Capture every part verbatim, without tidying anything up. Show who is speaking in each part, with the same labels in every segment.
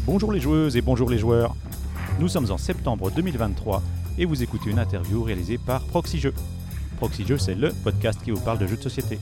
Speaker 1: Bonjour les joueuses et bonjour les joueurs. Nous sommes en septembre deux mille vingt-trois et vous écoutez une interview réalisée par Proxy Jeux. Proxy Jeux, c'est le podcast qui vous parle de jeux de société.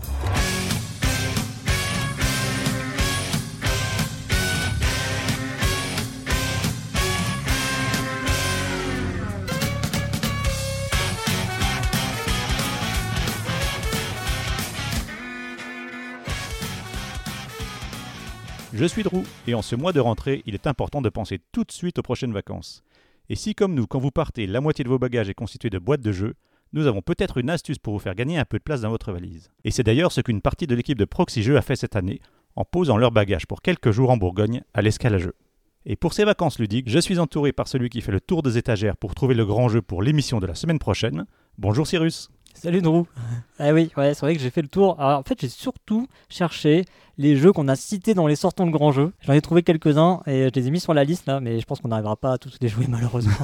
Speaker 1: Je suis Drew, et en ce mois de rentrée, il est important de penser tout de suite aux prochaines vacances. Et si, comme nous, quand vous partez, la moitié de vos bagages est constituée de boîtes de jeux, nous avons peut-être une astuce pour vous faire gagner un peu de place dans votre valise. Et c'est d'ailleurs ce qu'une partie de l'équipe de Proxy Jeux a fait cette année, en posant leurs bagages pour quelques jours en Bourgogne, à l'Escale à Jeux. Et pour ces vacances ludiques, je suis entouré par celui qui fait le tour des étagères pour trouver le grand jeu pour l'émission de la semaine prochaine. Bonjour Cyrus.
Speaker 2: Salut Drew. Ah oui, ouais, c'est vrai que j'ai fait le tour. Alors, en fait, j'ai surtout cherché les jeux qu'on a cités dans les sortons de grands jeux. J'en ai trouvé quelques-uns et je les ai mis sur la liste là, mais je pense qu'on n'arrivera pas à tous les jouer malheureusement.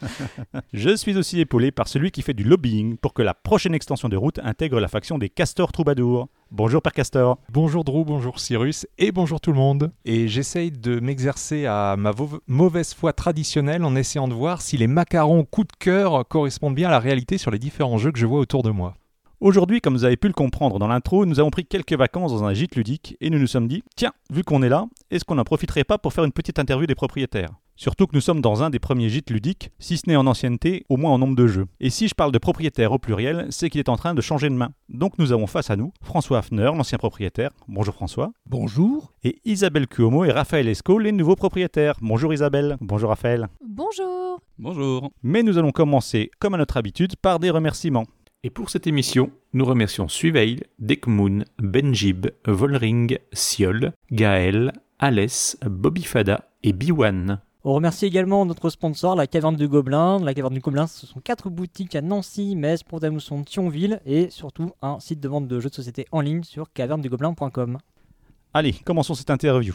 Speaker 1: Je suis aussi épaulé par celui qui fait du lobbying pour que la prochaine extension de route intègre la faction des Castors Troubadours. Bonjour Père Castor.
Speaker 3: Bonjour Drew, bonjour Cyrus et bonjour tout le monde. Et j'essaye de m'exercer à ma vo- mauvaise foi traditionnelle en essayant de voir si les macarons coup de cœur correspondent bien à la réalité sur les différents jeux que je vois autour de moi.
Speaker 1: Aujourd'hui, comme vous avez pu le comprendre dans l'intro, nous avons pris quelques vacances dans un gîte ludique et nous nous sommes dit, tiens, vu qu'on est là, est-ce qu'on n'en profiterait pas pour faire une petite interview des propriétaires ? Surtout que nous sommes dans un des premiers gîtes ludiques, si ce n'est en ancienneté, au moins en nombre de jeux. Et si je parle de propriétaire au pluriel, c'est qu'il est en train de changer de main. Donc nous avons face à nous François Hafner, l'ancien propriétaire. Bonjour François.
Speaker 4: Bonjour.
Speaker 1: Et Isabelle Cuomo et Raphaël Esco, les nouveaux propriétaires. Bonjour Isabelle. Bonjour Raphaël.
Speaker 5: Bonjour.
Speaker 6: Bonjour.
Speaker 1: Mais nous allons commencer, comme à notre habitude, par des remerciements.
Speaker 6: Et pour cette émission, nous remercions Suiveil, Dekmoon, Benjib, Volring, Siol, Gaël, Alès, Bobby Fada et Biwan.
Speaker 2: On remercie également notre sponsor, la Caverne du Gobelin. La Caverne du Gobelin, ce sont quatre boutiques à Nancy, Metz, Pont-à-Mousson, Thionville et surtout un site de vente de jeux de société en ligne sur caverne du gobelin point com.
Speaker 1: Allez, commençons cette interview.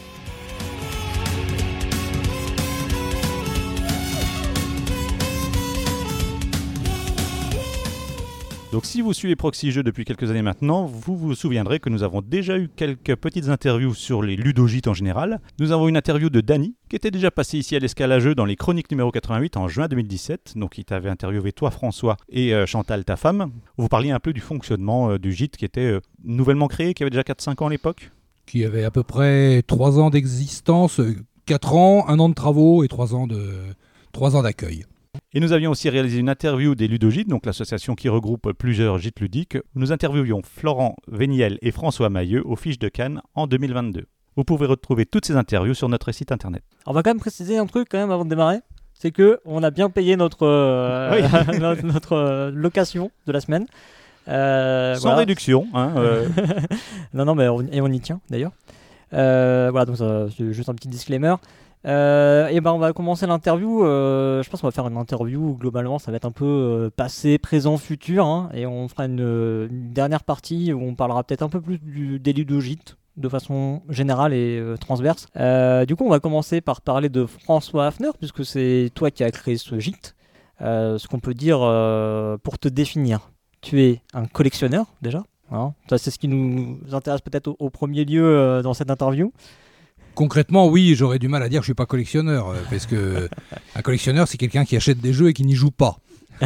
Speaker 1: Donc si vous suivez Proxy Jeux depuis quelques années maintenant, vous vous souviendrez que nous avons déjà eu quelques petites interviews sur les ludogîtes en général. Nous avons une interview de Dany, qui était déjà passé ici à l'Escale à Jeux dans les Chroniques numéro quatre-vingt-huit en juin deux mille dix-sept. Donc il t'avait interviewé toi François et euh, Chantal ta femme. Vous parliez un peu du fonctionnement euh, du gîte qui était euh, nouvellement créé, qui avait déjà quatre cinq ans à l'époque.
Speaker 4: Qui avait à peu près trois ans d'existence, quatre ans, un an de travaux et trois ans, de... trois ans d'accueil.
Speaker 1: Et nous avions aussi réalisé une interview des Ludogîtes, donc l'association qui regroupe plusieurs gîtes ludiques, où nous interviewions Florent Véniel et François Mailleux aux Fiches de Cannes en deux mille vingt-deux. Vous pouvez retrouver toutes ces interviews sur notre site internet.
Speaker 2: On va quand même préciser un truc quand même avant de démarrer, c'est que on a bien payé notre, euh,
Speaker 1: oui.
Speaker 2: notre, notre euh, location de la semaine. Euh,
Speaker 1: Sans
Speaker 2: voilà.
Speaker 1: réduction. Hein, euh...
Speaker 2: non, non, mais on, et on y tient d'ailleurs. Euh, voilà, donc ça, c'est juste un petit disclaimer. Euh, et ben on va commencer l'interview. Euh, je pense qu'on va faire une interview où globalement ça va être un peu euh, passé, présent, futur, hein, et on fera une, une dernière partie où on parlera peut-être un peu plus du, des ludogîtes de façon générale et euh, transverse. Euh, du coup, on va commencer par parler de François Hafner puisque c'est toi qui as créé ce gîte. Euh, ce qu'on peut dire euh, pour te définir, tu es un collectionneur déjà. Hein, ça c'est ce qui nous intéresse peut-être au, au premier lieu euh, dans cette interview.
Speaker 4: Concrètement, oui, j'aurais du mal à dire que je ne suis pas collectionneur, euh, parce que un collectionneur, c'est quelqu'un qui achète des jeux et qui n'y joue pas.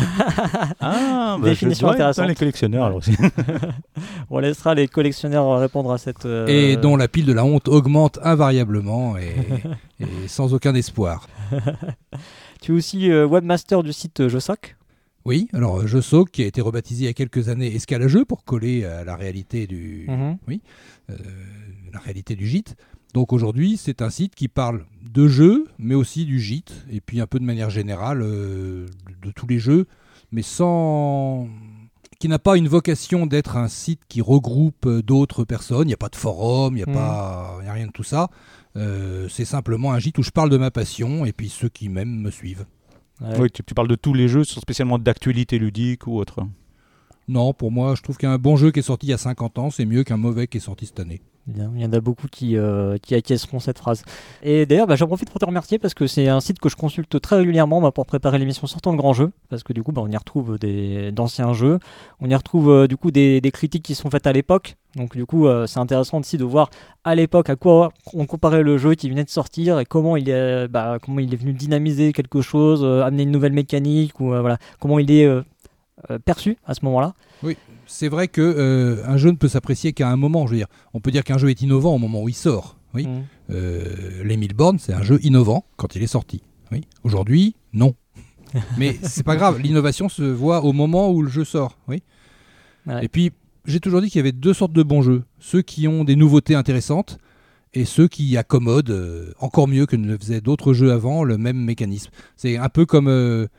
Speaker 1: Ah, bah
Speaker 2: définition
Speaker 1: je
Speaker 2: intéressante.
Speaker 1: les collectionneurs alors aussi.
Speaker 2: On laissera les collectionneurs répondre à cette... Euh...
Speaker 4: Et dont la pile de la honte augmente invariablement et, et sans aucun espoir.
Speaker 2: Tu es aussi euh, webmaster du site Jeusoc.
Speaker 4: Oui, alors Jeusoc qui a été rebaptisé il y a quelques années Escale à Jeux pour coller à la réalité du,
Speaker 2: Mm-hmm.
Speaker 4: oui, euh, la réalité du gîte. Donc aujourd'hui, c'est un site qui parle de jeux, mais aussi du gîte, et puis un peu de manière générale euh, de, de tous les jeux, mais sans... qui n'a pas une vocation d'être un site qui regroupe d'autres personnes. Il n'y a pas de forum, il n'y a,
Speaker 2: mmh.
Speaker 4: pas... y a rien de tout ça. Euh, c'est simplement un gîte où je parle de ma passion, et puis ceux qui m'aiment me suivent.
Speaker 2: Ouais.
Speaker 1: Oui, tu, tu parles de tous les jeux, spécialement d'actualité ludique ou autre.
Speaker 4: Non, pour moi, je trouve qu'un bon jeu qui est sorti il y a cinquante ans, c'est mieux qu'un mauvais qui est sorti cette année.
Speaker 2: Bien, il y en a beaucoup qui, euh, qui acquiesceront cette phrase. Et d'ailleurs, bah, j'en profite pour te remercier parce que c'est un site que je consulte très régulièrement bah, pour préparer l'émission Sortant le Grand Jeu. Parce que du coup, bah, on y retrouve des, d'anciens jeux. On y retrouve euh, du coup des, des critiques qui sont faites à l'époque. Donc du coup, euh, c'est intéressant aussi de voir à l'époque à quoi on comparait le jeu qui venait de sortir et comment il est, bah, comment il est venu dynamiser quelque chose, euh, amener une nouvelle mécanique ou euh, voilà, comment il est euh, euh, perçu à ce moment-là.
Speaker 4: Oui. C'est vrai qu'un euh, jeu ne peut s'apprécier qu'à un moment. Je veux dire, on peut dire qu'un jeu est innovant au moment où il sort. Oui. Mmh. Euh, l'Emile Born, c'est un jeu innovant quand il est sorti. Oui. Aujourd'hui, non. Mais c'est pas grave. L'innovation se voit au moment où le jeu sort. Oui. Ouais. Et puis, j'ai toujours dit qu'il y avait deux sortes de bons jeux. Ceux qui ont des nouveautés intéressantes et ceux qui accommodent euh, encore mieux que ne le faisaient d'autres jeux avant le même mécanisme. C'est un peu comme... Euh,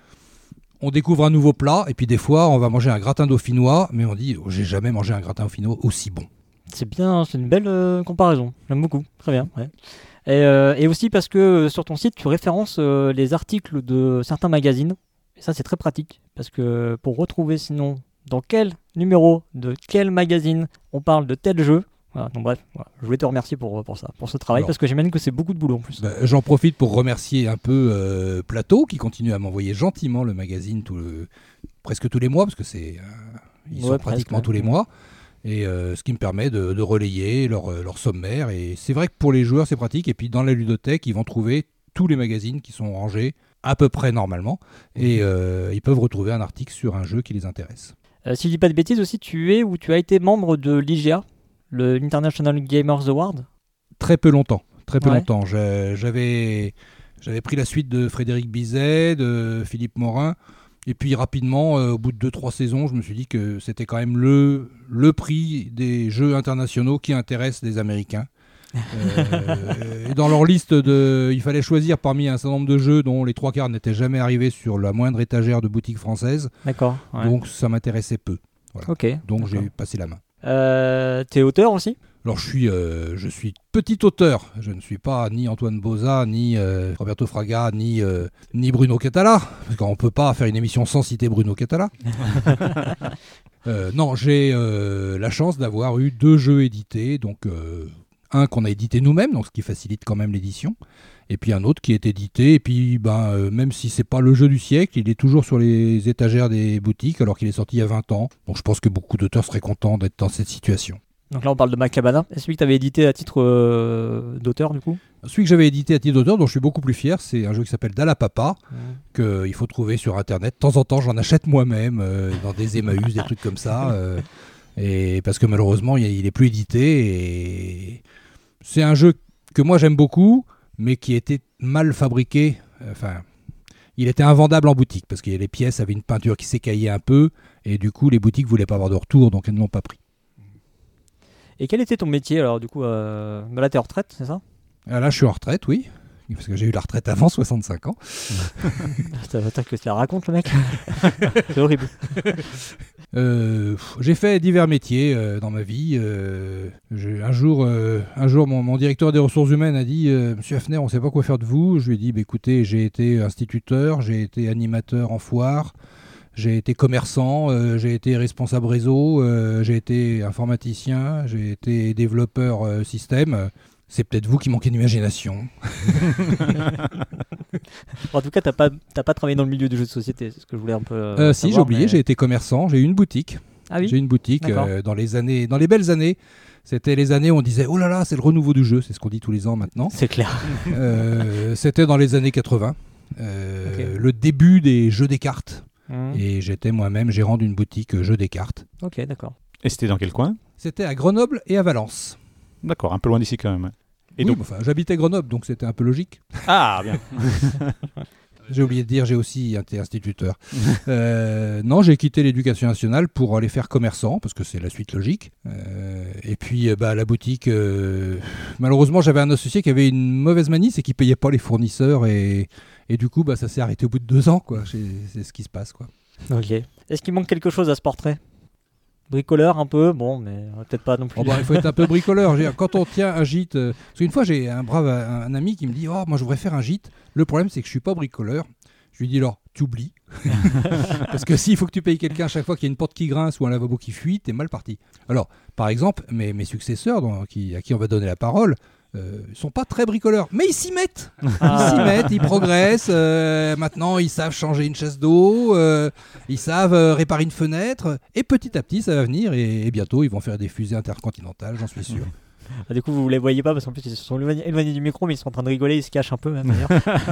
Speaker 4: on découvre un nouveau plat, et puis des fois, on va manger un gratin dauphinois, mais on dit oh, « j'ai jamais mangé un gratin dauphinois aussi bon ».
Speaker 2: C'est bien, c'est une belle euh, comparaison. J'aime beaucoup. Très bien. Ouais. Et, euh, et aussi parce que euh, sur ton site, tu références euh, les articles de certains magazines. Et ça, c'est très pratique, parce que pour retrouver sinon dans quel numéro de quel magazine on parle de tel jeu, voilà, donc bref, voilà. Je voulais te remercier pour, pour ça, pour ce travail, alors, parce que j'imagine que c'est beaucoup de boulot en plus.
Speaker 4: Bah, j'en profite pour remercier un peu euh, Plateau, qui continue à m'envoyer gentiment le magazine tout le, presque tous les mois, parce que c'est euh, ils ouais, sont pratiquement presque, tous ouais. les mois, et euh, ce qui me permet de, de relayer leur, leur sommaire. Et c'est vrai que pour les joueurs, c'est pratique. Et puis dans la ludothèque, ils vont trouver tous les magazines qui sont rangés à peu près normalement, et euh, ils peuvent retrouver un article sur un jeu qui les intéresse.
Speaker 2: Euh, si je dis pas de bêtises aussi, tu es ou tu as été membre de l'I G A, le International Gamers Award?
Speaker 4: Très peu longtemps, très peu ouais. longtemps. J'avais, j'avais pris la suite de Frédéric Bizet, de Philippe Morin, et puis rapidement, euh, au bout de deux trois saisons, je me suis dit que c'était quand même le, le prix des jeux internationaux qui intéressent les Américains. euh, et dans leur liste, de, il fallait choisir parmi un certain nombre de jeux dont les trois quarts n'étaient jamais arrivés sur la moindre étagère de boutique française.
Speaker 2: D'accord. Ouais.
Speaker 4: Donc ça m'intéressait peu. Voilà.
Speaker 2: Okay,
Speaker 4: donc
Speaker 2: d'accord.
Speaker 4: j'ai passé la main.
Speaker 2: Euh, t'es auteur aussi?
Speaker 4: Alors je suis, euh, je suis petit auteur. Je ne suis pas ni Antoine Boza, ni euh, Roberto Fraga, ni, euh, ni Bruno Catala, parce qu'on ne peut pas faire une émission sans citer Bruno Catala. euh, non, j'ai euh, la chance d'avoir eu deux jeux édités, donc euh, un qu'on a édité nous-mêmes, donc ce qui facilite quand même l'édition, et puis un autre qui est édité, et puis ben, euh, même si c'est pas le jeu du siècle, il est toujours sur les étagères des boutiques alors qu'il est sorti il y a vingt ans. Donc je pense que beaucoup d'auteurs seraient contents d'être dans cette situation. Donc
Speaker 2: là on parle de Macabana. Est-ce celui que tu avais édité à titre euh, d'auteur du coup?
Speaker 4: Celui que j'avais édité à titre d'auteur, dont je suis beaucoup plus fier, c'est un jeu qui s'appelle Dalla Papa, mmh. qu'il faut trouver sur internet. De temps en temps j'en achète moi-même euh, dans des Emmaüs, des trucs comme ça, euh, et parce que malheureusement il est plus édité. Et c'est un jeu que moi j'aime beaucoup, mais qui était mal fabriqué. Enfin, il était invendable en boutique parce que les pièces avaient une peinture qui s'écaillait un peu, et du coup les boutiques voulaient pas avoir de retour, donc elles ne l'ont pas pris.
Speaker 2: Et quel était ton métier alors du coup euh... bah là t'es en retraite, c'est ça?
Speaker 4: Ah, là je suis en retraite, oui, parce que j'ai eu la retraite avant soixante-cinq ans.
Speaker 2: Ça veut dire que tu la racontes le mec. C'est horrible.
Speaker 4: Euh, j'ai fait divers métiers euh, dans ma vie. Euh, un jour, euh, un jour mon, mon directeur des ressources humaines a dit euh, Monsieur Hafner, on ne sait pas quoi faire de vous. Je lui ai dit bah, écoutez, j'ai été instituteur, j'ai été animateur en foire, j'ai été commerçant, euh, j'ai été responsable réseau, euh, j'ai été informaticien, j'ai été développeur euh, système. C'est peut-être vous qui manquez d'imagination.
Speaker 2: En tout cas, t'as pas, t'as pas travaillé dans le milieu du jeu de société, c'est ce que je voulais un peu. Euh,
Speaker 4: euh, si, j'ai oublié, mais... j'ai été commerçant, j'ai eu une boutique.
Speaker 2: Ah oui.
Speaker 4: J'ai eu une boutique euh, dans les années, dans les belles années. C'était les années où on disait oh là là, c'est le renouveau du jeu, c'est ce qu'on dit tous les ans maintenant.
Speaker 2: C'est clair.
Speaker 4: euh, c'était dans les années quatre-vingts, euh, okay. Le début des jeux des cartes. Mmh. Et j'étais moi-même gérant d'une boutique jeux des cartes.
Speaker 2: Ok, d'accord.
Speaker 1: Et c'était dans quel coin?
Speaker 4: C'était à Grenoble et à Valence.
Speaker 1: D'accord, un peu loin d'ici quand même.
Speaker 4: Et oui, donc... enfin, j'habitais Grenoble, donc c'était un peu logique.
Speaker 1: Ah, bien.
Speaker 4: J'ai oublié de dire, j'ai aussi été instituteur. euh, non, j'ai quitté l'éducation nationale pour aller faire commerçant, parce que c'est la suite logique. Euh, et puis, bah, la boutique, euh, malheureusement, j'avais un associé qui avait une mauvaise manie, c'est qu'il ne payait pas les fournisseurs. Et, et du coup, bah, ça s'est arrêté au bout de deux ans. Quoi. C'est, c'est ce qui se passe. Quoi.
Speaker 2: Ok. Est-ce qu'il manque quelque chose à ce portrait? Bricoleur un peu, bon, mais peut-être pas non plus.
Speaker 4: Oh bah, il faut être un peu bricoleur. Quand on tient un gîte, euh, parce qu'une fois j'ai un brave un, un ami qui me dit oh moi je voudrais faire un gîte. Le problème c'est que je suis pas bricoleur. Je lui dis alors tu oublies. Parce que s'il faut que tu payes quelqu'un à chaque fois qu'il y a une porte qui grince ou un lavabo qui fuit, t'es mal parti. Alors, par exemple, mes, mes successeurs, dont, qui, à qui on va donner la parole, euh, sont pas très bricoleurs, mais ils s'y mettent.
Speaker 2: Ah.
Speaker 4: Ils s'y mettent, ils progressent. Euh, maintenant, ils savent changer une chasse d'eau, euh, ils savent euh, réparer une fenêtre, et petit à petit, ça va venir, et, et bientôt, ils vont faire des fusées intercontinentales, j'en suis sûr.
Speaker 2: Ah, du coup, vous les voyez pas parce qu'en plus ils se sont éloignés, éloignés du micro, mais ils sont en train de rigoler, ils se cachent un peu même d'ailleurs.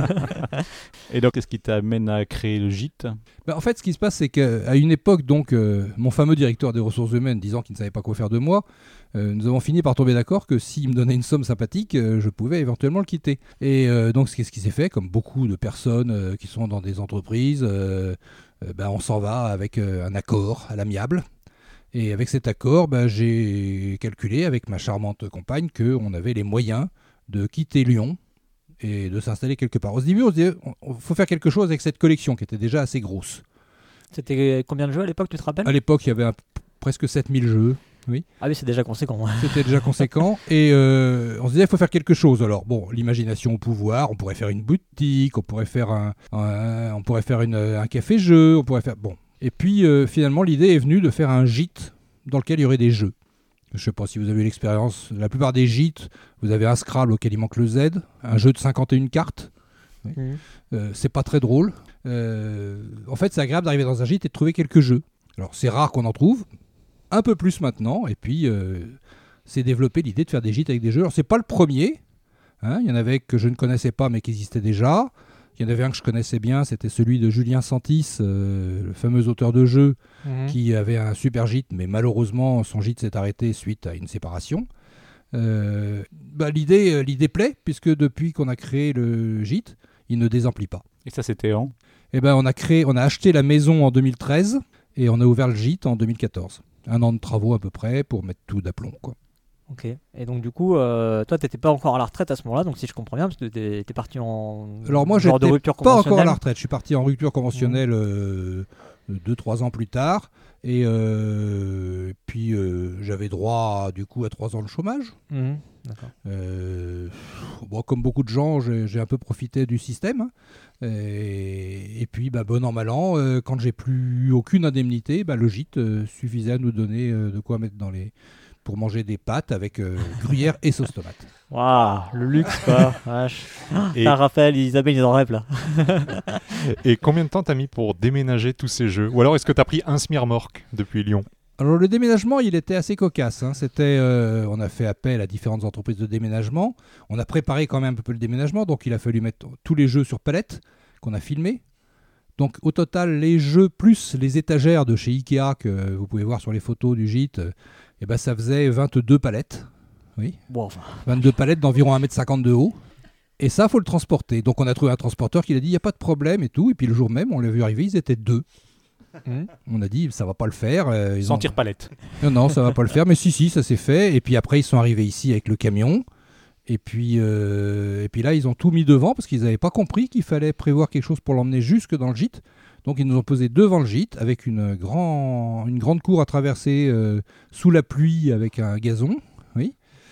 Speaker 1: Et donc, qu'est-ce qui t'amène à créer le gîte ?
Speaker 4: Ben, en fait, ce qui se passe, c'est qu'à une époque, donc, euh, mon fameux directeur des ressources humaines disant qu'il ne savait pas quoi faire de moi, euh, nous avons fini par tomber d'accord que s'il me donnait une somme sympathique, euh, je pouvais éventuellement le quitter. Et euh, donc, ce qui s'est fait, comme beaucoup de personnes euh, qui sont dans des entreprises, euh, euh, ben, on s'en va avec euh, un accord à l'amiable. Et avec cet accord, ben, j'ai calculé avec ma charmante compagne qu'on avait les moyens de quitter Lyon et de s'installer quelque part. Au début, on se disait, il faut faire quelque chose avec cette collection qui était déjà assez grosse.
Speaker 2: C'était combien de jeux à l'époque, tu te rappelles ?
Speaker 4: À l'époque, il y avait un, presque sept mille jeux. Oui.
Speaker 2: Ah oui, c'est déjà conséquent.
Speaker 4: C'était déjà conséquent. Et euh, on se disait, il faut faire quelque chose. Alors, bon, l'imagination au pouvoir, on pourrait faire une boutique, on pourrait faire un, un, on pourrait faire une, un café-jeu, on pourrait faire... Bon. Et puis, euh, finalement, l'idée est venue de faire un gîte dans lequel il y aurait des jeux. Je ne sais pas si vous avez eu l'expérience. La plupart des gîtes, vous avez un Scrabble auquel il manque le Z, un jeu de cinquante et une cartes. Oui. Mmh. Euh, c'est pas très drôle. Euh, en fait, c'est agréable d'arriver dans un gîte et de trouver quelques jeux. Alors, c'est rare qu'on en trouve. Un peu plus maintenant. Et puis, euh, c'est développé l'idée de faire des gîtes avec des jeux. Alors, c'est pas le premier. Hein, il y en avait que je ne connaissais pas, mais qui existaient déjà. Il y en avait un que je connaissais bien, c'était celui de Julien Santis, euh, le fameux auteur de jeux, mmh. qui avait un super gîte, mais malheureusement, son gîte s'est arrêté suite à une séparation. Euh, bah, l'idée, l'idée plaît, puisque depuis qu'on a créé le gîte, il ne désemplit pas.
Speaker 1: Et ça, c'était en
Speaker 4: Eh ben, on a créé, on a acheté la maison en deux mille treize et on a ouvert le gîte en deux mille quatorze. Un an de travaux à peu près pour mettre tout d'aplomb, quoi.
Speaker 2: Ok. Et donc du coup, euh, toi, t'étais pas encore à la retraite à ce moment-là, donc si je comprends bien, parce que t'es, t'es parti en
Speaker 4: Alors moi,
Speaker 2: genre de rupture
Speaker 4: pas
Speaker 2: conventionnelle.
Speaker 4: encore à la retraite. Je suis parti en rupture conventionnelle euh, deux trois ans plus tard, et euh, puis euh, j'avais droit du coup à trois ans de chômage.
Speaker 2: Mmh. D'accord.
Speaker 4: Euh, bon, comme beaucoup de gens, j'ai, j'ai un peu profité du système. Et, et puis, bah, bon an mal an, euh, quand j'ai plus aucune indemnité, bah, le gîte euh, suffisait à nous donner euh, de quoi mettre dans les pour manger des pâtes avec euh, gruyère et sauce tomate.
Speaker 2: Waouh, le luxe quoi. Vache. Et... Ah, Raphaël et Isabelle, ils en rêvent là.
Speaker 3: Et combien de temps t'as mis pour déménager tous ces jeux ? Ou alors est-ce que t'as pris un smirmorque depuis Lyon ?
Speaker 4: Alors le déménagement, il était assez cocasse. Hein. C'était, euh, on a fait appel à différentes entreprises de déménagement. On a préparé quand même un peu le déménagement, donc il a fallu mettre tous les jeux sur palette qu'on a filmés. Donc au total, les jeux plus les étagères de chez Ikea que vous pouvez voir sur les photos du gîte, eh ben, ça faisait vingt-deux palettes. Oui. Wow. vingt-deux palettes d'environ un mètre cinquante de haut. Et ça, il faut le transporter. Donc on a trouvé un transporteur qui a dit, il n'y a pas de problème et tout. Et puis le jour même, on l'a vu arriver, ils étaient deux. Mmh. On a dit, ça ne va pas le faire. Euh, ils
Speaker 1: Sentir
Speaker 4: ont...
Speaker 1: palette.
Speaker 4: Non, non, ça ne va pas le faire. Mais si, si, ça s'est fait. Et puis après, ils sont arrivés ici avec le camion. Et puis, euh, et puis là, ils ont tout mis devant parce qu'ils n'avaient pas compris qu'il fallait prévoir quelque chose pour l'emmener jusque dans le gîte. Donc, ils nous ont posé devant le gîte avec une, grand, une grande cour à traverser euh, sous la pluie avec un gazon. Oui.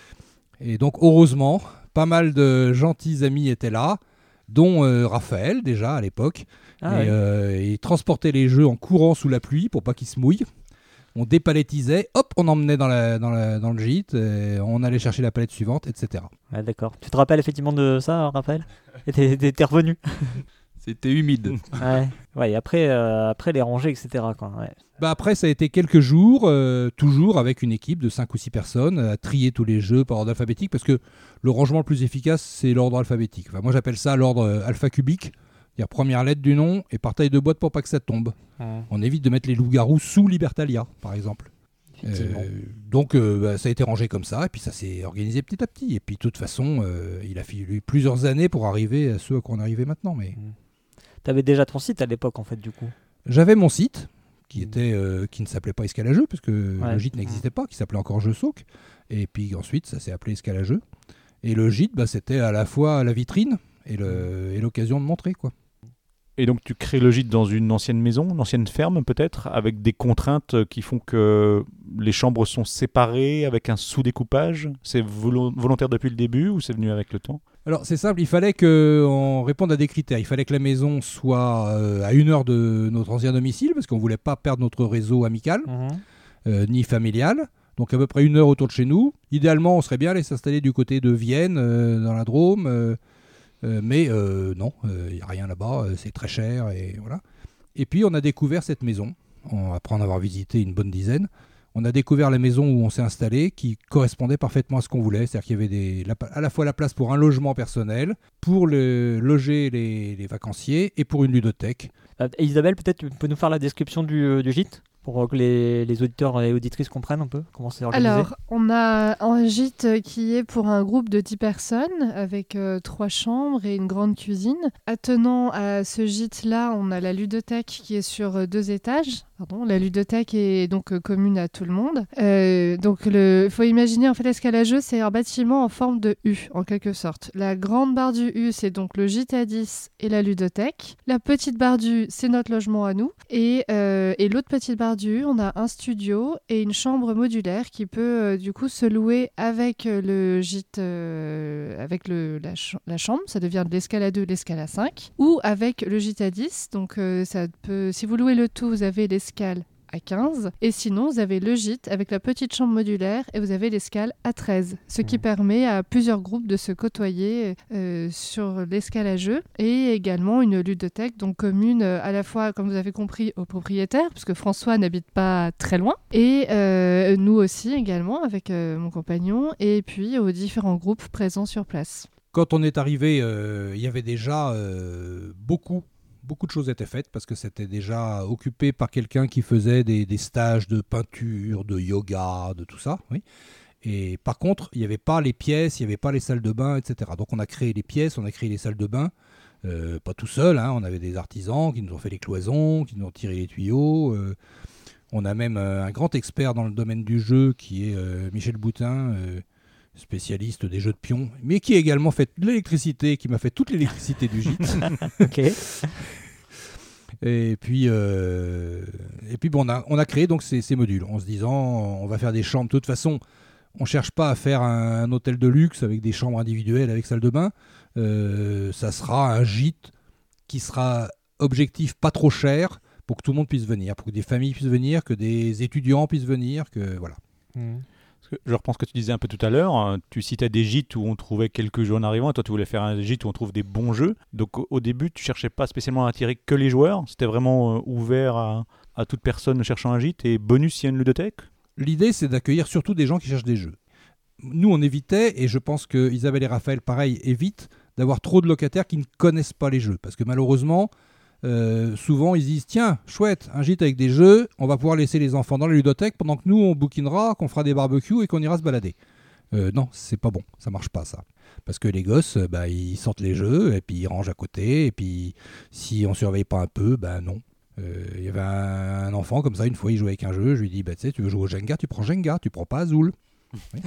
Speaker 4: Et donc, heureusement, pas mal de gentils amis étaient là, dont euh, Raphaël, déjà, à l'époque. Ah, et, ouais. euh, ils transportaient les jeux en courant sous la pluie pour pas qu'ils se mouillent. On dépalettisait, hop, on emmenait dans, la, dans, la, dans le gîte, et on allait chercher la palette suivante, et cetera.
Speaker 2: Ouais, d'accord. Tu te rappelles effectivement de ça, Raphaël ? Et t'es, t'es, t'es revenu.
Speaker 5: C'était humide.
Speaker 2: Ouais, ouais, et après, euh, après les ranger, et cetera. Quoi. Ouais.
Speaker 4: Bah après, ça a été quelques jours, euh, toujours avec une équipe de cinq ou six personnes, à trier tous les jeux par ordre alphabétique, parce que le rangement le plus efficace, c'est l'ordre alphabétique. Enfin, moi, j'appelle ça l'ordre euh, alpha-cubique. C'est-à-dire première lettre du nom et par taille de boîte pour pas que ça tombe. Mmh. On évite de mettre les loups-garous sous Libertalia, par exemple. Euh, donc euh, bah, ça a été rangé comme ça et puis ça s'est organisé petit à petit. Et puis de toute façon, euh, il a fallu plusieurs années pour arriver à ce à quoi on est arrivé maintenant. Mais... Mmh.
Speaker 2: Tu avais déjà ton site à l'époque, en fait, du coup ?
Speaker 4: J'avais mon site qui, était, euh, qui ne s'appelait pas Escalageux, parce que
Speaker 2: ouais.
Speaker 4: le gîte n'existait pas, qui s'appelait encore Jeu Soc. Et puis ensuite, ça s'est appelé Escalageux. Et le gîte, bah, c'était à la fois la vitrine et, le, et l'occasion de montrer, quoi.
Speaker 1: Et donc tu crées le gîte dans une ancienne maison, une ancienne ferme peut-être, avec des contraintes qui font que les chambres sont séparées avec un sous-découpage. C'est volo- volontaire depuis le début ou c'est venu avec le temps ?
Speaker 4: Alors c'est simple, il fallait qu'on réponde à des critères. Il fallait que la maison soit euh, à une heure de notre ancien domicile, parce qu'on ne voulait pas perdre notre réseau amical,
Speaker 2: Mhm.
Speaker 4: euh, ni familial. Donc à peu près une heure autour de chez nous. Idéalement, on serait bien allé s'installer du côté de Vienne, euh, dans la Drôme. euh, euh, mais euh, non, il n'y a rien là-bas, euh, c'est très cher. Et, voilà. Et puis on a découvert cette maison, on, après en avoir visité une bonne dizaine. On a découvert la maison où on s'est installé qui correspondait parfaitement à ce qu'on voulait. C'est-à-dire qu'il y avait des, la, à la fois la place pour un logement personnel, pour le, loger les, les vacanciers et pour une ludothèque.
Speaker 2: Euh, Isabelle, peut-être tu peux nous faire la description du, euh, du gîte pour que les, les auditeurs et auditrices comprennent un peu comment c'est organisé.
Speaker 7: Alors, on a un gîte qui est pour un groupe de dix personnes avec euh, trois chambres et une grande cuisine. Attenant à ce gîte-là, on a la ludothèque qui est sur euh, deux étages. Pardon, la ludothèque est donc euh, commune à tout le monde. Euh, donc, il faut imaginer, en fait, l'escalageux, c'est un bâtiment en forme de U, en quelque sorte. La grande barre du U, c'est donc le gîte à dix et la ludothèque. La petite barre du U, c'est notre logement à nous. Et, euh, et l'autre petite barre du U, on a un studio et une chambre modulaire qui peut, euh, du coup, se louer avec le gîte, euh, avec le, la, ch- la chambre. Ça devient de l'escale à deux, l'escale à cinq. Ou avec le gîte à dix. Donc, euh, ça peut, si vous louez le tout, vous avez l'escale à quinze, et sinon vous avez le gîte avec la petite chambre modulaire et vous avez l'escale à treize, ce qui
Speaker 2: Mmh.
Speaker 7: permet à plusieurs groupes de se côtoyer euh, sur l'escale à jeu, et également une ludothèque donc commune euh, à la fois, comme vous avez compris, aux propriétaires, parce que François n'habite pas très loin, et euh, nous aussi également avec euh, mon compagnon, et puis aux différents groupes présents sur place.
Speaker 4: Quand on est arrivé, euh, il y avait déjà euh, beaucoup Beaucoup de choses étaient faites parce que c'était déjà occupé par quelqu'un qui faisait des, des stages de peinture, de yoga, de tout ça. Oui. Et par contre, il n'y avait pas les pièces, il n'y avait pas les salles de bain, et cetera. Donc on a créé les pièces, on a créé les salles de bain, euh, pas tout seul. Hein, on avait des artisans qui nous ont fait les cloisons, qui nous ont tiré les tuyaux. Euh, on a même euh, un grand expert dans le domaine du jeu qui est euh, Michel Boutin, euh, spécialiste des jeux de pions, mais qui a également fait de l'électricité, qui m'a fait toute l'électricité du gîte.
Speaker 2: Ok.
Speaker 4: Et puis, euh, et puis bon, on, a, on a créé donc ces, ces modules en se disant on va faire des chambres. De toute façon, on ne cherche pas à faire un, un hôtel de luxe avec des chambres individuelles avec salle de bain. Euh, ça sera un gîte qui sera objectif pas trop cher pour que tout le monde puisse venir, pour que des familles puissent venir, que des étudiants puissent venir, que voilà.
Speaker 2: Mmh.
Speaker 1: Parce que je reprends ce que tu disais un peu tout à l'heure. hein, Tu citais des gîtes où on trouvait quelques jeux en arrivant. Et toi, tu voulais faire un gîte où on trouve des bons jeux. Donc, au, au début, tu cherchais pas spécialement à attirer que les joueurs. C'était vraiment euh, ouvert à, à toute personne cherchant un gîte. Et bonus, s'il y a une ludothèque.
Speaker 4: L'idée, c'est d'accueillir surtout des gens qui cherchent des jeux. Nous, on évitait, et je pense que Isabelle et Raphaël, pareil, évitent d'avoir trop de locataires qui ne connaissent pas les jeux. Parce que malheureusement, euh, souvent, ils disent « Tiens, chouette, un gîte avec des jeux, on va pouvoir laisser les enfants dans la ludothèque pendant que nous, on bouquinera, qu'on fera des barbecues et qu'on ira se balader. Euh, » Non, c'est pas bon, ça marche pas, ça. Parce que les gosses, bah, ils sortent les jeux, et puis ils rangent à côté, et puis si on surveille pas un peu, ben bah, non. Il euh, y avait un, un enfant comme ça, une fois, il jouait avec un jeu, je lui dis bah, « Tu sais, tu veux jouer au Jenga, tu prends Jenga, tu prends pas Azul. » Oui.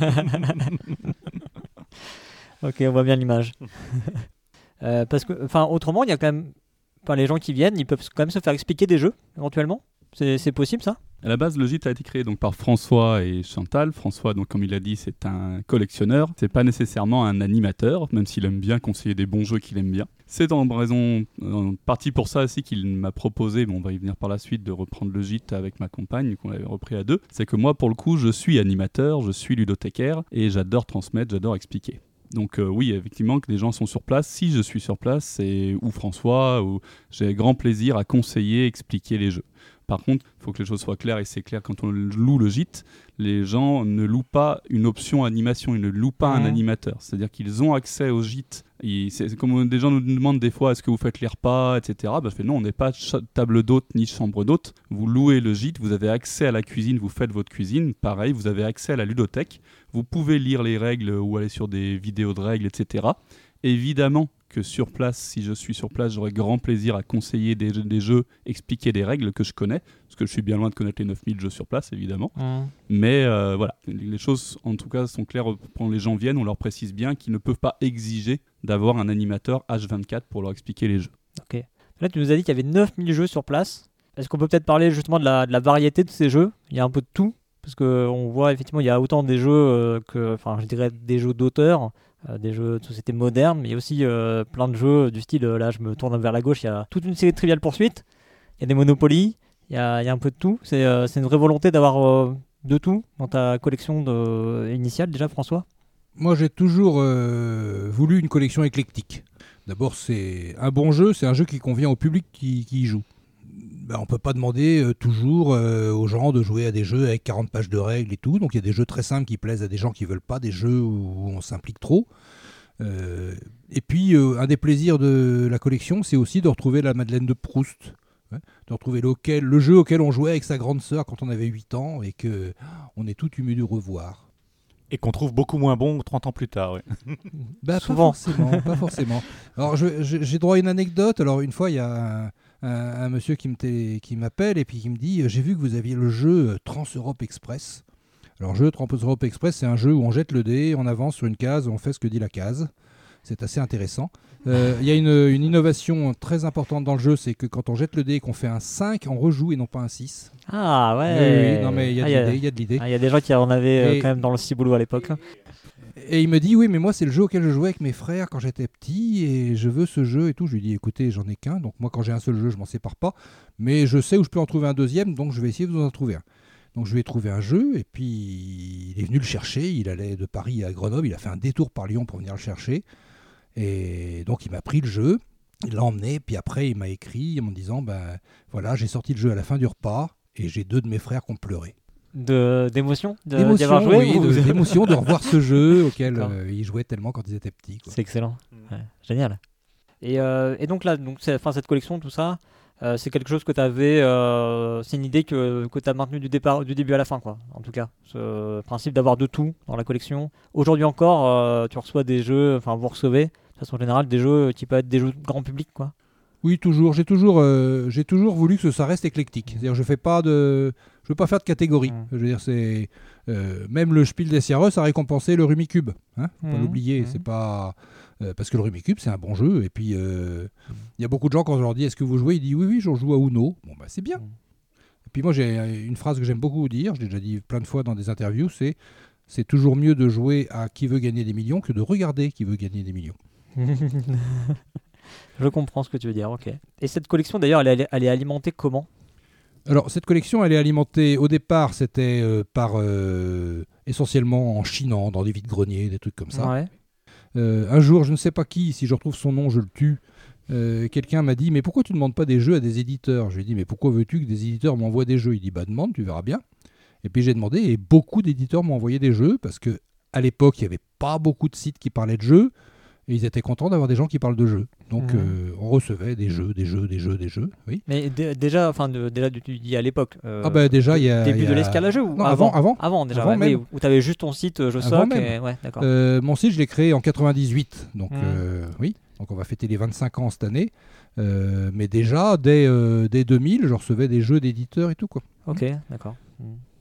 Speaker 2: Ok, on voit bien l'image. euh, parce que, enfin, autrement, il y a quand même, enfin, les gens qui viennent, ils peuvent quand même se faire expliquer des jeux, éventuellement. C'est, c'est possible, ça ?
Speaker 5: À la base, le gîte a été créé donc par François et Chantal. François, donc comme il a dit, c'est un collectionneur. C'est pas nécessairement un animateur, même s'il aime bien conseiller des bons jeux qu'il aime bien. C'est en raison, en partie pour ça aussi qu'il m'a proposé, bon, on va y venir par la suite, de reprendre le gîte avec ma compagne, qu'on avait repris à deux. C'est que moi, pour le coup, je suis animateur, je suis ludothécaire et j'adore transmettre, j'adore expliquer. Donc euh, oui, effectivement, que les gens sont sur place. Si je suis sur place, c'est ou François, ou j'ai grand plaisir à conseiller, expliquer les jeux. Par contre, il faut que les choses soient claires, et c'est clair quand on loue le gîte, les gens ne louent pas une option animation, ils ne louent pas mmh. un animateur. C'est-à-dire qu'ils ont accès au gîte. Et c'est, c'est comme des gens nous demandent des fois, est-ce que vous faites les repas, et cetera. Ben, je fais non, on n'est pas ch- table d'hôte ni chambre d'hôte. Vous louez le gîte, vous avez accès à la cuisine, vous faites votre cuisine. Pareil, vous avez accès à la ludothèque. Vous pouvez lire les règles ou aller sur des vidéos de règles, et cetera. Évidemment que sur place, si je suis sur place, j'aurai grand plaisir à conseiller des, des jeux, expliquer des règles que je connais, parce que je suis bien loin de connaître les neuf mille jeux sur place, évidemment. Mmh. Mais euh, voilà, les choses, en tout cas, sont claires. Quand les gens viennent, on leur précise bien qu'ils ne peuvent pas exiger d'avoir un animateur H vingt-quatre pour leur expliquer les jeux.
Speaker 2: Ok. Là, tu nous as dit qu'il y avait neuf mille jeux sur place. Est-ce qu'on peut peut-être parler justement de la, de la variété de ces jeux ? Il y a un peu de tout. Parce qu'on voit effectivement, il y a autant des jeux euh, que, enfin, je dirais des jeux d'auteur, euh, des jeux de société moderne, mais il y a aussi euh, plein de jeux du style, euh, là je me tourne vers la gauche, il y a toute une série de Trivial Pursuit, il y a des Monopoly, il y a, il y a un peu de tout. C'est, euh, c'est une vraie volonté d'avoir euh, de tout dans ta collection de... initiale déjà, François?
Speaker 4: Moi, j'ai toujours euh, voulu une collection éclectique. D'abord, c'est un bon jeu, c'est un jeu qui convient au public qui, qui y joue. Ben, on ne peut pas demander euh, toujours euh, aux gens de jouer à des jeux avec quarante pages de règles et tout. Donc il y a des jeux très simples qui plaisent à des gens qui ne veulent pas, des jeux où on s'implique trop. Euh, et puis, euh, un des plaisirs de la collection, c'est aussi de retrouver la Madeleine de Proust. Ouais, de retrouver lequel, le jeu auquel on jouait avec sa grande sœur quand on avait huit ans et qu'on est tout ému de revoir.
Speaker 1: Et qu'on trouve beaucoup moins bon trente ans plus tard. Ouais.
Speaker 4: Bah,
Speaker 2: Souvent.
Speaker 4: Pas forcément, pas forcément. Alors, je, je, j'ai droit à une anecdote. Alors, une fois, il y a un, un, un monsieur qui, me t- qui m'appelle et puis qui me dit « J'ai vu que vous aviez le jeu Trans-Europe Express. » Alors, jeu Trans-Europe Express, c'est un jeu où on jette le dé, on avance sur une case, on fait ce que dit la case. C'est assez intéressant. Il euh, y a une, une innovation très importante dans le jeu, c'est que quand on jette le dé et qu'on fait un cinq, on rejoue et non pas un six.
Speaker 2: Ah ouais.
Speaker 4: Oui, oui, non mais il y a
Speaker 2: Ah,
Speaker 4: de
Speaker 2: y a-
Speaker 4: l'idée, il y a de l'idée.
Speaker 2: Ah, il y a des gens qui en avaient euh,
Speaker 4: Et-
Speaker 2: quand même dans le ciboulot à l'époque. Là.
Speaker 4: Et il me dit, oui, mais moi, c'est le jeu auquel je jouais avec mes frères quand j'étais petit et je veux ce jeu et tout. Je lui dis, écoutez, j'en ai qu'un. Donc, moi, quand j'ai un seul jeu, je m'en sépare pas. Mais je sais où je peux en trouver un deuxième, donc je vais essayer de vous en trouver un. Donc, je lui ai trouvé un jeu et puis il est venu le chercher. Il allait de Paris à Grenoble. Il a fait un détour par Lyon pour venir le chercher. Et donc, il m'a pris le jeu. Il l'a emmené. Puis après, il m'a écrit en me disant, ben voilà, j'ai sorti le jeu à la fin du repas et j'ai deux de mes frères qui ont pleuré.
Speaker 2: De, d'émotion de, d'y
Speaker 4: D'émotion,
Speaker 2: avoir joué
Speaker 4: oui,
Speaker 2: ou-
Speaker 4: de, d'émotion de revoir ce jeu auquel
Speaker 2: D'accord.
Speaker 4: euh, ils jouaient tellement quand ils étaient petits. Quoi.
Speaker 2: C'est excellent. Ouais, génial. Et, euh, et donc là, donc, c'est, enfin, cette collection, tout ça, euh, c'est quelque chose que tu avais. Euh, c'est une idée que, que tu as maintenue du, départ, du début à la fin, quoi, en tout cas. Ce principe d'avoir de tout dans la collection. Aujourd'hui encore, euh, tu reçois des jeux, enfin, vous recevez, de façon générale, des jeux qui peuvent être des jeux grand public, quoi.
Speaker 4: Oui, toujours. J'ai toujours, euh, j'ai toujours voulu que ça reste éclectique. C'est-à-dire, je fais pas de, je veux pas faire de catégorie.
Speaker 2: Mm.
Speaker 4: Je veux dire, c'est euh, même le Spiel des Jahres a récompensé le Rummikub. Hein, faut pas
Speaker 2: Mm.
Speaker 4: l'oublier.
Speaker 2: Mm.
Speaker 4: C'est pas euh, parce que le Rummikub c'est un bon jeu. Et puis, euh, il y a beaucoup de gens quand je leur dis est-ce que vous jouez, ils disent oui, oui, je joue à Uno. Bon, bah c'est bien.
Speaker 2: Mm.
Speaker 4: Et puis moi, j'ai une phrase que j'aime beaucoup dire. Je l'ai déjà dit plein de fois dans des interviews. C'est c'est toujours mieux de jouer à qui veut gagner des millions que de regarder qui veut gagner des millions.
Speaker 2: Je comprends ce que tu veux dire, ok. Et cette collection, d'ailleurs, elle est, elle est alimentée comment?
Speaker 4: Alors, cette collection, elle est alimentée, au départ, c'était euh, par, euh, essentiellement en chinant, dans des vides-greniers, des trucs comme ça.
Speaker 2: Ouais.
Speaker 4: Euh, un jour, je ne sais pas qui, si je retrouve son nom, je le tue. Euh, quelqu'un m'a dit, mais pourquoi tu ne demandes pas des jeux à des éditeurs? Je lui ai dit, mais pourquoi veux-tu que des éditeurs m'envoient des jeux? Il dit, bah demande, tu verras bien. Et puis j'ai demandé, et beaucoup d'éditeurs m'ont envoyé des jeux, parce que à l'époque, il n'y avait pas beaucoup de sites qui parlaient de jeux, et ils étaient contents d'avoir des gens qui parlent de jeux. Donc
Speaker 2: Mhm.
Speaker 4: euh, on recevait des jeux, des jeux, des jeux, des jeux, oui.
Speaker 2: Mais dé- déjà, enfin, de, déjà, tu dis à l'époque. euh,
Speaker 4: Ah bah déjà, il y a...
Speaker 2: Début
Speaker 4: il y a-
Speaker 2: de l'escalageux ou
Speaker 4: Non,
Speaker 2: avant?
Speaker 4: avant, avant.
Speaker 2: Avant déjà,
Speaker 4: Avant
Speaker 2: ouais,
Speaker 4: même.
Speaker 2: oui, où tu avais juste ton site euh, Je
Speaker 4: Avant
Speaker 2: Soc.
Speaker 4: même.
Speaker 2: Et... Ouais, d'accord.
Speaker 4: Euh, mon site, je l'ai créé en quatre-vingt-dix-huit, donc
Speaker 2: Mhm.
Speaker 4: euh, oui, donc on va fêter les vingt-cinq ans cette année. Euh, mais déjà, dès, euh, dès deux mille, je recevais des jeux d'éditeurs et tout, quoi.
Speaker 2: Ok, d'accord. Mm.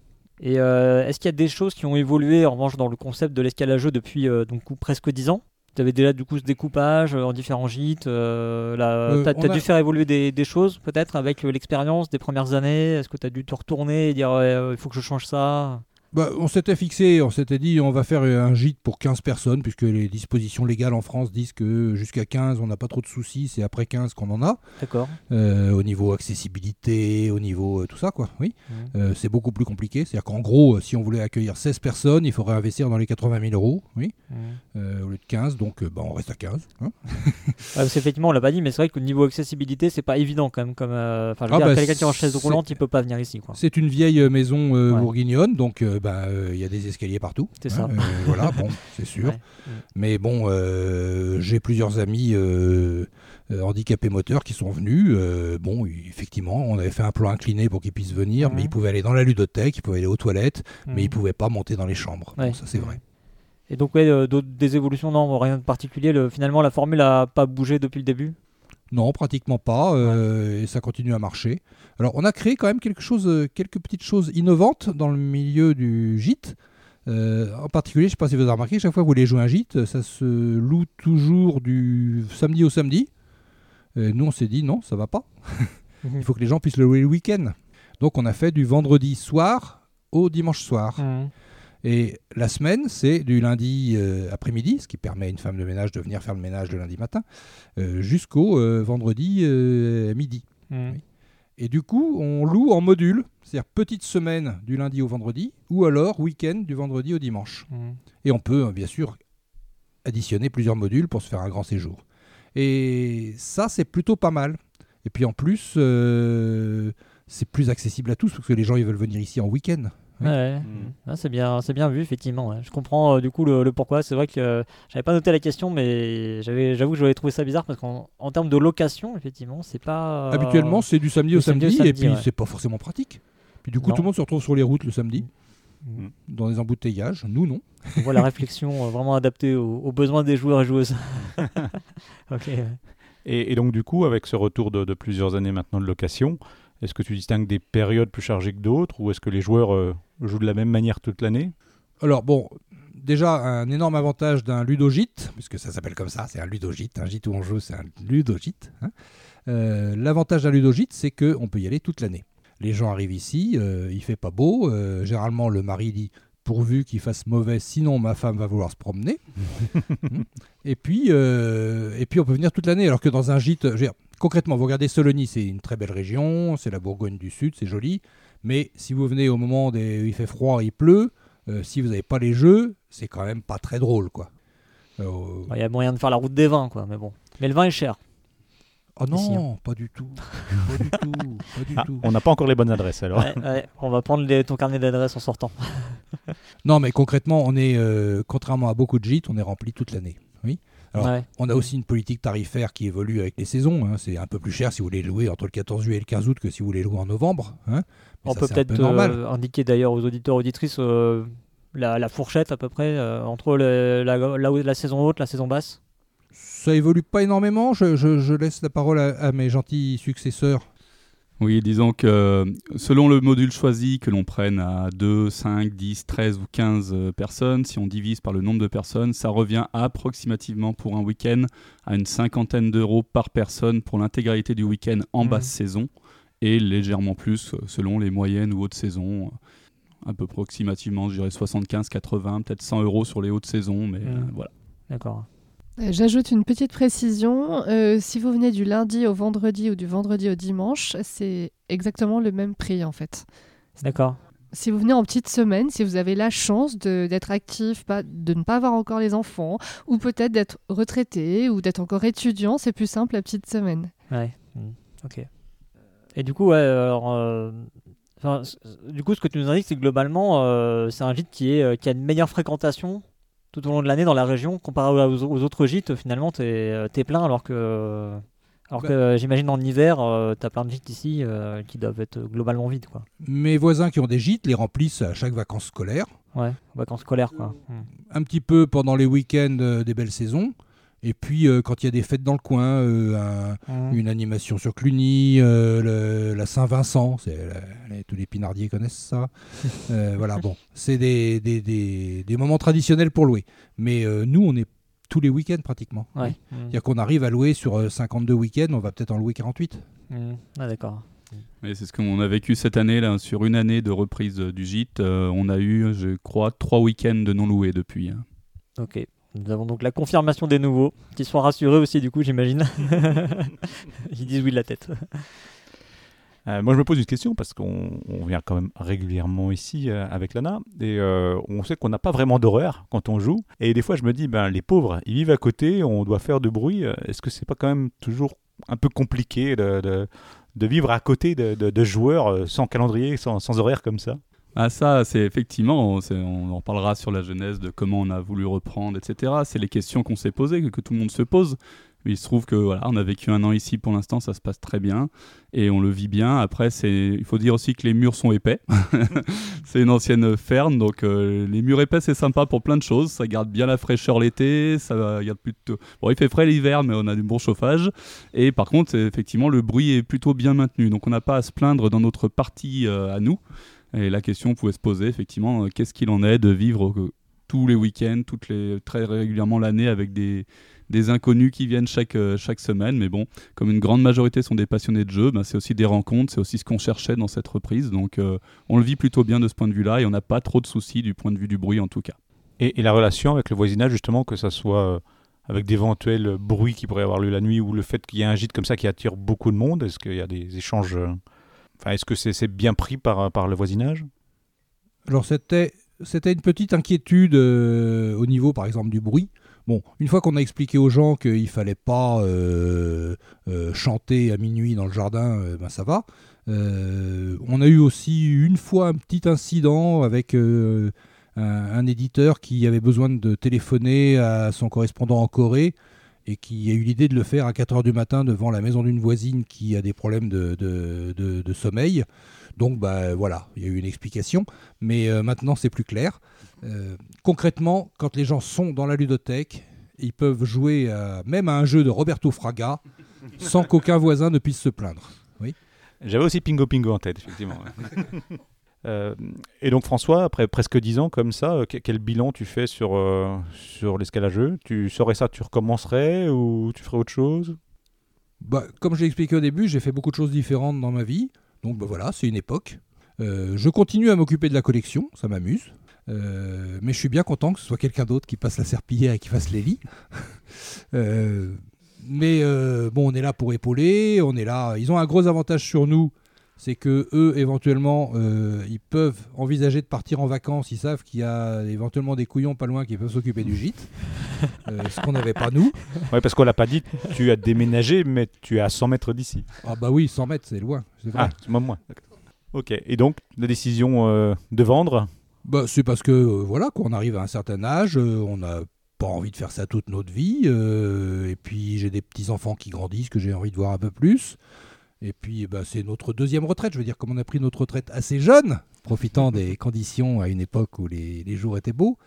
Speaker 2: Et euh, est-ce qu'il y a des choses qui ont évolué en revanche dans le concept de l'escalageux depuis euh, donc, coup, presque dix ans? Tu avais déjà du coup ce découpage euh, en différents gîtes. Euh, là,
Speaker 4: Euh,
Speaker 2: t'as,
Speaker 4: on
Speaker 2: t'as
Speaker 4: a-
Speaker 2: dû faire évoluer des, des choses peut-être avec euh, l'expérience des premières années. Est-ce que tu as dû te retourner et dire ouais, euh, il faut que je change ça?
Speaker 4: Bah, on s'était fixé, on s'était dit on va faire un gîte pour quinze personnes, puisque les dispositions légales en France disent que jusqu'à quinze, on n'a pas trop de soucis, c'est après quinze qu'on en a,
Speaker 2: D'accord.
Speaker 4: euh, au niveau accessibilité, au niveau euh, tout ça, quoi. Oui.
Speaker 2: Mhm.
Speaker 4: Euh, c'est beaucoup plus compliqué, c'est-à-dire qu'en gros, euh, si on voulait accueillir seize personnes, il faudrait investir dans les quatre-vingt mille euros, oui,
Speaker 2: Mhm.
Speaker 4: euh, au lieu de quinze, donc euh, bah, on reste à quinze. Hein.
Speaker 2: Ouais, parce qu'effectivement, on l'a pas dit, mais c'est vrai que le niveau accessibilité, c'est pas évident quand même. Comme, euh, enfin, je veux
Speaker 4: Ah
Speaker 2: dire,
Speaker 4: bah,
Speaker 2: quelqu'un qui est en chaise
Speaker 4: c'est-
Speaker 2: roulante, il peut pas venir ici, quoi.
Speaker 4: C'est une vieille euh, maison euh,
Speaker 2: Ouais.
Speaker 4: bourguignonne, donc euh, bah, euh, il y a des escaliers partout.
Speaker 2: C'est
Speaker 4: hein,
Speaker 2: ça.
Speaker 4: euh, voilà, bon, c'est sûr.
Speaker 2: Ouais. Mm.
Speaker 4: Mais bon, euh, j'ai plusieurs amis euh, euh, handicapés moteurs qui sont venus. euh, bon, il- effectivement, on avait fait un plan incliné pour qu'ils puissent venir,
Speaker 2: Mhm.
Speaker 4: mais ils pouvaient aller dans la ludothèque, ils pouvaient aller aux toilettes, mais
Speaker 2: Mhm.
Speaker 4: ils pouvaient pas monter dans les chambres.
Speaker 2: Ouais.
Speaker 4: Bon, ça, c'est vrai.
Speaker 2: Et donc, ouais, euh, d'autres- des évolutions, non, rien de particulier. Le, finalement, la formule a pas bougé depuis le début.
Speaker 4: Non, pratiquement pas, euh, et ça continue à marcher. Alors, on a créé quand même quelque chose, euh, quelques petites choses innovantes dans le milieu du gîte. Euh, en particulier, je ne sais pas si vous avez remarqué, chaque fois que vous voulez jouer un gîte, ça se loue toujours du samedi au samedi. Euh, nous, on s'est dit non, ça va pas. Il faut que les gens puissent le louer le week-end. Donc, on a fait du vendredi soir au dimanche soir.
Speaker 2: Mmh.
Speaker 4: Et la semaine, c'est du lundi euh, après-midi, ce qui permet à une femme de ménage de venir faire le ménage le lundi matin, euh, jusqu'au euh, vendredi euh, midi.
Speaker 2: Mmh.
Speaker 4: Oui. Et du coup, on loue en module, c'est-à-dire petite semaine du lundi au vendredi, ou alors week-end du vendredi au dimanche.
Speaker 2: Mmh.
Speaker 4: Et on peut, bien sûr, additionner plusieurs modules pour se faire un grand séjour. Et ça, c'est plutôt pas mal. Et puis en plus, euh, c'est plus accessible à tous, parce que les gens ils veulent venir ici en week-end. Oui.
Speaker 2: Ouais,
Speaker 1: Mmh.
Speaker 2: ah, c'est bien, c'est bien vu effectivement. Ouais. Je comprends euh, du coup le, le pourquoi. C'est vrai que euh, j'avais pas noté la question, mais j'avais, j'avoue que j'avais trouvé ça bizarre parce qu'en en termes de location, effectivement, c'est pas. euh,
Speaker 4: Habituellement, c'est du samedi
Speaker 2: du
Speaker 4: au
Speaker 2: samedi
Speaker 4: samedi,
Speaker 2: au
Speaker 4: et
Speaker 2: samedi,
Speaker 4: puis
Speaker 2: ouais.
Speaker 4: c'est pas forcément pratique. Puis du coup,
Speaker 2: Non.
Speaker 4: tout le monde se retrouve sur les routes le samedi,
Speaker 2: Mmh.
Speaker 4: dans des embouteillages. Nous, non.
Speaker 2: On voit la réflexion euh, vraiment adaptée aux, aux besoins des joueurs et joueuses. Ok.
Speaker 1: Et, et donc, du coup, avec ce retour de, de plusieurs années maintenant de location, est-ce que tu distingues des périodes plus chargées que d'autres ou est-ce que les joueurs euh, jouent de la même manière toute l'année?
Speaker 4: Alors bon, déjà un énorme avantage d'un ludogite, puisque ça s'appelle comme ça, c'est un ludogite, un gîte où on joue, c'est un ludogite. Hein. Euh, l'avantage d'un ludogite, c'est qu'on peut y aller toute l'année. Les gens arrivent ici, euh, il fait pas beau, euh, généralement le mari dit pourvu qu'il fasse mauvais, sinon ma femme va vouloir se promener. et, puis, euh, et puis on peut venir toute l'année, alors que dans un gîte, je veux dire, concrètement, vous regardez Sologny, c'est une très belle région, c'est la Bourgogne du Sud, c'est joli, mais si vous venez au moment où il fait froid, il pleut, euh, si vous n'avez pas les jeux, c'est quand même pas très drôle, quoi. Euh,
Speaker 2: Il y a moyen de faire la route des vins, quoi. Mais bon. Mais le vin est cher.
Speaker 4: Oh non,
Speaker 2: Ici, hein.
Speaker 4: pas du tout, pas du tout, pas du
Speaker 1: Ah,
Speaker 4: tout.
Speaker 1: on n'a pas encore les bonnes adresses alors.
Speaker 2: Ouais, ouais. On va prendre les- ton carnet d'adresse en sortant.
Speaker 4: Non, mais concrètement, on est, euh, contrairement à beaucoup de gîtes, on est rempli toute l'année. Oui. Alors,
Speaker 2: Ouais.
Speaker 4: on a aussi une politique tarifaire qui évolue avec les saisons. Hein. C'est un peu plus cher si vous voulez louer entre le quatorze juillet et le quinze août que si vous voulez louer en novembre. Hein. Mais
Speaker 2: On
Speaker 4: ça,
Speaker 2: peut
Speaker 4: c'est un
Speaker 2: peut-être
Speaker 4: peu normal.
Speaker 2: euh, indiquer d'ailleurs aux auditeurs auditrices euh, la, la fourchette à peu près euh, entre le- la, la, la saison haute, la saison basse.
Speaker 4: Ça évolue pas énormément. Je, je- je laisse la parole à, à mes gentils successeurs.
Speaker 5: Oui, disons que selon le module choisi, que l'on prenne à deux, cinq, dix, treize ou quinze euh, personnes, si on divise par le nombre de personnes, ça revient approximativement pour un week-end à une cinquantaine d'euros par personne pour l'intégralité du week-end en
Speaker 2: Mhm.
Speaker 5: basse saison et légèrement plus euh, selon les moyennes ou hautes saisons. Un peu approximativement, je dirais soixante-quinze, quatre-vingts, peut-être cent euros sur les hautes saisons, mais
Speaker 2: Mhm.
Speaker 5: euh, voilà.
Speaker 2: D'accord.
Speaker 7: Euh, J'ajoute une petite précision. Euh, si vous venez du lundi au vendredi ou du vendredi au dimanche, c'est exactement le même prix en fait.
Speaker 2: D'accord.
Speaker 7: Si vous venez en petite semaine, si vous avez la chance de- d'être actif, pas, de ne pas avoir encore les enfants, ou peut-être d'être retraité ou d'être encore étudiant, c'est plus simple la petite semaine.
Speaker 2: Ouais. Mhm. Ok. Et du coup, ouais, alors, euh, enfin, c- du coup, ce que tu nous indiques, c'est que globalement, euh, c'est un gîte qui, est, euh, qui a une meilleure fréquentation tout au long de l'année dans la région comparé aux, aux autres gîtes. Finalement, t'es euh, t'es plein alors que, alors
Speaker 4: Bah.
Speaker 2: que euh, j'imagine en hiver, euh, t'as plein de gîtes ici euh, qui doivent être globalement vides, quoi.
Speaker 4: Mes voisins qui ont des gîtes les remplissent à chaque vacances scolaires.
Speaker 2: Ouais, vacances scolaires, quoi. Mhm.
Speaker 4: Un petit peu pendant les week-ends euh, des belles saisons. Et puis euh, quand il y a des fêtes dans le coin, euh, un-
Speaker 2: Mhm.
Speaker 4: une animation sur Cluny, euh, le- la Saint-Vincent, c'est, la- les- tous les pinardiers connaissent ça. Euh, voilà, bon, c'est des, des, des- des moments traditionnels pour louer. Mais euh, nous, on est tous les week-ends pratiquement.
Speaker 2: Ouais. Mhm.
Speaker 4: C'est-à-dire qu'on arrive à louer sur euh, cinquante-deux week-ends, on va peut-être en louer quarante-huit.
Speaker 2: Mhm. Ah, d'accord.
Speaker 5: Et c'est ce qu'on a vécu cette année, là, sur une année de reprise euh, du gîte. Euh, on a eu, je crois, trois week-ends de non loués depuis. hein.
Speaker 2: Ok. Nous avons donc la confirmation des nouveaux, qui sont rassurés aussi, du coup, j'imagine. Ils disent oui de la tête.
Speaker 1: Euh, moi, je me pose une question parce qu'on on vient quand même régulièrement ici euh, avec Lana et euh, on sait qu'on n'a pas vraiment d'horaire quand on joue. Et des fois, je me dis, ben, les pauvres, ils vivent à côté, on doit faire du bruit. Est-ce que c'est pas quand même toujours un peu compliqué de, de, de vivre à côté de, de, de joueurs euh, sans calendrier, sans, sans horaire comme ça?
Speaker 5: Ah ça, c'est effectivement, c'est- on en parlera sur la genèse de comment on a voulu reprendre, et cetera. C'est les questions qu'on s'est posées, que, que tout le monde se pose. Il se trouve que voilà, on a vécu un an ici pour l'instant, ça se passe très bien et on le vit bien. Après, c'est, il faut dire aussi que les murs sont épais. C'est une ancienne ferme, donc euh, les murs épais c'est sympa pour plein de choses. Ça garde bien la fraîcheur l'été, ça garde plutôt. Bon, il fait frais l'hiver, mais on a du bon chauffage. Et par contre, c'est- effectivement, le bruit est plutôt bien maintenu, donc on n'a pas à se plaindre dans notre partie euh, à nous. Et la question pouvait se poser effectivement, euh, qu'est-ce qu'il en est de vivre euh, tous les week-ends, toutes les, très régulièrement l'année avec des, des inconnus qui viennent chaque, euh, chaque semaine. Mais bon, comme une grande majorité sont des passionnés de jeu, bah, c'est aussi des rencontres, c'est aussi ce qu'on cherchait dans cette reprise. Donc euh, on le vit plutôt bien de ce point de vue-là et on n'a pas trop de soucis du point de vue du bruit en tout cas.
Speaker 1: Et, et la relation avec le voisinage, justement, que ça soit... Euh... avec d'éventuels bruits qui pourraient avoir lieu la nuit ou le fait qu'il y ait un gîte comme ça qui attire beaucoup de monde, est-ce qu'il y a des échanges... Enfin, est-ce que c'est, c'est bien pris par, par le voisinage ?
Speaker 4: Alors c'était, c'était une petite inquiétude euh, au niveau par exemple du bruit. Bon, une fois qu'on a expliqué aux gens qu'il ne fallait pas euh, euh, chanter à minuit dans le jardin, euh, ben ça va. Euh, on a eu aussi une fois un petit incident avec... Euh, Un, un éditeur qui avait besoin de téléphoner à son correspondant en Corée et qui a eu l'idée de le faire à quatre heures du matin devant la maison d'une voisine qui a des problèmes de, de, de, de sommeil. Donc bah, voilà, il y a eu une explication, mais euh, maintenant c'est plus clair. Euh, concrètement, quand les gens sont dans la ludothèque, ils peuvent jouer à, même à un jeu de Roberto Fraga sans qu'aucun voisin ne puisse se plaindre. Oui.
Speaker 1: J'avais aussi Pingo Pingo en tête, effectivement. Euh, et donc François, après presque dix ans comme ça, euh, quel bilan tu fais sur, euh, sur l'escalageux ? Tu saurais ça, tu recommencerais ou tu ferais autre chose ?
Speaker 4: Bah, comme je l'ai expliqué au début, j'ai fait beaucoup de choses différentes dans ma vie. Donc bah, voilà, c'est une époque. Euh, je continue à m'occuper de la collection, ça m'amuse. Euh, mais je suis bien content que ce soit quelqu'un d'autre qui passe la serpillière et qui fasse les lits. euh, mais euh, bon, on est là pour épauler, on est là. Ils ont un gros avantage sur nous. C'est que eux, éventuellement, euh, ils peuvent envisager de partir en vacances. Ils savent qu'il y a éventuellement des couillons pas loin qui peuvent s'occuper du gîte, euh, ce qu'on n'avait pas nous.
Speaker 1: Oui, parce qu'on l'a pas dit, tu as déménagé, mais tu es à cent mètres d'ici.
Speaker 4: Ah bah oui, cent mètres, c'est loin. C'est vrai.
Speaker 1: Ah, c'est moins moins. D'accord. Ok, et donc, la décision euh, de vendre ?
Speaker 4: Bah, c'est parce que, euh, voilà, quand on arrive à un certain âge, euh, on n'a pas envie de faire ça toute notre vie. Euh, et puis, j'ai des petits-enfants qui grandissent, que j'ai envie de voir un peu plus. Et puis, bah, c'est notre deuxième retraite. Je veux dire, comme on a pris notre retraite assez jeune, profitant des conditions à une époque où les, les jours étaient beaux,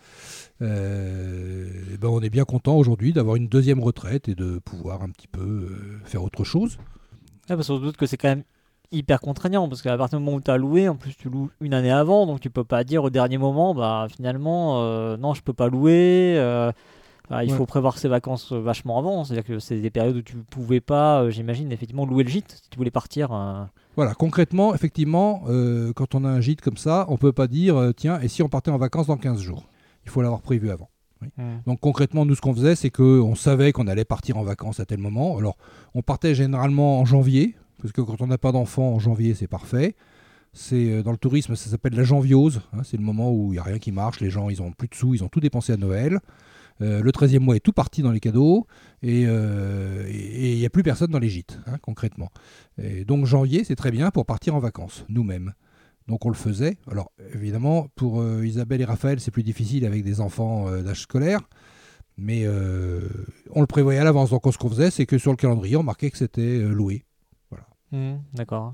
Speaker 4: euh, bah, on est bien content aujourd'hui d'avoir une deuxième retraite et de pouvoir un petit peu euh, faire autre chose.
Speaker 2: Ouais, parce qu'on se doute que c'est quand même hyper contraignant, parce qu'à partir du moment où tu as loué, en plus tu loues une année avant, donc tu peux pas dire au dernier moment, bah finalement, euh, non, je peux pas louer. Euh, bah, il ouais. faut prévoir ses vacances vachement avant, c'est-à-dire que c'est des périodes où tu pouvais pas, euh, j'imagine, effectivement louer le gîte si tu voulais partir. Euh...
Speaker 4: Voilà, concrètement, effectivement, euh, quand on a un gîte comme ça, on peut pas dire, euh, tiens, et si on partait en vacances dans quinze jours ? Il faut l'avoir prévu avant. Oui. Mmh. Donc concrètement, nous, ce qu'on faisait, c'est qu'on savait qu'on allait partir en vacances à tel moment. Alors, on partait généralement en janvier, parce que quand on n'a pas d'enfants, en janvier, c'est parfait. C'est, dans le tourisme, ça s'appelle la janviose. Hein, c'est le moment où il n'y a rien qui marche. Les gens, ils n'ont plus de sous, ils ont tout dépensé à Noël. Euh, le treizième mois est tout parti dans les cadeaux. Et il euh, n'y a plus personne dans les gîtes, hein, concrètement. Et donc janvier, c'est très bien pour partir en vacances, nous-mêmes. Donc on le faisait. Alors évidemment, pour euh, Isabelle et Raphaël, c'est plus difficile avec des enfants euh, d'âge scolaire. Mais euh, on le prévoyait à l'avance. Donc ce qu'on faisait, c'est que sur le calendrier, on marquait que c'était euh, loué.
Speaker 2: Mmh, d'accord.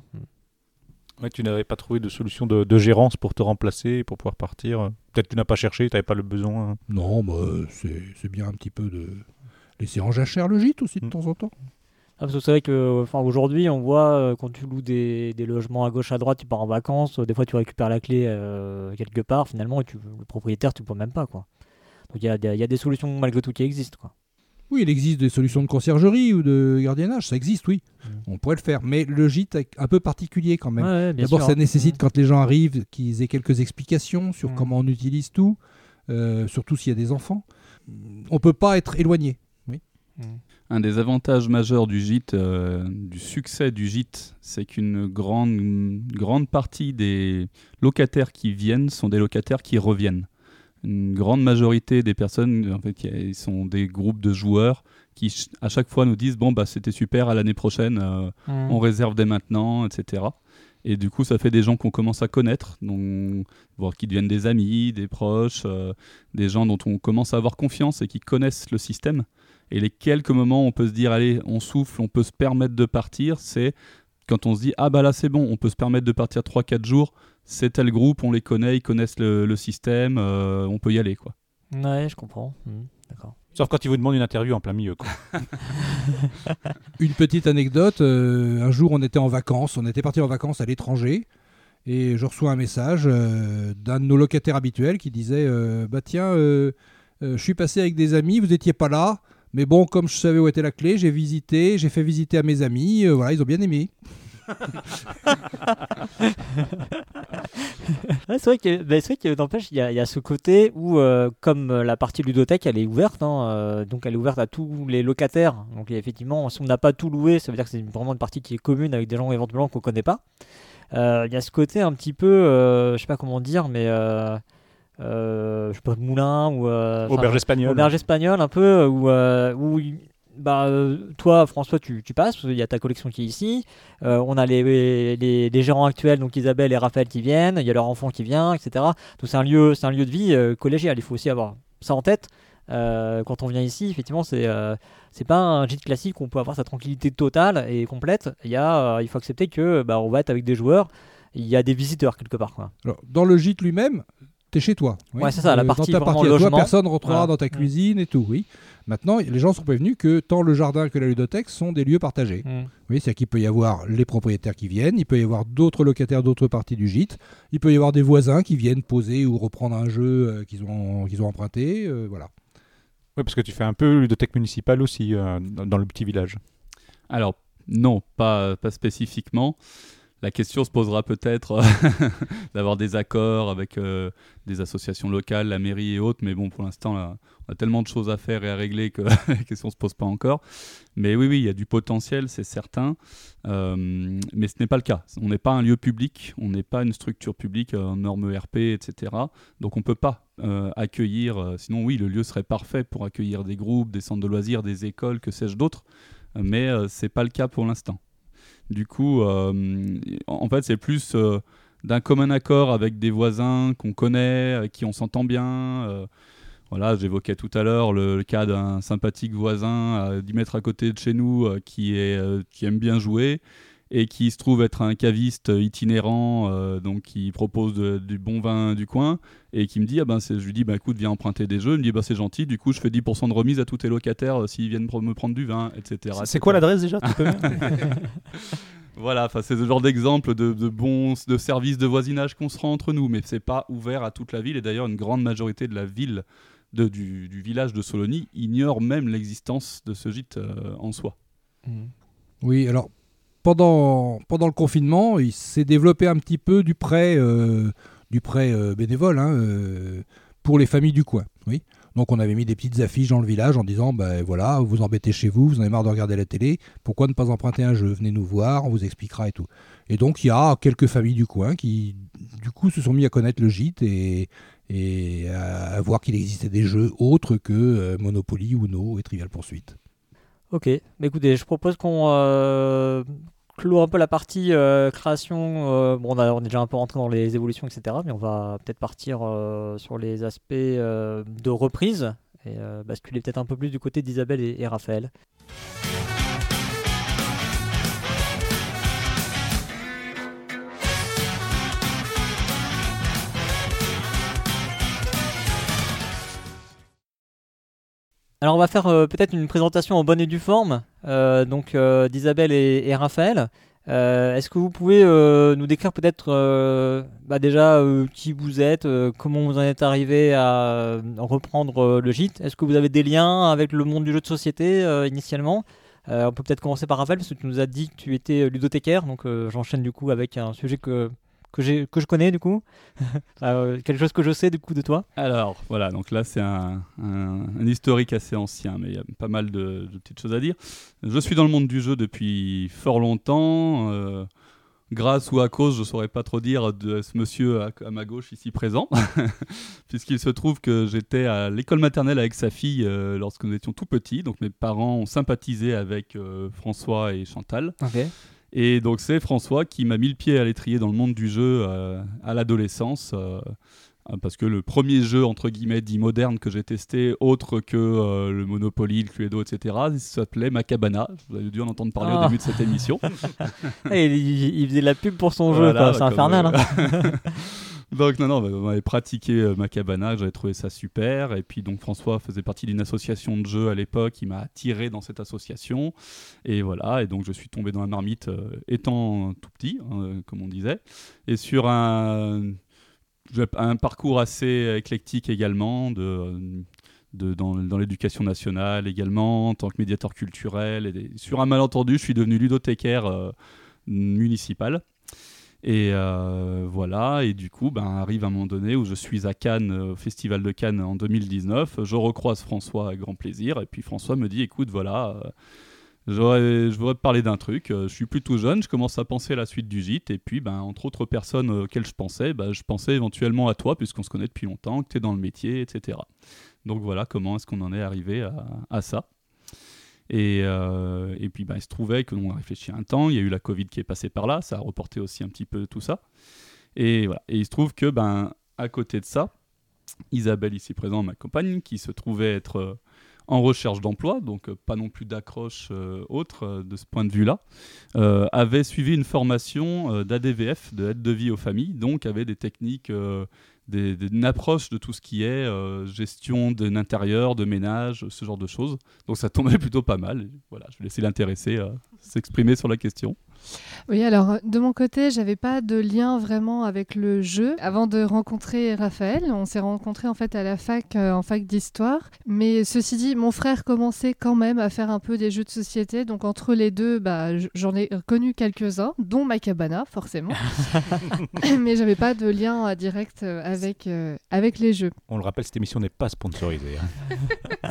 Speaker 1: Ouais, tu n'avais pas trouvé de solution de, de gérance pour te remplacer, pour pouvoir partir. Peut-être que tu n'as pas cherché, tu n'avais pas le besoin.
Speaker 4: Non, bah, c'est, c'est bien un petit peu de laisser en jachère le gîte aussi de mmh. temps en temps.
Speaker 2: Ah, parce que c'est vrai qu'aujourd'hui, on voit euh, quand tu loues des, des logements à gauche, à droite, tu pars en vacances, euh, des fois tu récupères la clé euh, quelque part finalement et tu, le propriétaire, tu ne peux même pas, quoi. Donc il y, y a des solutions malgré tout qui existent, quoi.
Speaker 4: Oui, il existe des solutions de conciergerie ou de gardiennage, ça existe, oui. Mmh. On pourrait le faire, mais le gîte est un peu particulier quand même.
Speaker 2: Ouais,
Speaker 4: D'abord,
Speaker 2: sûr.
Speaker 4: ça nécessite, mmh. quand les gens arrivent, qu'ils aient quelques explications sur
Speaker 2: mmh.
Speaker 4: comment on utilise tout, euh, surtout s'il y a des enfants. On ne peut pas être éloigné. Oui.
Speaker 5: Mmh. Un des avantages majeurs du gîte, euh, du succès du gîte, c'est qu'une grande, une grande partie des locataires qui viennent sont des locataires qui reviennent. Une grande majorité des personnes, en fait, ils sont des groupes de joueurs qui, à chaque fois, nous disent « Bon, bah, c'était super, à l'année prochaine, euh, mmh. on réserve dès maintenant, et cetera » Et du coup, ça fait des gens qu'on commence à connaître, donc, voire qui deviennent des amis, des proches, euh, des gens dont on commence à avoir confiance et qui connaissent le système. Et les quelques moments où on peut se dire « Allez, on souffle, on peut se permettre de partir », c'est quand on se dit « Ah bah là, c'est bon, on peut se permettre de partir trois quatre jours », c'est tel groupe, on les connaît, ils connaissent le, le système, euh, on peut y aller, quoi.
Speaker 2: Ouais, je comprends. Mmh, d'accord.
Speaker 1: Sauf quand ils vous demandent une interview en plein milieu, quoi.
Speaker 4: Une petite anecdote, euh, un jour on était en vacances, on était parti en vacances à l'étranger, Et je reçois un message euh, d'un de nos locataires habituels qui disait euh, bah tiens, euh, euh, je suis passé avec des amis, vous n'étiez pas là, mais bon, comme je savais où était la clé, j'ai visité, j'ai fait visiter à mes amis, euh, voilà, ils ont bien aimé.
Speaker 2: Ouais, c'est vrai que, bah, c'est vrai que n'empêche, il y, a- il y a ce côté où, euh, comme euh, la partie ludothèque, elle est ouverte, hein, euh, donc elle est ouverte à tous les locataires. Donc effectivement, si on n'a pas tout loué, ça veut dire que c'est une- vraiment une partie qui est commune avec des gens éventuellement qu'on connaît pas. Euh, Il y a ce côté un petit peu, euh, je sais pas comment dire, mais euh, euh, je sais pas, moulin ou euh, enfin,
Speaker 1: Auberge espagnole.
Speaker 2: auberge espagnole un peu, euh, où, euh, où il- bah, euh, toi François tu, tu passes, il y a ta collection qui est ici. Euh, on a les, les, les gérants actuels, donc Isabelle et Raphaël qui viennent, il y a leur enfant qui vient, et cetera. Donc c'est un lieu, c'est un lieu de vie euh, collégial, il faut aussi avoir ça en tête. Euh, quand on vient ici, effectivement, c'est euh, c'est pas un gîte classique où on peut avoir sa tranquillité totale et complète. Il y a, euh, il faut accepter que bah, on va être avec des joueurs, il y a des visiteurs quelque part, quoi.
Speaker 4: Alors, dans le gîte lui-même, t'es chez toi. oui.
Speaker 2: Ouais, c'est ça, la
Speaker 4: Euh,
Speaker 2: partie
Speaker 4: dans ta
Speaker 2: vraiment
Speaker 4: partie à toi,
Speaker 2: logement.
Speaker 4: personne rentrera
Speaker 2: Voilà.
Speaker 4: dans ta
Speaker 2: Mm.
Speaker 4: cuisine et tout, oui. Maintenant, les gens sont prévenus que tant le jardin que la ludothèque sont des lieux partagés.
Speaker 2: Mm.
Speaker 4: Oui, c'est-à-dire qu'il peut y avoir les propriétaires qui viennent, il peut y avoir d'autres locataires d'autres parties du gîte, il peut y avoir des voisins qui viennent poser ou reprendre un jeu euh, qu'ils ont, qu'ils ont emprunté, euh, voilà.
Speaker 1: Oui, parce que tu fais un peu ludothèque municipale aussi euh, dans, dans le petit village.
Speaker 5: Alors, non, pas, pas spécifiquement. La question se posera peut-être d'avoir des accords avec euh, des associations locales, la mairie et autres, mais bon, pour l'instant, là, on a tellement de choses à faire et à régler que la question ne se pose pas encore. Mais oui, oui, il y a du potentiel, c'est certain, euh, mais ce n'est pas le cas. On n'est pas un lieu public, on n'est pas une structure publique en normes E R P, et cetera. Donc on ne peut pas euh, accueillir, euh, sinon oui, le lieu serait parfait pour accueillir des groupes, des centres de loisirs, des écoles, que sais-je d'autres, mais euh, ce n'est pas le cas pour l'instant. Du coup, euh, en fait, c'est plus euh, d'un commun accord avec des voisins qu'on connaît, avec qui on s'entend bien. Euh, voilà, j'évoquais tout à l'heure le, le cas d'un sympathique voisin à dix mètres à côté de chez nous euh, qui, est, euh, qui aime bien jouer et qui se trouve être un caviste itinérant, euh, donc qui propose de- du bon vin du coin et qui me dit, ah ben, c'est- je lui dis, bah, écoute, viens emprunter des jeux. Il me dit, bah, c'est gentil, du coup, je fais dix pour cent de remise à tous tes locataires euh, s'ils viennent pre- me prendre du vin, et cetera.
Speaker 1: C'est quoi l'adresse déjà, tu peux dire
Speaker 5: Voilà, enfin, c'est ce genre d'exemple de, de bons de services de voisinage qu'on se rend entre nous, mais c'est pas ouvert à toute la ville. Et d'ailleurs, une grande majorité de la ville, de, du, du village de Solonie, ignore même l'existence de ce gîte euh, en soi.
Speaker 2: Mm.
Speaker 4: Oui, alors pendant, pendant le confinement, il s'est développé un petit peu du prêt, euh, du prêt euh, bénévole hein, euh, pour les familles du coin. Oui. Donc on avait mis des petites affiches dans le village en disant ben voilà, vous vous embêtez chez vous, vous en avez marre de regarder la télé, pourquoi ne pas emprunter un jeu? Venez nous voir, on vous expliquera et tout. Et donc il y a quelques familles du coin qui du coup se sont mis à connaître le gîte et, et à voir qu'il existait des jeux autres que euh, Monopoly, Uno et Trivial Pursuit.
Speaker 2: Ok, mais écoutez, je propose qu'on euh, clôt un peu la partie euh, création. euh, bon, on, a- on est déjà un peu rentré dans les évolutions, et cetera. Mais on va peut-être partir euh, sur les aspects euh, de reprise et euh, basculer peut-être un peu plus du côté d'Isabelle et, et Raphaël. Alors on va faire euh, peut-être une présentation en bonne et due forme, euh, donc euh, d'Isabelle et, et Raphaël. Euh, Est-ce que vous pouvez euh, nous décrire peut-être euh, bah déjà euh, qui vous êtes, euh, comment vous en êtes arrivé à euh, reprendre euh, le gîte? Est-ce que vous avez des liens avec le monde du jeu de société euh, initialement? Euh, On peut peut-être commencer par Raphaël parce que tu nous as dit que tu étais ludothécaire, donc euh, j'enchaîne du coup avec un sujet que que j'ai que je connais du coup, Euh, quelque chose que je sais du coup de toi.
Speaker 5: Alors, voilà, donc là, c'est un, un- un historique assez ancien, mais il y a pas mal de, de petites choses à dire. Je suis dans le monde du jeu depuis fort longtemps, euh, grâce ou à cause, je ne saurais pas trop dire, de ce monsieur à, à ma gauche ici présent, puisqu'il se trouve que j'étais à l'école maternelle avec sa fille euh, lorsque nous étions tout petits, donc mes parents ont sympathisé avec euh, François et Chantal.
Speaker 2: Ok.
Speaker 5: Et donc c'est François qui m'a mis le pied à l'étrier dans le monde du jeu euh, à l'adolescence, euh, euh, parce que le premier jeu entre guillemets dit moderne que j'ai testé, autre que euh, le Monopoly, le Cluedo, et cetera, il s'appelait Macabana. Vous avez dû en entendre parler
Speaker 2: Ah.
Speaker 5: au début de cette émission.
Speaker 2: Et il, il faisait de la pub pour son jeu,
Speaker 5: Voilà,
Speaker 2: quoi. C'est
Speaker 5: comme,
Speaker 2: infernal.
Speaker 5: euh,
Speaker 2: Hein.
Speaker 5: Donc non, non, bah, on avait pratiqué euh, Macabana, j'avais trouvé ça super. Et puis donc François faisait partie d'une association de jeux à l'époque, il m'a attiré dans cette association. Et voilà, et donc je suis tombé dans la marmite euh, étant tout petit, hein, comme on disait. Et sur un, un parcours assez éclectique également, de, de, dans, dans l'éducation nationale également, en tant que médiateur culturel. Et des, sur un malentendu, je suis devenu ludothécaire euh, municipal. Et euh, voilà, et du coup, ben, arrive un moment donné où je suis à Cannes, au Festival de Cannes en deux mille dix-neuf, je recroise François avec grand plaisir, et puis François me dit, écoute, voilà, euh, j'aurais, je voudrais te parler d'un truc, euh, je suis plutôt jeune, je commence à penser à la suite du gîte, et puis, ben, entre autres personnes auxquelles je pensais, ben, je pensais éventuellement à toi, puisqu'on se connaît depuis longtemps, que tu es dans le métier, et cetera. Donc voilà comment est-ce qu'on en est arrivé à, à ça. Et, euh, et puis bah, il se trouvait qu'on a réfléchi un temps, il y a eu la Covid qui est passée par là, ça a reporté aussi un petit peu tout ça. Et, voilà. Et il se trouve que, ben, à côté de ça, Isabelle, ici présente, ma compagne, qui se trouvait être euh, en recherche d'emploi, donc euh, pas non plus d'accroche euh, autre euh, de ce point de vue-là, euh, avait suivi une formation euh, d'A D V F, de aide de vie aux familles, donc avait des techniques... Euh, Des, des, une approche de tout ce qui est euh, gestion d'un intérieur, de ménage, ce genre de choses. Donc ça tombait plutôt pas mal. Et voilà, je vais laisser l'intéressé à s'exprimer sur la question.
Speaker 7: Oui, alors de mon côté, j'avais pas de lien vraiment avec le jeu. Avant de rencontrer Raphaël, on s'est rencontrés en fait à la fac, euh, en fac d'histoire. Mais ceci dit, mon frère commençait quand même à faire un peu des jeux de société. Donc entre les deux, bah, j'en ai connu quelques-uns, dont Macabana, forcément. Mais j'avais pas de lien euh, direct euh, avec, euh, avec les jeux.
Speaker 1: On le rappelle, cette émission n'est pas sponsorisée. Hein.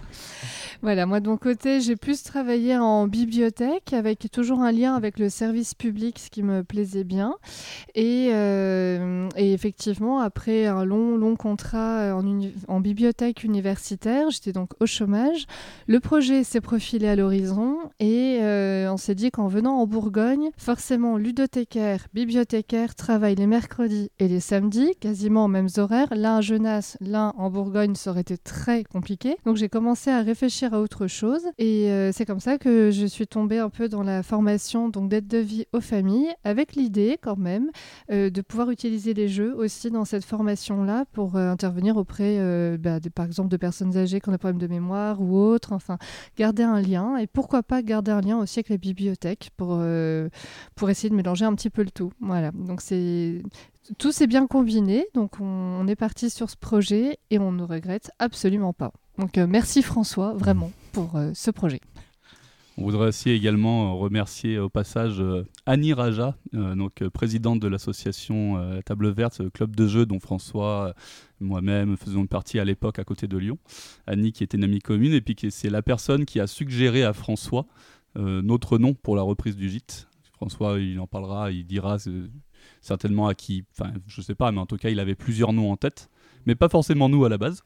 Speaker 7: Voilà, moi de mon côté, j'ai plus travaillé en bibliothèque avec toujours un lien avec le service public, ce qui me plaisait bien. Et, euh, et effectivement, après un long, long contrat en, uni- en bibliothèque universitaire, j'étais donc au chômage. Le projet s'est profilé à l'horizon et euh, on s'est dit qu'en venant en Bourgogne, forcément ludothécaire, bibliothécaire, travail les mercredis et les samedis, quasiment aux mêmes horaires. L'un à Genasse, l'un en Bourgogne, ça aurait été très compliqué. Donc j'ai commencé à réfléchir à autre chose et euh, c'est comme ça que je suis tombée un peu dans la formation donc d'aide de vie aux familles avec l'idée quand même euh, de pouvoir utiliser les jeux aussi dans cette formation-là pour euh, intervenir auprès euh, bah, de, par exemple de personnes âgées qui ont des problèmes de mémoire ou autres, enfin garder un lien et pourquoi pas garder un lien aussi avec la bibliothèque pour, euh, pour essayer de mélanger un petit peu le tout. Voilà, donc c'est... Tout s'est bien combiné, donc on, on est parti sur ce projet et on ne regrette absolument pas. Donc euh, merci François, vraiment, pour euh, ce projet.
Speaker 5: On voudrait aussi également remercier au passage euh, Annie Raja, euh, donc, euh, présidente de l'association euh, Table Verte, le club de jeux dont François, euh, moi-même faisions partie à l'époque à côté de Lyon. Annie qui était une amie commune et puis qui, c'est la personne qui a suggéré à François euh, notre nom pour la reprise du gîte. François, il en parlera, il dira euh, certainement à qui, enfin je sais pas, mais en tout cas il avait plusieurs noms en tête. Mais pas forcément nous à la base.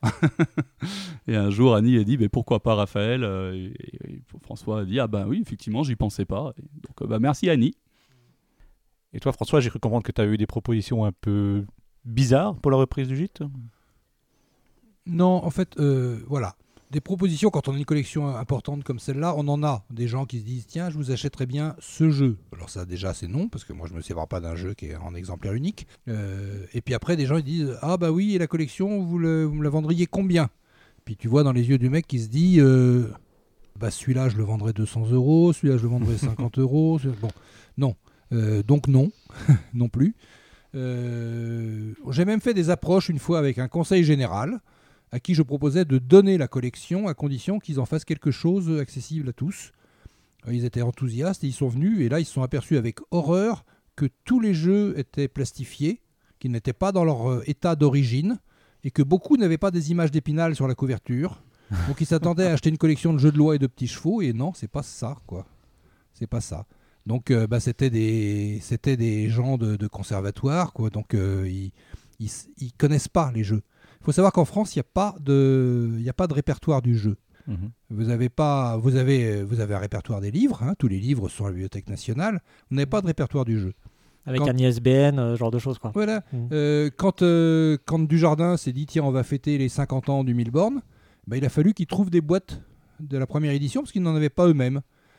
Speaker 5: Et un jour, Annie a dit mais pourquoi pas Raphaël euh, et, et, et François a dit ah ben oui, effectivement, j'y pensais pas. Et donc euh, bah, merci Annie.
Speaker 1: Et toi, François, j'ai cru comprendre que tu as eu des propositions un peu bizarres pour la reprise du gîte.
Speaker 4: Non, en fait, euh, voilà. Des propositions, quand on a une collection importante comme celle-là, on en a. Des gens qui se disent tiens, je vous achèterais bien ce jeu. Alors ça, déjà, c'est non, parce que moi, je ne me sépare pas d'un jeu qui est en exemplaire unique. Euh, et puis après, des gens ils disent ah bah oui, et la collection, vous, le, vous me la vendriez combien? Puis tu vois dans les yeux du mec qui se dit euh, bah celui-là, je le vendrais deux cents euros, celui-là, je le vendrais cinquante euros. Bon, non. Euh, donc non, non plus. Euh, j'ai même fait des approches une fois avec un conseil général à qui je proposais de donner la collection à condition qu'ils en fassent quelque chose accessible à tous. Ils étaient enthousiastes et ils sont venus et là ils se sont aperçus avec horreur que tous les jeux étaient plastifiés, qu'ils n'étaient pas dans leur état d'origine et que beaucoup n'avaient pas des images d'Épinal sur la couverture. Donc ils s'attendaient à acheter une collection de jeux de loi et de petits chevaux et non, c'est pas ça quoi. C'est pas ça. Donc euh, bah, c'était des c'était des gens de, de conservatoire quoi. Donc euh, ils, ils ils connaissent pas les jeux. Il faut savoir qu'en France, il n'y a pas de, il n'y a pas de répertoire du jeu. Mmh. Vous avez pas, vous avez, vous avez un répertoire des livres. Hein, tous les livres sont à la Bibliothèque nationale. Vous n'avez pas de répertoire du jeu.
Speaker 2: Avec
Speaker 4: quand...
Speaker 2: un I S B N, euh, genre de choses quoi.
Speaker 4: Voilà.
Speaker 2: Mmh.
Speaker 4: Euh, quand, euh, quand Dujardin s'est dit tiens, on va fêter les cinquante ans du Milborn, bah, il a fallu qu'ils trouvent des boîtes de la première édition parce qu'ils n'en avaient pas eux-mêmes.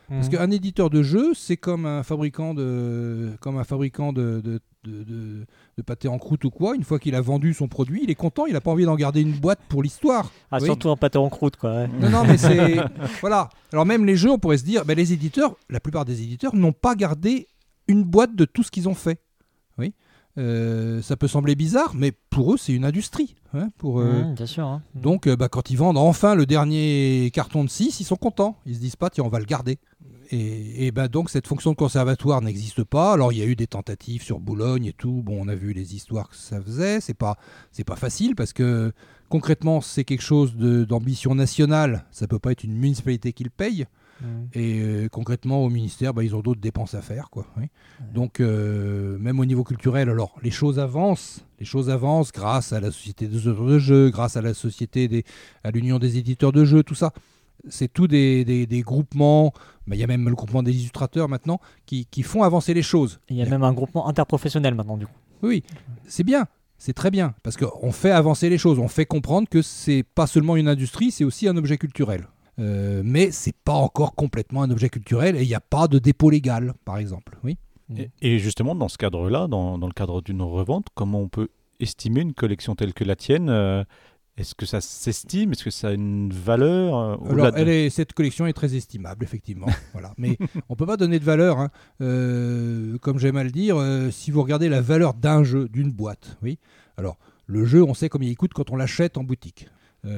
Speaker 4: Parce qu'un éditeur de jeu, c'est comme un fabricant de, comme un fabricant de, de, de, de, de pâté en croûte ou quoi. Une fois qu'il a vendu son produit, il est content, il n'a pas envie d'en garder une boîte pour l'histoire.
Speaker 2: Ah,
Speaker 4: Oui.
Speaker 2: surtout un pâté en croûte, quoi. Ouais.
Speaker 4: Non, non, mais c'est... Voilà. Alors même les jeux, on pourrait se dire, ben, les éditeurs, la plupart des éditeurs n'ont pas gardé une boîte de tout ce qu'ils ont fait. Oui. Euh, ça peut sembler bizarre, mais pour eux, c'est une industrie. Hein, pour, euh,
Speaker 2: Mmh, bien sûr. Hein.
Speaker 4: Donc, euh, bah, quand ils vendent enfin le dernier carton de six, ils sont contents. Ils se disent pas, tiens, on va le garder. Et, et bah, donc, cette fonction de conservatoire n'existe pas. Alors, il y a eu des tentatives sur Boulogne et tout. Bon, on a vu les histoires que ça faisait. C'est pas, c'est pas facile parce que concrètement, c'est quelque chose de, d'ambition nationale. Ça peut pas être une municipalité qui le paye.
Speaker 2: Mmh.
Speaker 4: Et euh, concrètement, au ministère, bah, ils ont d'autres dépenses à faire, quoi. Oui. Ouais. Donc, euh, même au niveau culturel, alors les choses avancent. Les choses avancent grâce à la société des auteurs de jeux, grâce à la société des, à l'union des éditeurs de jeux, tout ça. C'est tout des, des, des groupements. Bah, il y a même le groupement des illustrateurs maintenant qui, qui font avancer les choses.
Speaker 2: Il y a même un groupement interprofessionnel maintenant, du coup.
Speaker 4: Oui, c'est bien. C'est très bien parce qu'on fait avancer les choses. On fait comprendre que c'est pas seulement une industrie, c'est aussi un objet culturel. Euh, mais c'est pas encore complètement un objet culturel et il n'y a pas de dépôt légal, par exemple. Oui.
Speaker 1: Et, et justement, dans ce cadre-là, dans, dans le cadre d'une revente, comment on peut estimer une collection telle que la tienne euh, Est-ce que ça s'estime? Est-ce que ça a une valeur euh,
Speaker 4: Alors,
Speaker 1: de...
Speaker 4: elle est, cette collection est très estimable, effectivement. Voilà. Mais on ne peut pas donner de valeur. Hein. Euh, comme j'aime à le dire, euh, si vous regardez la valeur d'un jeu, d'une boîte, oui. Alors, le jeu, on sait combien il coûte quand on l'achète en boutique.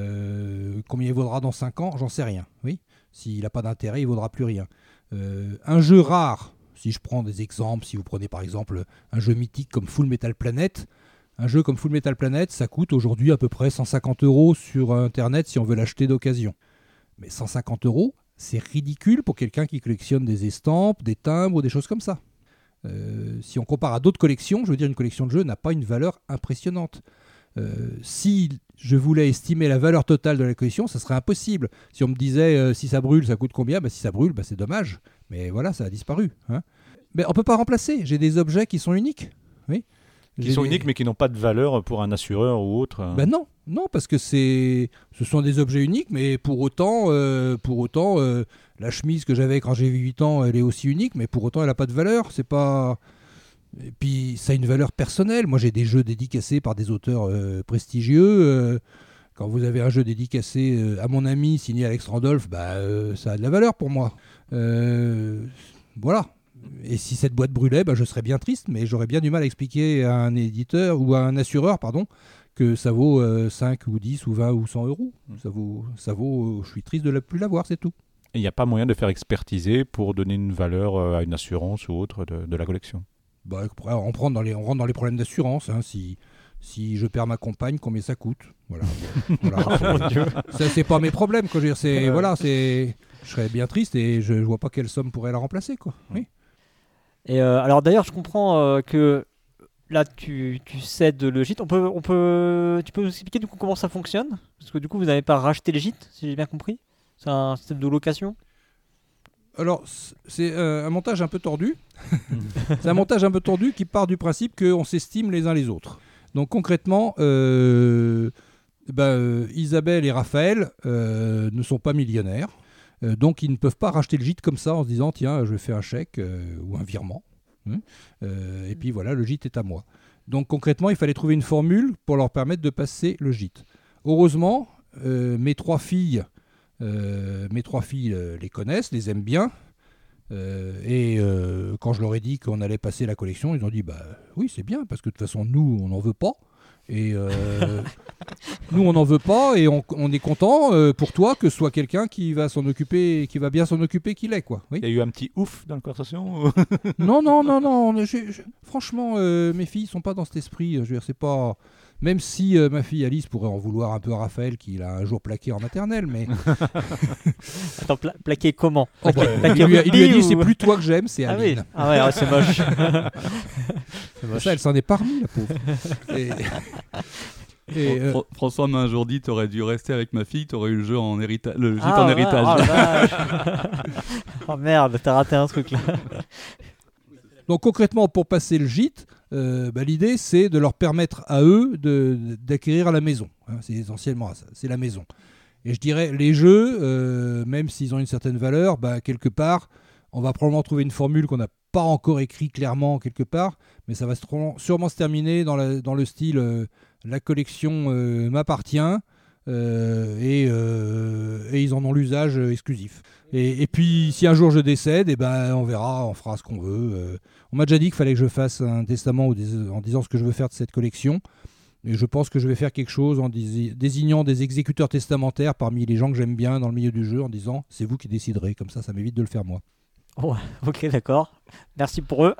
Speaker 4: Euh, combien il vaudra dans cinq ans, j'en sais rien. Oui. S'il n'a pas d'intérêt, il ne vaudra plus rien. Euh, un jeu rare, si je prends des exemples, si vous prenez par exemple un jeu mythique comme Full Metal Planet, un jeu comme Full Metal Planet, ça coûte aujourd'hui à peu près cent cinquante euros sur Internet si on veut l'acheter d'occasion. Mais cent cinquante euros, c'est ridicule pour quelqu'un qui collectionne des estampes, des timbres ou des choses comme ça. Euh, si on compare à d'autres collections, je veux dire, une collection de jeux n'a pas une valeur impressionnante. Euh, si je voulais estimer la valeur totale de la collection, ça serait impossible. Si on me disait euh, si ça brûle, ça coûte combien, ben, si ça brûle, ben, c'est dommage. Mais voilà, ça a disparu. Hein. Mais on ne peut pas remplacer. J'ai des objets qui sont uniques. Oui.
Speaker 1: Qui
Speaker 4: J'ai
Speaker 1: sont
Speaker 4: des...
Speaker 1: uniques mais qui n'ont pas de valeur pour un assureur ou autre.
Speaker 4: Ben non, non, parce que c'est, ce sont des objets uniques, mais pour autant, euh, pour autant, euh, la chemise que j'avais quand j'ai huit ans, elle est aussi unique, mais pour autant, elle n'a pas de valeur. C'est pas. Et puis, ça a une valeur personnelle. Moi, j'ai des jeux dédicacés par des auteurs euh, prestigieux. Euh, quand vous avez un jeu dédicacé euh, à mon ami signé Alex Randolph, bah, euh, ça a de la valeur pour moi. Euh, voilà. Et si cette boîte brûlait, bah, je serais bien triste, mais j'aurais bien du mal à expliquer à un éditeur ou à un assureur, pardon, que ça vaut euh, cinq ou dix ou vingt ou cent euros. Ça vaut, ça vaut, je suis triste de ne plus l'avoir, c'est tout.
Speaker 1: Et il n'y a pas moyen de faire expertiser pour donner une valeur à une assurance ou autre de, de la collection?
Speaker 4: Bah, on, prend dans les, on rentre dans les problèmes d'assurance. Hein, si, si je perds ma compagne, combien ça coûte? Voilà. voilà. Ça, c'est pas mes problèmes. Quoi. Je, veux dire, c'est, voilà, c'est, je serais bien triste et je ne vois pas quelle somme pourrait la remplacer. Quoi. Oui.
Speaker 2: Et euh, alors d'ailleurs, je comprends euh, que là, tu, tu cèdes le gîte. On peut, on peut, tu peux nous expliquer du coup comment ça fonctionne? Parce que du coup, vous n'avez pas racheté le gîte, si j'ai bien compris. C'est un système de location?
Speaker 4: Alors, c'est euh, un montage un peu tordu. C'est un montage un peu tordu qui part du principe qu'on s'estime les uns les autres. Donc concrètement, euh, bah, euh, Isabelle et Raphaël euh, ne sont pas millionnaires. Euh, donc ils ne peuvent pas racheter le gîte comme ça en se disant tiens, je fais un chèque euh, ou un virement. Hein, euh, et puis voilà, le gîte est à moi. Donc concrètement, il fallait trouver une formule pour leur permettre de passer le gîte. Heureusement, euh, mes trois filles... Euh, mes trois filles euh, les connaissent, les aiment bien. Euh, et euh, quand je leur ai dit qu'on allait passer la collection, ils ont dit bah oui, c'est bien, parce que de toute façon, nous, on n'en veut pas. Et euh, nous, on n'en veut pas, et on, on est content euh, pour toi que ce soit quelqu'un qui va s'en occuper, qui va bien s'en occuper qu'il est, quoi. Oui.
Speaker 1: Il y a eu un petit ouf dans la conversation?
Speaker 4: Non, non, non, non. Je, je, franchement, euh, mes filles sont pas dans cet esprit. Je veux dire, c'est pas. Même si euh, ma fille Alice pourrait en vouloir un peu à Raphaël, qui l'a un jour plaqué en maternelle, mais...
Speaker 2: Attends, pla- plaqué comment?
Speaker 4: oh,
Speaker 2: plaqué,
Speaker 4: bah,
Speaker 2: plaqué
Speaker 4: il, lui a, il lui a dit,
Speaker 2: ou...
Speaker 4: c'est plus toi que j'aime, c'est
Speaker 2: ah
Speaker 4: Aline.
Speaker 2: Oui. Ah ouais, ouais, c'est moche. C'est moche.
Speaker 4: Ça, elle s'en est parmi, la pauvre. Et, et, euh,
Speaker 5: Fr- François m'a un jour dit t'aurais dû rester avec ma fille, t'aurais eu le jeu en héritage, le gîte
Speaker 2: Ah,
Speaker 5: en
Speaker 2: ouais,
Speaker 5: héritage.
Speaker 2: Oh, la vache. Oh merde, t'as raté un truc là.
Speaker 4: donc concrètement, pour passer le gîte, euh, bah, l'idée c'est de leur permettre à eux de, d'acquérir la maison. Hein, c'est essentiellement ça, c'est la maison. Et je dirais, les jeux, euh, même s'ils ont une certaine valeur, bah, quelque part, on va probablement trouver une formule qu'on n'a pas encore écrite clairement quelque part, mais ça va se, sûrement se terminer dans, la, dans le style euh, la collection euh, m'appartient euh, et, euh, et ils en ont l'usage exclusif. Et, et puis, si un jour je décède, eh ben, on verra, on fera ce qu'on veut. Euh, on m'a déjà dit qu'il fallait que je fasse un testament en disant ce que je veux faire de cette collection. Et je pense que je vais faire quelque chose en dési- désignant des exécuteurs testamentaires parmi les gens que j'aime bien dans le milieu du jeu, en disant c'est vous qui déciderez. Comme ça, ça m'évite de le faire moi.
Speaker 2: Oh, ok, d'accord. Merci pour eux.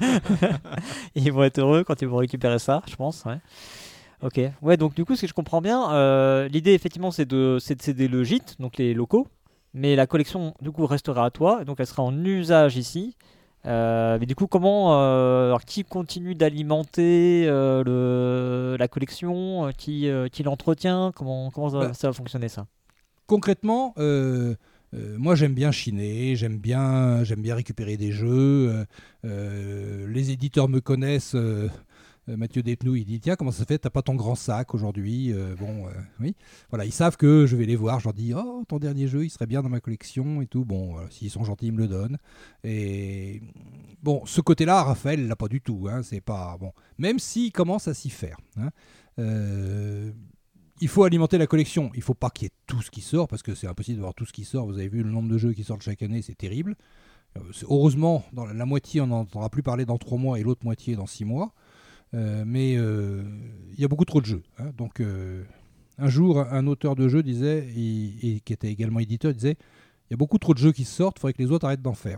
Speaker 2: Ils vont être heureux quand ils vont récupérer ça, je pense. Ouais. Ok. Ouais, donc du coup, si je comprends bien, euh, l'idée effectivement, c'est de, c'est de céder le gîte, donc les locaux, mais la collection du coup restera à toi, et donc elle sera en usage ici. Euh, mais du coup, comment, euh, alors, qui continue d'alimenter euh, le, la collection, euh, qui, euh, qui l'entretient, comment, comment ça,
Speaker 4: bah,
Speaker 2: ça va fonctionner ça?
Speaker 4: Concrètement, euh, euh, moi j'aime bien chiner, j'aime bien, j'aime bien récupérer des jeux. Euh, euh, les éditeurs me connaissent. Euh, Mathieu Despnous, il dit tiens, comment ça se fait, t'as pas ton grand sac aujourd'hui? euh, Bon, euh, oui, voilà, ils savent que je vais les voir. Je leur dis oh, ton dernier jeu, il serait bien dans ma collection et tout. Bon, voilà, s'ils sont gentils, ils me le donnent. Et bon, ce côté-là, Raphaël, il l'a pas du tout. Hein, c'est pas bon, même s'il commence à s'y faire. Hein, euh, il faut alimenter la collection. Il faut pas qu'il y ait tout ce qui sort parce que c'est impossible de voir tout ce qui sort. Vous avez vu le nombre de jeux qui sortent chaque année, c'est terrible. Euh, c'est, heureusement, dans la, la moitié, on n'entendra plus parler dans trois mois et l'autre moitié dans six mois. Euh, mais il euh, y a beaucoup trop de jeux. Hein, donc, euh, un jour, un auteur de jeu disait, et, et qui était également éditeur, disait il y a beaucoup trop de jeux qui sortent, il faudrait que les autres arrêtent d'en faire.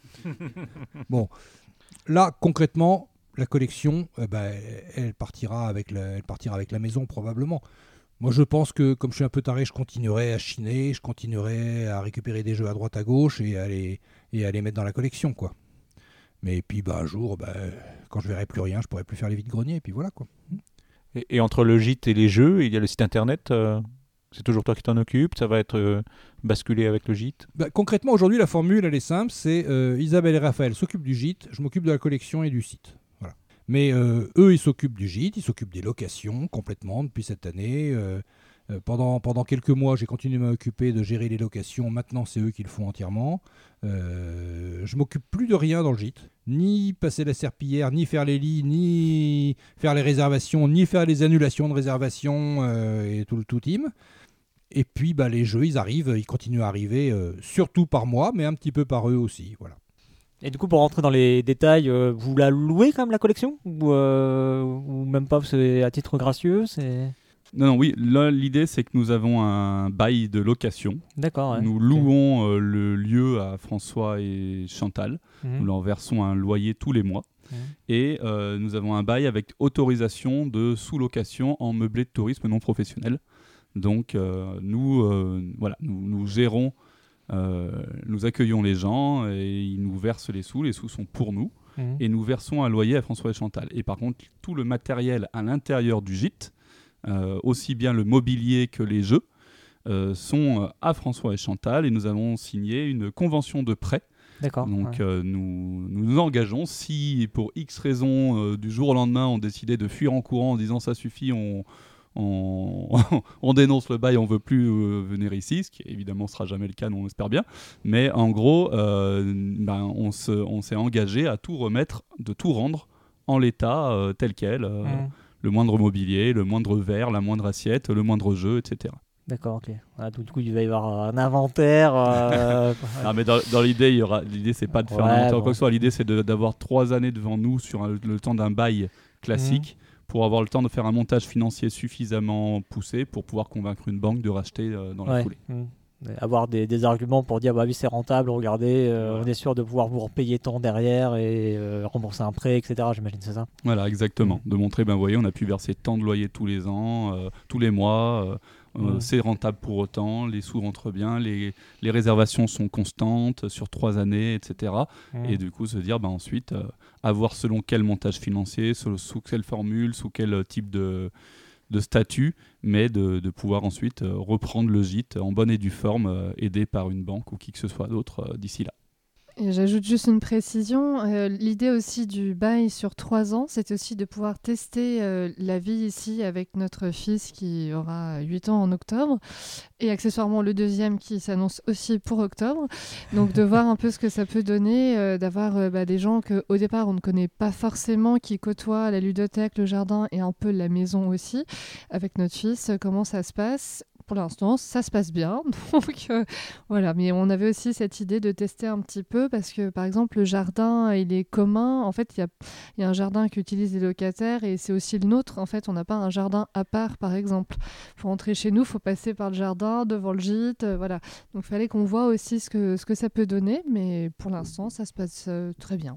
Speaker 4: Bon, là, concrètement, la collection, eh ben, elle, partira avec la, elle partira avec la maison, probablement. Moi, je pense que, comme je suis un peu taré, je continuerai à chiner, je continuerai à récupérer des jeux à droite à gauche et à les, et à les mettre dans la collection, quoi. Mais puis bah, un jour, bah, quand je verrai plus rien, je pourrai plus faire les vides-greniers, et puis voilà quoi.
Speaker 1: Et, et entre le gîte et les jeux, il y a le site internet. Euh, c'est toujours toi qui t'en occupes. Ça va être euh, basculé avec le gîte.
Speaker 4: Bah, concrètement, aujourd'hui, la formule, elle est simple. C'est euh, Isabelle et Raphaël s'occupent du gîte, je m'occupe de la collection et du site. Voilà. Mais euh, eux, ils s'occupent du gîte, ils s'occupent des locations complètement depuis cette année. Euh, euh, pendant, pendant quelques mois, j'ai continué à m'occuper de gérer les locations. Maintenant, c'est eux qui le font entièrement. Euh, je m'occupe plus de rien dans le gîte. Ni passer la serpillière, ni faire les lits, ni faire les réservations, ni faire les annulations de réservations euh, et tout le tout team. Et puis bah, les jeux, ils arrivent, ils continuent à arriver, euh, surtout par moi, mais un petit peu par eux aussi. Voilà.
Speaker 2: Et du coup, pour rentrer dans les détails, euh, vous la louez quand même la collection ou, euh, ou même pas, c'est à titre gracieux c'est...
Speaker 5: Non, non, oui, là, l'idée, c'est que nous avons un bail de location.
Speaker 2: D'accord. Ouais.
Speaker 5: Nous
Speaker 2: Okay.
Speaker 5: louons euh, le lieu à François et Chantal.
Speaker 2: Mmh.
Speaker 5: Nous leur versons un loyer tous les mois. Mmh. Et euh, nous avons un bail avec autorisation de sous-location en meublé de tourisme non professionnel. Donc, euh, nous, euh, voilà, nous, nous gérons, euh, nous accueillons les gens et ils nous versent les sous. Les sous sont pour nous. Mmh. Et nous versons un loyer à François et Chantal. Et par contre, tout le matériel à l'intérieur du gîte, Euh, aussi bien le mobilier que les jeux, euh, sont à François et Chantal et nous avons signé une convention de prêt.
Speaker 2: D'accord.
Speaker 5: Donc
Speaker 2: ouais.
Speaker 5: euh, nous, nous nous engageons. Si pour X raisons euh, du jour au lendemain on décidait de fuir en courant en disant ça suffit, on, on, on dénonce le bail, on veut plus euh, venir ici, ce qui évidemment sera jamais le cas, nous on espère bien. Mais en gros, euh, ben, on, se, on s'est engagé à tout remettre, de tout rendre en l'état euh, tel quel. Euh, mmh. Le moindre mobilier, le moindre verre, la moindre assiette, le moindre jeu, et cetera.
Speaker 2: D'accord, ok. Voilà, donc, du coup, il va y avoir un inventaire. Euh...
Speaker 5: non, mais dans, dans l'idée, il y aura, l'idée, c'est pas de faire
Speaker 2: ouais,
Speaker 5: un inventaire
Speaker 2: bon.
Speaker 5: ou quoi que ce soit. L'idée, c'est de, d'avoir trois années devant nous sur un, le temps d'un bail classique mmh. pour avoir le temps de faire un montage financier suffisamment poussé pour pouvoir convaincre une banque de racheter euh, dans la
Speaker 2: ouais.
Speaker 5: foulée.
Speaker 2: Mmh. Avoir des, des arguments pour dire bah oui c'est rentable, regardez, euh, ouais. on est sûr de pouvoir vous repayer tant derrière et euh, rembourser un prêt, et cetera. J'imagine c'est ça. Voilà,
Speaker 5: exactement. Mmh. De montrer, ben voyez, on a pu verser tant de loyers tous les ans, euh, tous les mois, euh, mmh. euh, c'est rentable pour autant, les sous rentrent bien, les, les réservations sont constantes sur trois années, et cetera. Mmh. Et du coup se dire, ben ensuite, euh, avoir selon quel montage financier, sous, sous quelle formule, sous quel type de de statut, mais de, de pouvoir ensuite euh, reprendre le gîte en bonne et due forme, euh, aidé par une banque ou qui que ce soit d'autre euh, d'ici là.
Speaker 7: Et j'ajoute juste une précision. Euh, l'idée aussi du bail sur trois ans, c'est aussi de pouvoir tester euh, la vie ici avec notre fils qui aura huit ans en octobre et accessoirement le deuxième qui s'annonce aussi pour octobre. Donc de voir un peu ce que ça peut donner, euh, d'avoir euh, bah, des gens qu'au départ on ne connaît pas forcément, qui côtoient la ludothèque, le jardin et un peu la maison aussi avec notre fils, euh, comment ça se passe. Pour l'instant, ça se passe bien. Donc euh, voilà, mais on avait aussi cette idée de tester un petit peu parce que par exemple le jardin, il est commun. En fait, il y a, y a un jardin qu'utilisent les locataires et c'est aussi le nôtre. En fait, on n'a pas un jardin à part, par exemple. Pour entrer chez nous, il faut passer par le jardin, devant le gîte, euh, voilà. Donc il fallait qu'on voit aussi ce que, ce que ça peut donner, mais pour l'instant, ça se passe euh, très bien.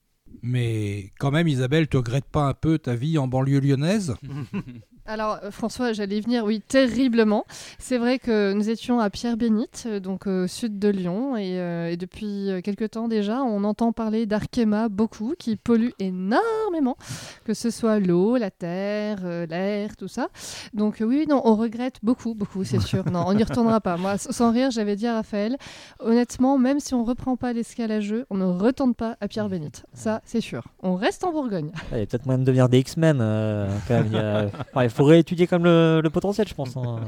Speaker 4: Mais quand même, Isabelle, tu regrettes pas un peu ta vie en banlieue lyonnaise ?
Speaker 7: Alors euh, François, j'allais y venir, oui, terriblement. C'est vrai que nous étions à Pierre-Bénite, euh, donc au sud de Lyon, et, euh, et depuis euh, quelque temps déjà, on entend parler d'Arkema beaucoup, qui pollue énormément, que ce soit l'eau, la terre, euh, l'air, tout ça. Donc euh, oui, non, on regrette beaucoup, beaucoup, c'est sûr. Non, on n'y retournera pas. Moi, sans rire, j'avais dit à Raphaël, honnêtement, même si on reprend pas l'escale à jeu, on ne retourne pas à Pierre-Bénite. Ça, c'est sûr. On reste en Bourgogne.
Speaker 2: Il y a peut-être moyen de devenir des X-Men. Euh, quand même. Il y a... enfin, il faut réétudier comme le, le potentiel, je pense. Hein.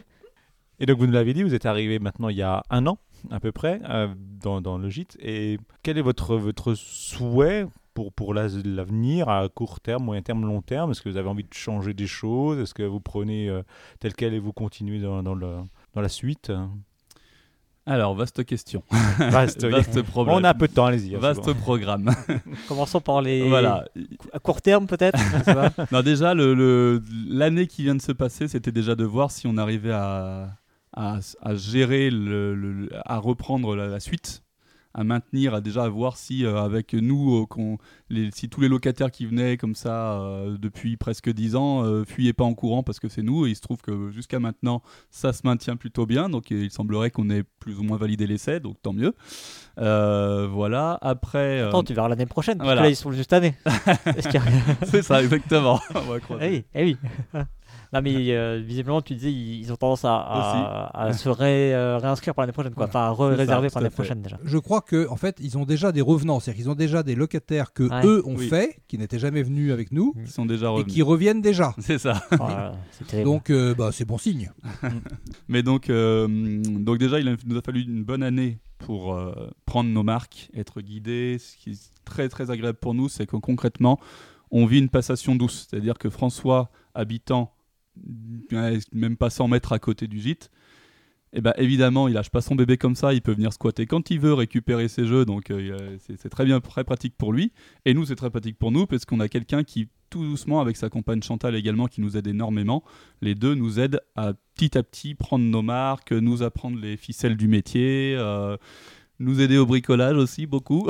Speaker 1: Et donc vous nous l'avez dit, vous êtes arrivé maintenant il y a un an à peu près euh, dans, dans le gîte. Et quel est votre, votre souhait pour, pour la, l'avenir à court terme, moyen terme, long terme ? Est-ce que vous avez envie de changer des choses ? Est-ce que vous prenez euh, tel quel et vous continuez dans, dans, le, dans la suite ?
Speaker 5: Alors, vaste question.
Speaker 1: Vaste,
Speaker 5: vaste problème.
Speaker 1: On a un peu de temps, allez-y.
Speaker 5: Vaste
Speaker 1: souvent.
Speaker 5: programme.
Speaker 2: Commençons par les...
Speaker 5: Voilà.
Speaker 2: À court terme, peut-être. Je sais pas.
Speaker 5: Non, déjà, le, le, l'année qui vient de se passer, c'était déjà de voir si on arrivait à, à, à gérer, le, le, à reprendre la, la suite, à maintenir, à déjà à voir si euh, avec nous, euh, qu'on, les, si tous les locataires qui venaient comme ça euh, depuis presque dix ans euh, fuyaient pas en courant parce que c'est nous. Et il se trouve que jusqu'à maintenant, ça se maintient plutôt bien. Donc il semblerait qu'on ait plus ou moins validé l'essai, donc tant mieux. Euh, voilà. Après. Euh...
Speaker 2: Attends, tu verras l'année prochaine. Parce
Speaker 5: Voilà.
Speaker 2: que là, ils sont juste année.
Speaker 5: C'est ça, exactement. On va croiser.
Speaker 2: Eh oui, eh oui. Non mais euh, visiblement tu disais ils, ils ont tendance à, à, à se ré, euh, réinscrire pour l'année prochaine quoi,
Speaker 4: Voilà.
Speaker 2: enfin à réserver pour l'année
Speaker 5: tout à fait.
Speaker 2: prochaine déjà.
Speaker 4: Je crois que en fait, ils ont déjà des revenants, c'est-à-dire qu'ils ont déjà des locataires que
Speaker 2: Ouais.
Speaker 4: eux ont
Speaker 5: Oui.
Speaker 4: fait, qui n'étaient jamais venus avec nous
Speaker 5: Ils sont déjà
Speaker 4: et
Speaker 5: revenus.
Speaker 4: qui reviennent déjà.
Speaker 5: C'est ça.
Speaker 2: Oh là là, c'est terrible.
Speaker 4: Donc, euh, bah, c'est bon signe.
Speaker 5: Mais donc, euh, donc déjà, il a- nous a fallu une bonne année pour euh, prendre nos marques, être guidés. Ce qui est très très agréable pour nous, c'est que concrètement, on vit une passation douce. C'est-à-dire que François, habitant euh, même pas cent mètres à côté du gîte, et ben évidemment, il lâche pas son bébé comme ça. Il peut venir squatter quand il veut, récupérer ses jeux. Donc euh, c'est, c'est très bien, très pratique pour lui. Et nous, c'est très pratique pour nous parce qu'on a quelqu'un qui, tout doucement, avec sa compagne Chantal également, qui nous aide énormément. Les deux nous aident à petit à petit prendre nos marques, nous apprendre les ficelles du métier, euh, nous aider au bricolage aussi beaucoup.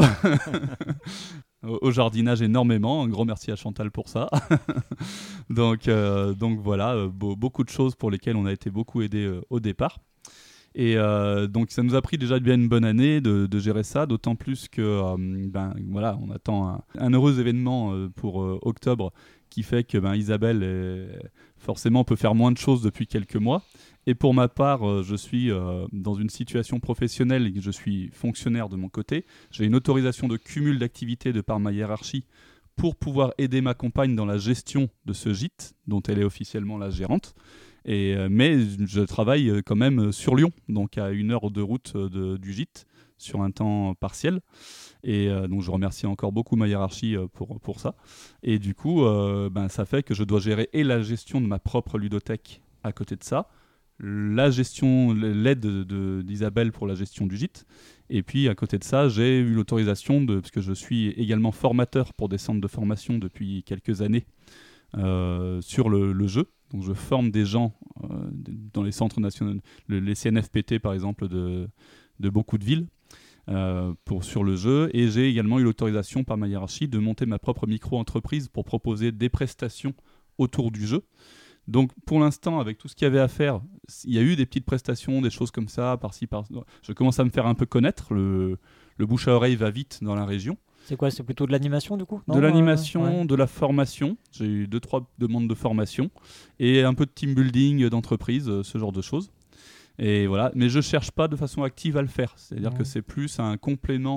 Speaker 5: au, au jardinage énormément. Un grand merci à Chantal pour ça. donc, euh, donc voilà, euh, beau, beaucoup de choses pour lesquelles on a été beaucoup aidés euh, au départ. Et euh, donc ça nous a pris déjà bien une bonne année de, de gérer ça, d'autant plus que euh, ben, voilà, on attend un, un heureux événement euh, pour euh, octobre qui fait que ben, Isabelle est, forcément peut faire moins de choses depuis quelques mois. Et pour ma part, euh, je suis euh, dans une situation professionnelle et je suis fonctionnaire de mon côté. J'ai une autorisation de cumul d'activités de par ma hiérarchie pour pouvoir aider ma compagne dans la gestion de ce gîte, dont elle est officiellement la gérante. Et, euh, mais je travaille euh, quand même sur Lyon, donc à une heure de route euh, de, du gîte, sur un temps partiel. Et euh, donc je remercie encore beaucoup ma hiérarchie euh, pour, pour ça. Et du coup, euh, ben, ça fait que je dois gérer et la gestion de ma propre ludothèque à côté de ça, la gestion, l'aide de, de, d'Isabelle pour la gestion du gîte. Et puis à côté de ça, j'ai eu l'autorisation, de, parce que je suis également formateur pour des centres de formation depuis quelques années euh, sur le, le jeu. Donc je forme des gens euh, dans les centres nationaux, le, les C N F P T par exemple de, de beaucoup de villes euh, pour, sur le jeu. Et j'ai également eu l'autorisation par ma hiérarchie de monter ma propre micro-entreprise pour proposer des prestations autour du jeu. Donc pour l'instant, avec tout ce qu'il y avait à faire, il y a eu des petites prestations, des choses comme ça, par-ci, par-là. Je commence à me faire un peu connaître. Le, le bouche à oreille va vite dans la région.
Speaker 2: C'est quoi, c'est plutôt de l'animation du coup non
Speaker 5: De l'animation,
Speaker 2: euh, ouais.
Speaker 5: de la formation. J'ai eu deux, trois demandes de formation et un peu de team building d'entreprise, ce genre de choses. Et voilà. Mais je ne cherche pas de façon active à le faire. C'est-à-dire
Speaker 2: Mmh.
Speaker 5: que c'est plus un complément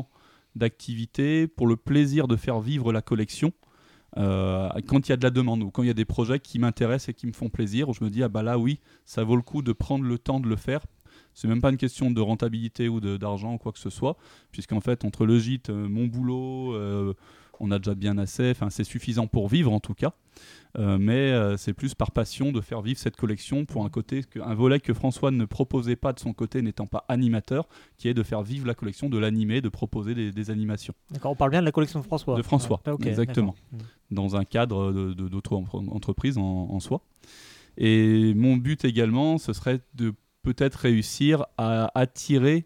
Speaker 5: d'activités pour le plaisir de faire vivre la collection. Euh, quand il y a de la demande ou quand il y a des projets qui m'intéressent et qui me font plaisir, où je me dis ah bah là oui, ça vaut le coup de prendre le temps de le faire. C'est même pas une question de rentabilité ou de, d'argent ou quoi que ce soit, puisqu'en fait entre le gîte, euh, mon boulot, euh, on a déjà bien assez, enfin c'est suffisant pour vivre en tout cas, euh, mais euh, c'est plus par passion de faire vivre cette collection pour un côté, un volet que François ne proposait pas de son côté n'étant pas animateur, qui est de faire vivre la collection, de l'animer, de proposer des, des animations.
Speaker 2: D'accord, on parle bien de la collection de François.
Speaker 5: De François,
Speaker 2: ah, okay,
Speaker 5: exactement,
Speaker 2: d'accord.
Speaker 5: Dans un cadre de, de, d'auto-entreprise en, en soi. Et mon but également, ce serait de peut-être réussir à attirer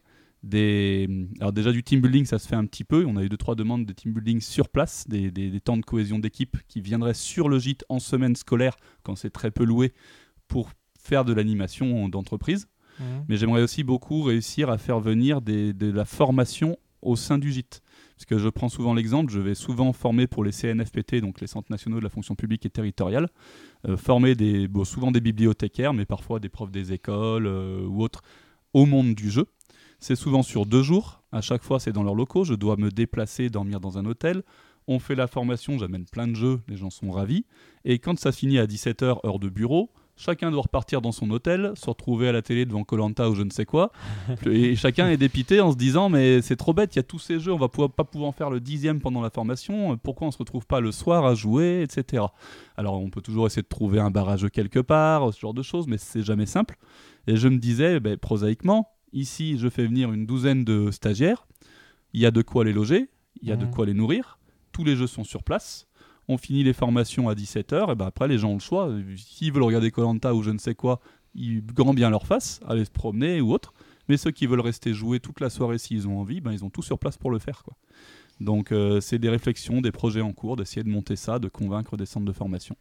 Speaker 5: des... Alors déjà du team building, ça se fait un petit peu. On a eu deux, trois demandes de team building sur place, des, des, des temps de cohésion d'équipe qui viendraient sur le gîte en semaine scolaire, quand c'est très peu loué, pour faire de l'animation d'entreprise. Mmh. Mais j'aimerais aussi beaucoup réussir à faire venir des, de la formation au sein du gîte. Parce que je prends souvent l'exemple, je vais souvent former pour les C N F P T, donc les centres nationaux de la fonction publique et territoriale, euh, former des, bon, souvent des bibliothécaires, mais parfois des profs des écoles euh, ou autres, au monde du jeu. C'est souvent sur deux jours, à chaque fois c'est dans leurs locaux, je dois me déplacer, dormir dans un hôtel, on fait la formation, j'amène plein de jeux, les gens sont ravis, et quand ça finit à dix-sept heures, heure de bureau, chacun doit repartir dans son hôtel, se retrouver à la télé devant Koh-Lanta ou je ne sais quoi. Et chacun est dépité en se disant mais c'est trop bête, il y a tous ces jeux, on va pouvoir, pas pouvoir en faire le dixième pendant la formation, pourquoi on ne se retrouve pas le soir à jouer, et cetera. Alors on peut toujours essayer de trouver un bar à jeux quelque part, ce genre de choses, mais c'est jamais simple. Et je me disais, ben, prosaïquement, ici je fais venir une douzaine de stagiaires, il y a de quoi les loger, il y a mmh. de quoi les nourrir, tous les jeux sont sur place. On finit les formations à dix-sept heures, et ben après les gens ont le choix. S'ils veulent regarder Koh-Lanta ou je ne sais quoi, ils grand bien leur face, aller se promener ou autre. Mais ceux qui veulent rester jouer toute la soirée s'ils ont envie, ben ils ont tout sur place pour le faire, quoi. Donc euh, c'est des réflexions, des projets en cours, d'essayer de monter ça, de convaincre des centres de formation.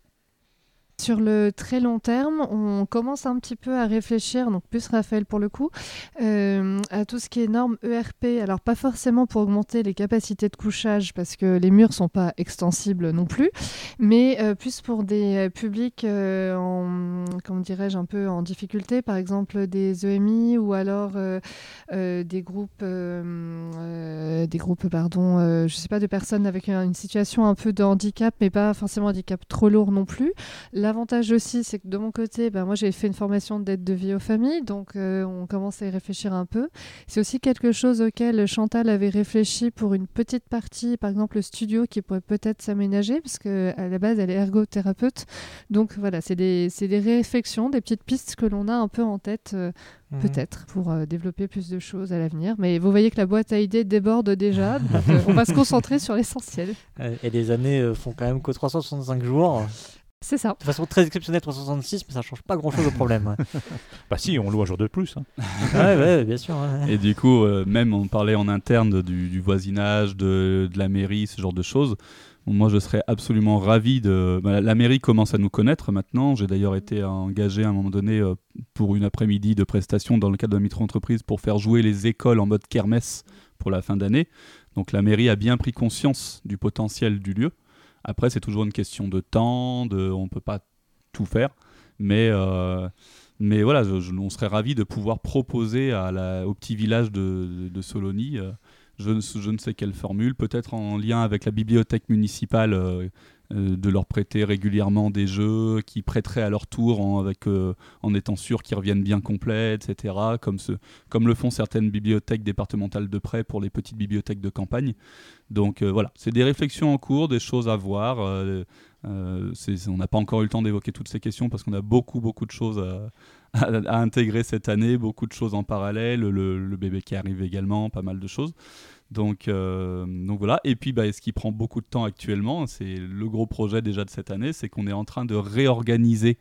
Speaker 7: Sur le très long terme, on commence un petit peu à réfléchir, donc plus Raphaël pour le coup, euh, à tout ce qui est normes E R P. Alors pas forcément pour augmenter les capacités de couchage, parce que les murs sont pas extensibles non plus, mais euh, plus pour des publics euh, en, comment dirais-je, un peu en difficulté, par exemple des E M I ou alors euh, euh, des groupes, euh, euh, des groupes, pardon, euh, je sais pas, de personnes avec une, une situation un peu de handicap, mais pas forcément un handicap trop lourd non plus. L'avantage aussi, c'est que de mon côté, ben, moi j'ai fait une formation d'aide de vie aux familles, donc euh, on commence à y réfléchir un peu. C'est aussi quelque chose auquel Chantal avait réfléchi pour une petite partie, par exemple le studio qui pourrait peut-être s'aménager, parce qu'à la base elle est ergothérapeute. Donc voilà, c'est des, c'est des réflexions, des petites pistes que l'on a un peu en tête, euh, mmh. peut-être, pour euh, développer plus de choses à l'avenir. Mais vous voyez que la boîte à idées déborde déjà, donc euh, on va se concentrer sur l'essentiel.
Speaker 2: Et les années euh, font quand même que trois cent soixante-cinq jours.
Speaker 7: C'est ça.
Speaker 2: De façon très exceptionnelle, trois cent soixante-six, mais ça ne change pas grand-chose au problème. Ouais.
Speaker 1: Bah si, on loue un jour de plus. Hein.
Speaker 2: ouais, ouais, bien sûr. Ouais.
Speaker 5: Et du coup, euh, même on parlait en interne du, du voisinage, de, de la mairie, ce genre de choses. Moi, je serais absolument ravi de... Bah, la mairie commence à nous connaître maintenant. J'ai d'ailleurs été engagé à un moment donné euh, pour une après-midi de prestation dans le cadre de la micro-entreprise pour faire jouer les écoles en mode kermesse pour la fin d'année. Donc la mairie a bien pris conscience du potentiel du lieu. Après, c'est toujours une question de temps, de, on ne peut pas tout faire, mais, euh, mais voilà, je, je, on serait ravis de pouvoir proposer à la, au petit village de, de, de Solonie, euh, je, je ne sais quelle formule, peut-être en lien avec la bibliothèque municipale, euh, euh, de leur prêter régulièrement des jeux qui prêteraient à leur tour en, avec, euh, en étant sûr qu'ils reviennent bien complets, et cetera, comme, ce, comme le font certaines bibliothèques départementales de prêt pour les petites bibliothèques de campagne. Donc euh, voilà, c'est des réflexions en cours, des choses à voir. Euh, euh, c'est, on n'a pas encore eu le temps d'évoquer toutes ces questions parce qu'on a beaucoup, beaucoup de choses à, à, à intégrer cette année, beaucoup de choses en parallèle, le, le bébé qui arrive également, pas mal de choses. Donc, euh, donc voilà, et puis bah, ce qui prend beaucoup de temps actuellement, c'est le gros projet déjà de cette année, c'est qu'on est en train de réorganiser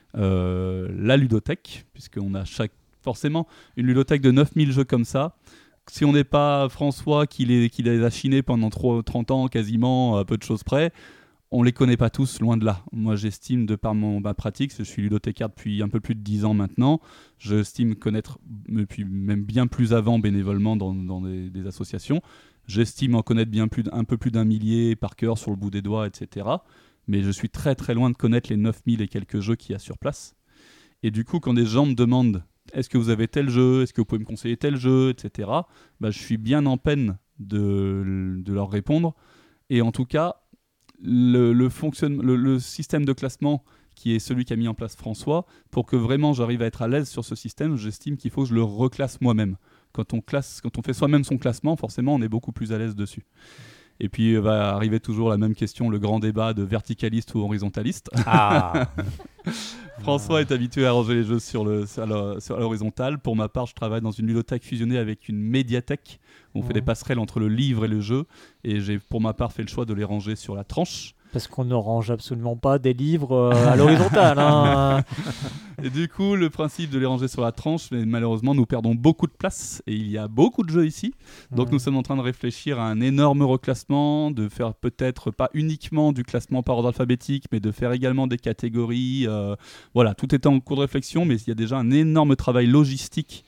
Speaker 5: euh, la ludothèque, puisqu'on a chaque, forcément une ludothèque de neuf mille jeux comme ça. Si on n'est pas François qui les, qui les a chinés pendant trente ans quasiment, à peu de choses près, on ne les connaît pas tous, loin de là. Moi, j'estime, de par mon, ma pratique, je suis ludothécaire depuis un peu plus de dix ans maintenant, j'estime connaître, depuis même bien plus avant bénévolement dans, dans des, des associations, j'estime en connaître bien plus, un peu plus d'un millier par cœur sur le bout des doigts, et cetera. Mais je suis très très loin de connaître les neuf mille et quelques jeux qu'il y a sur place. Et du coup, quand des gens me demandent « Est-ce que vous avez tel jeu ? Est-ce que vous pouvez me conseiller tel jeu ?» et cetera. Bah, je suis bien en peine de, de leur répondre. Et en tout cas, le, le, fonctionne, le, le système de classement qui est celui qu'a mis en place François, pour que vraiment j'arrive à être à l'aise sur ce système, j'estime qu'il faut que je le reclasse moi-même. Quand on, classe, quand on fait soi-même son classement, forcément, on est beaucoup plus à l'aise dessus. Et puis va arriver toujours la même question, le grand débat de verticaliste ou horizontaliste.
Speaker 1: Ah.
Speaker 5: François est habitué à ranger les jeux sur, le, sur, la, sur l'horizontale. Pour ma part, je travaille dans une ludothèque fusionnée avec une médiathèque. On mmh. fait des passerelles entre le livre et le jeu. Et j'ai pour ma part fait le choix de les ranger sur la tranche.
Speaker 2: Parce qu'on ne range absolument pas des livres euh, à l'horizontale. Hein.
Speaker 5: Et du coup, le principe de les ranger sur la tranche, mais malheureusement, nous perdons beaucoup de place. Et il y a beaucoup de jeux ici. Donc, mmh. nous sommes en train de réfléchir à un énorme reclassement, de faire peut-être pas uniquement du classement par ordre alphabétique, mais de faire également des catégories. Euh, voilà, tout est en cours de réflexion, mais il y a déjà un énorme travail logistique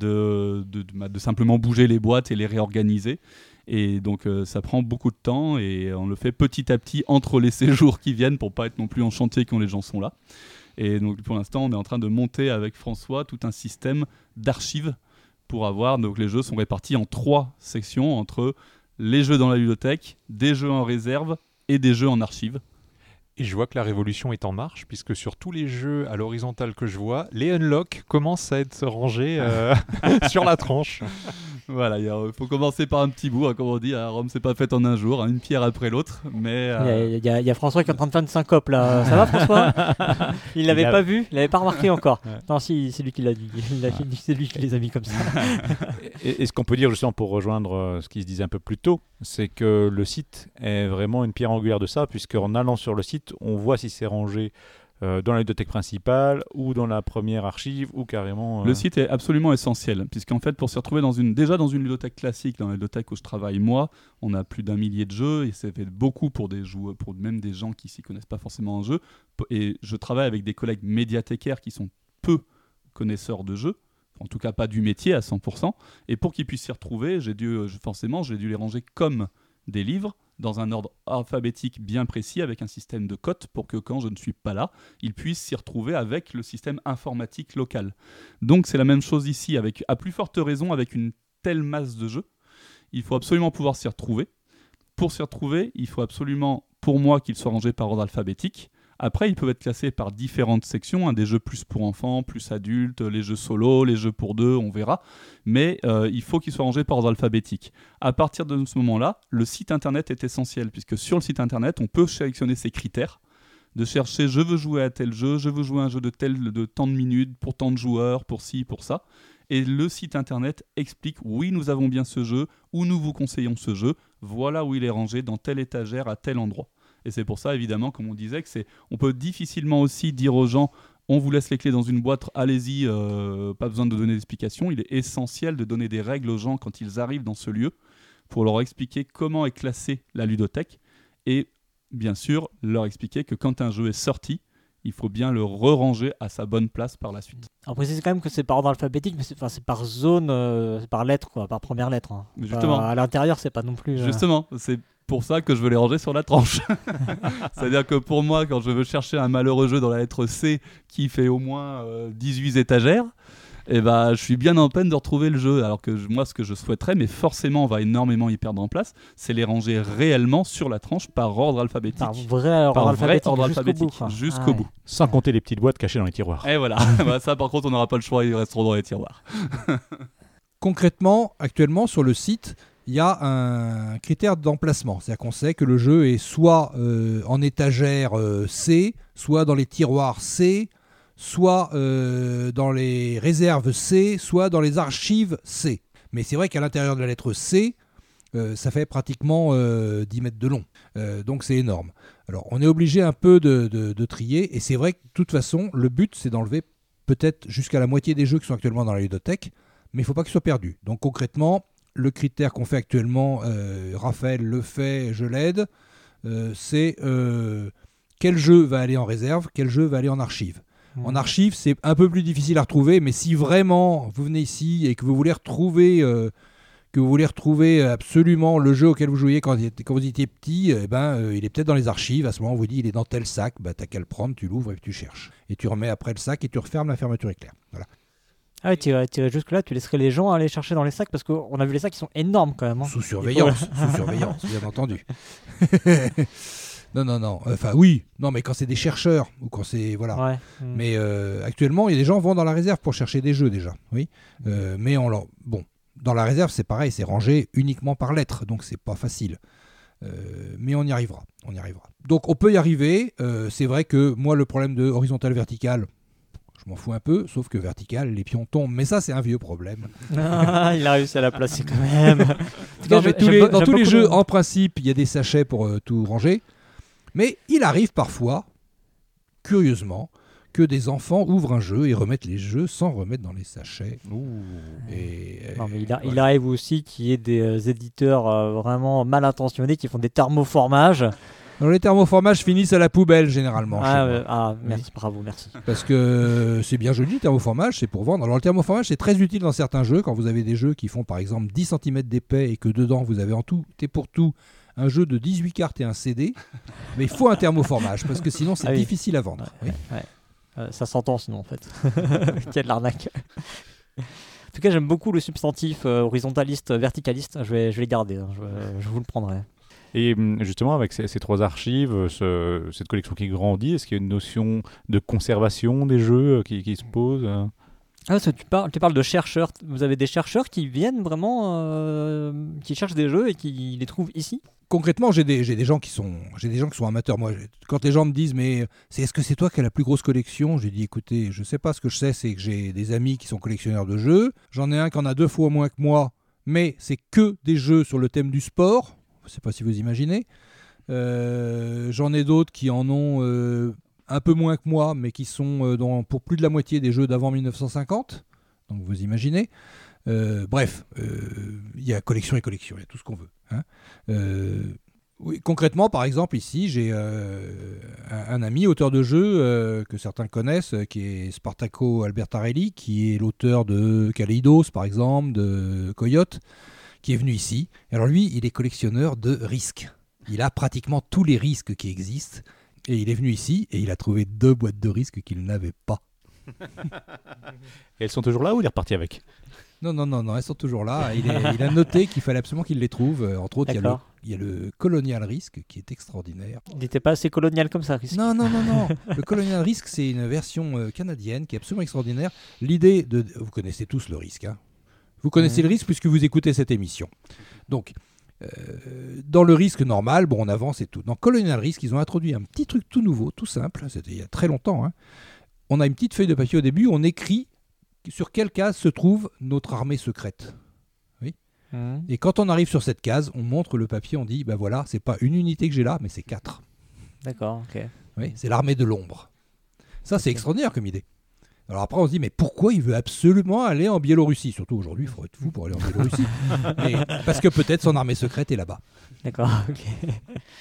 Speaker 5: de, de, de, de simplement bouger les boîtes et les réorganiser. Et donc euh, ça prend beaucoup de temps et on le fait petit à petit entre les séjours qui viennent pour pas être non plus en chantier quand les gens sont là. Et donc pour l'instant on est en train de monter avec François tout un système d'archives pour avoir, donc les jeux sont répartis en trois sections entre les jeux dans la ludothèque, des jeux en réserve et des jeux en archives.
Speaker 3: Et je vois que la révolution est en marche, puisque sur tous les jeux à l'horizontale que je vois, les unlock commencent à être rangés euh, sur la tranche.
Speaker 5: Voilà, il faut commencer par un petit bout, hein, comme on dit, hein, Rome c'est pas fait en un jour, hein, une pierre après l'autre. Mais euh...
Speaker 2: il, y a, il y a François qui est en train de faire une syncope là. Ça va François? Il l'avait a... pas vu, il l'avait pas remarqué encore. Ouais. Non, si, c'est lui qui l'a dit. Il a, ouais. C'est lui qui les a mis comme ça.
Speaker 1: et, et ce qu'on peut dire justement pour rejoindre euh, ce qui se disait un peu plus tôt, c'est que le site est vraiment une pierre angulaire de ça, puisqu'en allant sur le site, on voit si c'est rangé euh, dans la ludothèque principale ou dans la première archive ou carrément... Euh...
Speaker 5: Le site est absolument essentiel, puisqu'en fait, pour se retrouver dans une, déjà dans une ludothèque classique, dans la ludothèque où je travaille moi, on a plus d'un millier de jeux et ça fait beaucoup pour des joueurs, pour même des gens qui s'y connaissent pas forcément en jeu. Et je travaille avec des collègues médiathécaires qui sont peu connaisseurs de jeux, en tout cas pas du métier à cent pour cent. Et pour qu'ils puissent s'y retrouver, j'ai dû, forcément, j'ai dû les ranger comme des livres, dans un ordre alphabétique bien précis, avec un système de cotes pour que quand je ne suis pas là, ils puissent s'y retrouver avec le système informatique local. Donc c'est la même chose ici, avec, à plus forte raison avec une telle masse de jeux. Il faut absolument pouvoir s'y retrouver. Pour s'y retrouver, il faut absolument, pour moi, qu'ils soient rangés par ordre alphabétique. Après, ils peuvent être classés par différentes sections, hein, des jeux plus pour enfants, plus adultes, les jeux solo, les jeux pour deux, on verra. Mais euh, il faut qu'ils soient rangés par ordre alphabétique. À partir de ce moment-là, le site internet est essentiel, puisque sur le site internet, on peut sélectionner ces critères, de chercher « je veux jouer à tel jeu, je veux jouer à un jeu de, tel, de tant de minutes, pour tant de joueurs, pour ci, pour ça ». Et le site internet explique « oui, nous avons bien ce jeu » ou « nous vous conseillons ce jeu, voilà où il est rangé, dans telle étagère, à tel endroit ». Et c'est pour ça, évidemment, comme on disait, que c'est, on peut difficilement aussi dire aux gens « on vous laisse les clés dans une boîte, allez-y, euh, pas besoin de donner d'explications ». Il est essentiel de donner des règles aux gens quand ils arrivent dans ce lieu pour leur expliquer comment est classée la ludothèque et, bien sûr, leur expliquer que quand un jeu est sorti, il faut bien le re-ranger à sa bonne place par la suite.
Speaker 2: Alors précisez quand même que c'est par ordre alphabétique, mais c'est, enfin, c'est par zone, euh, c'est par lettre, quoi, par première lettre. Hein.
Speaker 5: Justement.
Speaker 2: Pas, à l'intérieur, c'est pas non plus... Euh...
Speaker 5: Justement, c'est pour ça que je veux les ranger sur la tranche. C'est-à-dire que pour moi, quand je veux chercher un malheureux jeu dans la lettre C qui fait au moins euh, dix-huit étagères, eh ben, je suis bien en peine de retrouver le jeu. Alors que je, moi, ce que je souhaiterais, mais forcément on va énormément y perdre en place, c'est les ranger réellement sur la tranche par ordre alphabétique.
Speaker 2: Par vrai ordre
Speaker 5: par
Speaker 2: alphabétique,
Speaker 5: vrai ordre
Speaker 2: jusqu'au
Speaker 5: alphabétique,
Speaker 2: bout,
Speaker 5: jusqu'au
Speaker 2: ah ouais.
Speaker 5: bout.
Speaker 1: Sans compter les petites boîtes cachées dans les tiroirs.
Speaker 5: Et voilà, ça par contre on n'aura pas le choix, ils resteront dans les tiroirs.
Speaker 4: Concrètement, actuellement sur le site, il y a un critère d'emplacement. C'est-à-dire qu'on sait que le jeu est soit euh, en étagère euh, C, soit dans les tiroirs C, soit euh, dans les réserves C, soit dans les archives C. Mais c'est vrai qu'à l'intérieur de la lettre C, euh, ça fait pratiquement euh, dix mètres de long. Euh, donc c'est énorme. Alors on est obligé un peu de, de, de trier, et c'est vrai que de toute façon, le but c'est d'enlever peut-être jusqu'à la moitié des jeux qui sont actuellement dans la ludothèque, mais il ne faut pas qu'ils soient perdus. Donc concrètement, le critère qu'on fait actuellement, euh, Raphaël le fait, je l'aide, euh, c'est euh, quel jeu va aller en réserve, quel jeu va aller en archive. Mmh. En archive, c'est un peu plus difficile à retrouver, mais si vraiment vous venez ici et que vous voulez retrouver, euh, que vous voulez retrouver absolument le jeu auquel vous jouiez quand, quand vous étiez petit, eh ben, euh, il est peut-être dans les archives. À ce moment, on vous dit il est dans tel sac, bah, tu n'as qu'à le prendre, tu l'ouvres et tu cherches. Et tu remets après le sac et tu refermes, la fermeture éclair. Voilà.
Speaker 2: Ah ouais, tu irais jusque-là, tu laisserais les gens aller chercher dans les sacs parce qu'on a vu les sacs qui sont énormes quand même. Hein.
Speaker 4: Sous surveillance, sous surveillance, bien entendu. non, non, non. Enfin, oui. Non, mais quand c'est des chercheurs ou quand c'est voilà.
Speaker 2: Ouais.
Speaker 4: Mais euh, actuellement, il y a des gens qui vont dans la réserve pour chercher des jeux déjà. Oui. Euh, mais on leur... bon, dans la réserve, c'est pareil, c'est rangé uniquement par lettres, donc c'est pas facile. Euh, mais on y arrivera, on y arrivera. Donc on peut y arriver. Euh, c'est vrai que moi, le problème de horizontal vertical. Je m'en fous un peu, sauf que vertical, les pions tombent. Mais ça, c'est un vieux problème.
Speaker 2: Ah, il a réussi à la placer quand même.
Speaker 4: Non, mais tous les, dans tous les jeux, le... en principe, il y a des sachets pour euh, tout ranger. Mais il arrive parfois, curieusement, que des enfants ouvrent un jeu et remettent les jeux sans remettre dans les sachets.
Speaker 2: Ouh.
Speaker 4: Et,
Speaker 2: non, mais il, a,
Speaker 4: voilà.
Speaker 2: il arrive aussi qu'il y ait des euh, éditeurs euh, vraiment mal intentionnés qui font des thermoformages.
Speaker 4: Alors, les thermoformages finissent à la poubelle généralement.
Speaker 2: Ah, euh, ah merci, oui. Bravo, merci.
Speaker 4: Parce que c'est bien joli le thermoformage, c'est pour vendre. Alors le thermoformage c'est très utile dans certains jeux, quand vous avez des jeux qui font par exemple dix centimètres d'épais et que dedans vous avez en tout et pour tout un jeu de dix-huit cartes et un C D, mais il faut un thermoformage parce que sinon c'est
Speaker 2: ah, oui.
Speaker 4: difficile à vendre.
Speaker 2: Ouais,
Speaker 4: oui.
Speaker 2: ouais. Euh, ça s'entend sinon en fait. Qu'il y a de l'arnaque. En tout cas j'aime beaucoup le substantif euh, horizontaliste, verticaliste, je vais, je vais les garder, hein. je, je vous le prendrai.
Speaker 1: Et justement, avec ces, ces trois archives, ce, cette collection qui grandit, est-ce qu'il y a une notion de conservation des jeux qui, qui se pose ?
Speaker 2: Ah, parce que tu, parles, tu parles de chercheurs. Vous avez des chercheurs qui viennent vraiment, euh, qui cherchent des jeux et qui les trouvent ici ?
Speaker 4: Concrètement, j'ai des, j'ai des gens qui sont, j'ai des gens qui sont amateurs. Moi, quand les gens me disent, mais c'est, est-ce que c'est toi qui as la plus grosse collection ? J'ai dit, écoutez, je sais pas. Ce que je sais, c'est que j'ai des amis qui sont collectionneurs de jeux. J'en ai un qui en a deux fois moins que moi, mais c'est que des jeux sur le thème du sport. Je ne sais pas si vous imaginez. Euh, j'en ai d'autres qui en ont euh, un peu moins que moi, mais qui sont euh, dans, pour plus de la moitié des jeux d'avant mille neuf cent cinquante. Donc vous imaginez. Euh, bref, il euh, y a collection et collection, il y a tout ce qu'on veut. Hein. Euh, oui, concrètement, par exemple, ici, j'ai euh, un, un ami, auteur de jeux euh, que certains connaissent, qui est Spartaco Albertarelli, qui est l'auteur de Kaleidos, par exemple, de Coyote, qui est venu ici. Alors lui, il est collectionneur de risques. Il a pratiquement tous les risques qui existent. Et il est venu ici et il a trouvé deux boîtes de risques qu'il n'avait pas.
Speaker 1: Et elles sont toujours là ou il est reparti avec ?
Speaker 4: Non, non, non, non, elles sont toujours là. Il, est, il a noté qu'il fallait absolument qu'il les trouve. Entre autres, il y, a le, il y a le Colonial Risk qui est extraordinaire.
Speaker 2: Il n'était pas assez colonial comme ça, Risk.
Speaker 4: Non, non, non, non. Le Colonial Risk, c'est une version euh, canadienne qui est absolument extraordinaire. L'idée de... Vous connaissez tous le risque, hein. Vous connaissez mmh. le risque puisque vous écoutez cette émission. Donc, euh, dans le risque normal, bon, on avance et tout. Dans Colonial Risk, ils ont introduit un petit truc tout nouveau, tout simple. C'était il y a très longtemps. Hein. On a une petite feuille de papier au début, on écrit sur quelle case se trouve notre armée secrète. Oui. Mmh. Et quand on arrive sur cette case, on montre le papier, on dit, ben voilà, c'est pas une unité que j'ai là, mais c'est quatre.
Speaker 2: D'accord, ok.
Speaker 4: Oui, c'est l'armée de l'ombre. Ça, c'est okay. extraordinaire comme idée. Alors après, on se dit, mais pourquoi il veut absolument aller en Biélorussie ? Surtout aujourd'hui, il faut être fou pour aller en Biélorussie. Mais, parce que peut-être son armée secrète est là-bas.
Speaker 2: D'accord, ok.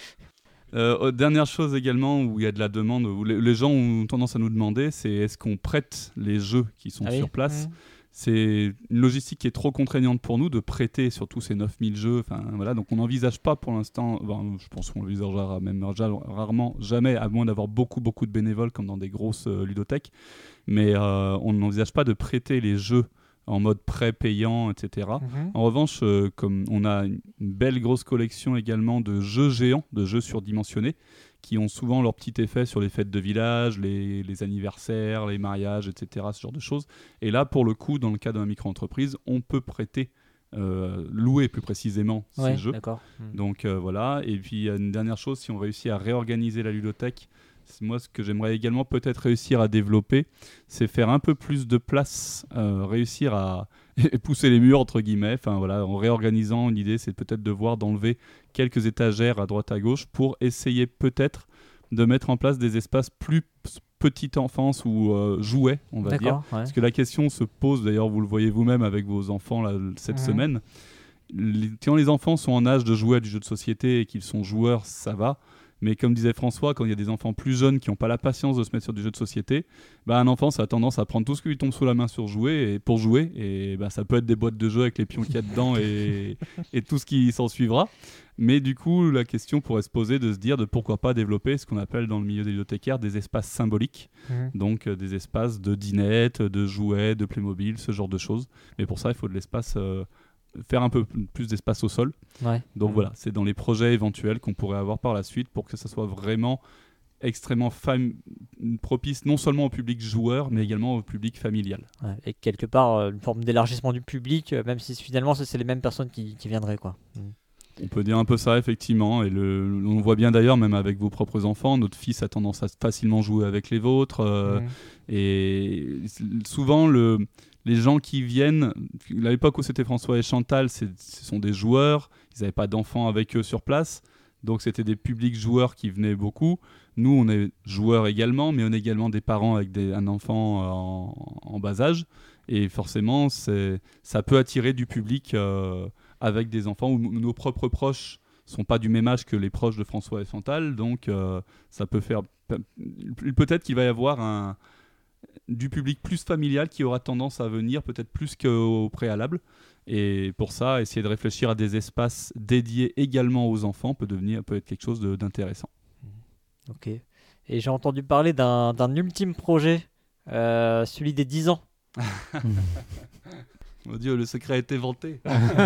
Speaker 5: Euh, dernière chose également où il y a de la demande, où les, les gens ont tendance à nous demander, c'est est-ce qu'on prête les jeux qui sont ah sur oui. place mmh. C'est une logistique qui est trop contraignante pour nous de prêter surtout ces neuf mille jeux. Voilà, donc on n'envisage pas pour l'instant, ben, je pense qu'on l'envisagera même rarement, jamais, à moins d'avoir beaucoup, beaucoup de bénévoles comme dans des grosses euh, ludothèques. Mais euh, on n'envisage pas de prêter les jeux en mode prêt payant, et cetera. Mmh. En revanche, euh, comme on a une belle grosse collection également de jeux géants, de jeux surdimensionnés, qui ont souvent leur petit effet sur les fêtes de village, les, les anniversaires, les mariages, et cetera, ce genre de choses. Et là, pour le coup, dans le cas d'une micro-entreprise, on peut prêter, euh, louer plus précisément ces
Speaker 2: ouais,
Speaker 5: jeux.
Speaker 2: D'accord. Mmh.
Speaker 5: Donc euh, voilà. Et puis, une dernière chose, si on réussit à réorganiser la ludothèque, moi, ce que j'aimerais également peut-être réussir à développer, c'est faire un peu plus de place, euh, réussir à pousser les murs, entre guillemets. Enfin, voilà, en réorganisant, une idée, c'est peut-être de voir d'enlever quelques étagères à droite à gauche pour essayer peut-être de mettre en place des espaces plus petite enfance ou euh, jouets, on va
Speaker 2: D'accord,
Speaker 5: dire.
Speaker 2: Ouais.
Speaker 5: Parce que la question se pose, d'ailleurs, vous le voyez vous-même avec vos enfants là, cette mmh. semaine. Les, quand les enfants sont en âge de jouer à du jeu de société et qu'ils sont joueurs, ça va. Mais comme disait François, quand il y a des enfants plus jeunes qui n'ont pas la patience de se mettre sur du jeu de société, bah, un enfant, ça a tendance à prendre tout ce qui lui tombe sous la main sur jouer et pour jouer. Et bah, ça peut être des boîtes de jeux avec les pions qu'il y a dedans et, et tout ce qui s'en suivra. Mais du coup, la question pourrait se poser de se dire de pourquoi pas développer ce qu'on appelle dans le milieu des bibliothécaires des espaces symboliques.
Speaker 2: Mmh.
Speaker 5: Donc euh, des espaces de dinettes, de jouets, de Playmobil, ce genre de choses. Mais pour ça, il faut de l'espace, euh, faire un peu plus d'espace au sol.
Speaker 2: Ouais.
Speaker 5: Donc
Speaker 2: Mmh.
Speaker 5: voilà, c'est dans les projets éventuels qu'on pourrait avoir par la suite pour que ça soit vraiment extrêmement fam- propice non seulement au public joueur, mais également au public familial.
Speaker 2: Ouais, et quelque part, euh, une forme d'élargissement du public, euh, même si finalement c'est c'est les mêmes personnes qui, qui viendraient, quoi. Mmh.
Speaker 5: On peut dire un peu ça, effectivement, et le, on voit bien d'ailleurs, même avec vos propres enfants, notre fils a tendance à facilement jouer avec les vôtres, euh,
Speaker 2: Mmh.
Speaker 5: et souvent, le, les gens qui viennent, à l'époque où c'était François et Chantal, c'est, ce sont des joueurs, ils n'avaient pas d'enfants avec eux sur place, donc c'était des publics joueurs qui venaient beaucoup. Nous, on est joueurs également, mais on est également des parents avec des, un enfant en, en bas âge, et forcément, c'est, ça peut attirer du public euh, avec des enfants où nos propres proches sont pas du même âge que les proches de François et Chantal, donc euh, ça peut faire peut-être qu'il va y avoir un du public plus familial qui aura tendance à venir peut-être plus qu'au préalable, et pour ça essayer de réfléchir à des espaces dédiés également aux enfants peut devenir peut être quelque chose de, d'intéressant.
Speaker 2: Ok. Et j'ai entendu parler d'un, d'un ultime projet, euh, celui des dix ans.
Speaker 5: Mon Dieu, le secret a été vanté.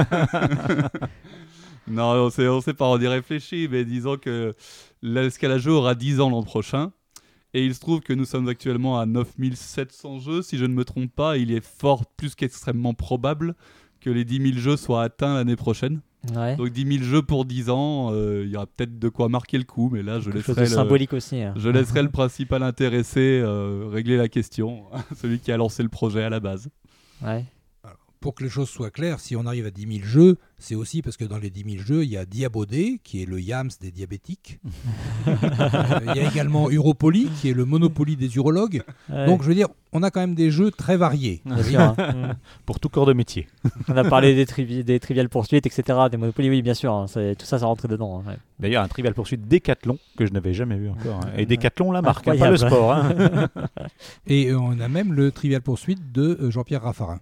Speaker 5: Non, on sait, on sait pas, on y réfléchit, mais disons que l'escalade jeu aura dix ans l'an prochain. Et il se trouve que nous sommes actuellement à neuf mille sept cents jeux, si je ne me trompe pas. Il est fort plus qu'extrêmement probable que les dix mille jeux soient atteints l'année prochaine.
Speaker 2: Ouais.
Speaker 5: Donc dix mille jeux pour dix ans, euh, il y aura peut-être de quoi marquer le coup, mais là je
Speaker 2: Quelque chose
Speaker 5: laisserai,
Speaker 2: de
Speaker 5: le,
Speaker 2: symbolique aussi. Hein.
Speaker 5: je laisserai le principal intéressé euh, régler la question, celui qui a lancé le projet à la base.
Speaker 2: Ouais.
Speaker 4: Pour que les choses soient claires, si on arrive à dix mille jeux, c'est aussi parce que dans les dix mille jeux, il y a Diabodé, qui est le Yams des diabétiques. euh, il y a également Europoly, qui est le Monopoly des urologues.
Speaker 2: Ouais.
Speaker 4: Donc, je veux dire, on a quand même des jeux très variés.
Speaker 2: Bien sûr, hein. Mm.
Speaker 1: Pour tout corps de métier.
Speaker 2: On a parlé des, trivi- des triviales poursuites, et cetera. Des Monopoly, oui, bien sûr. Hein. C'est, tout ça, ça rentrait dedans. Hein. Ouais.
Speaker 1: D'ailleurs, un Trivial Poursuite Décathlon que je n'avais jamais vu encore. hein. Et Décathlon, la marque, hein, pas
Speaker 2: Incroyable.
Speaker 1: le sport. hein.
Speaker 4: Et euh, on a même le Trivial Poursuite de euh, Jean-Pierre Raffarin.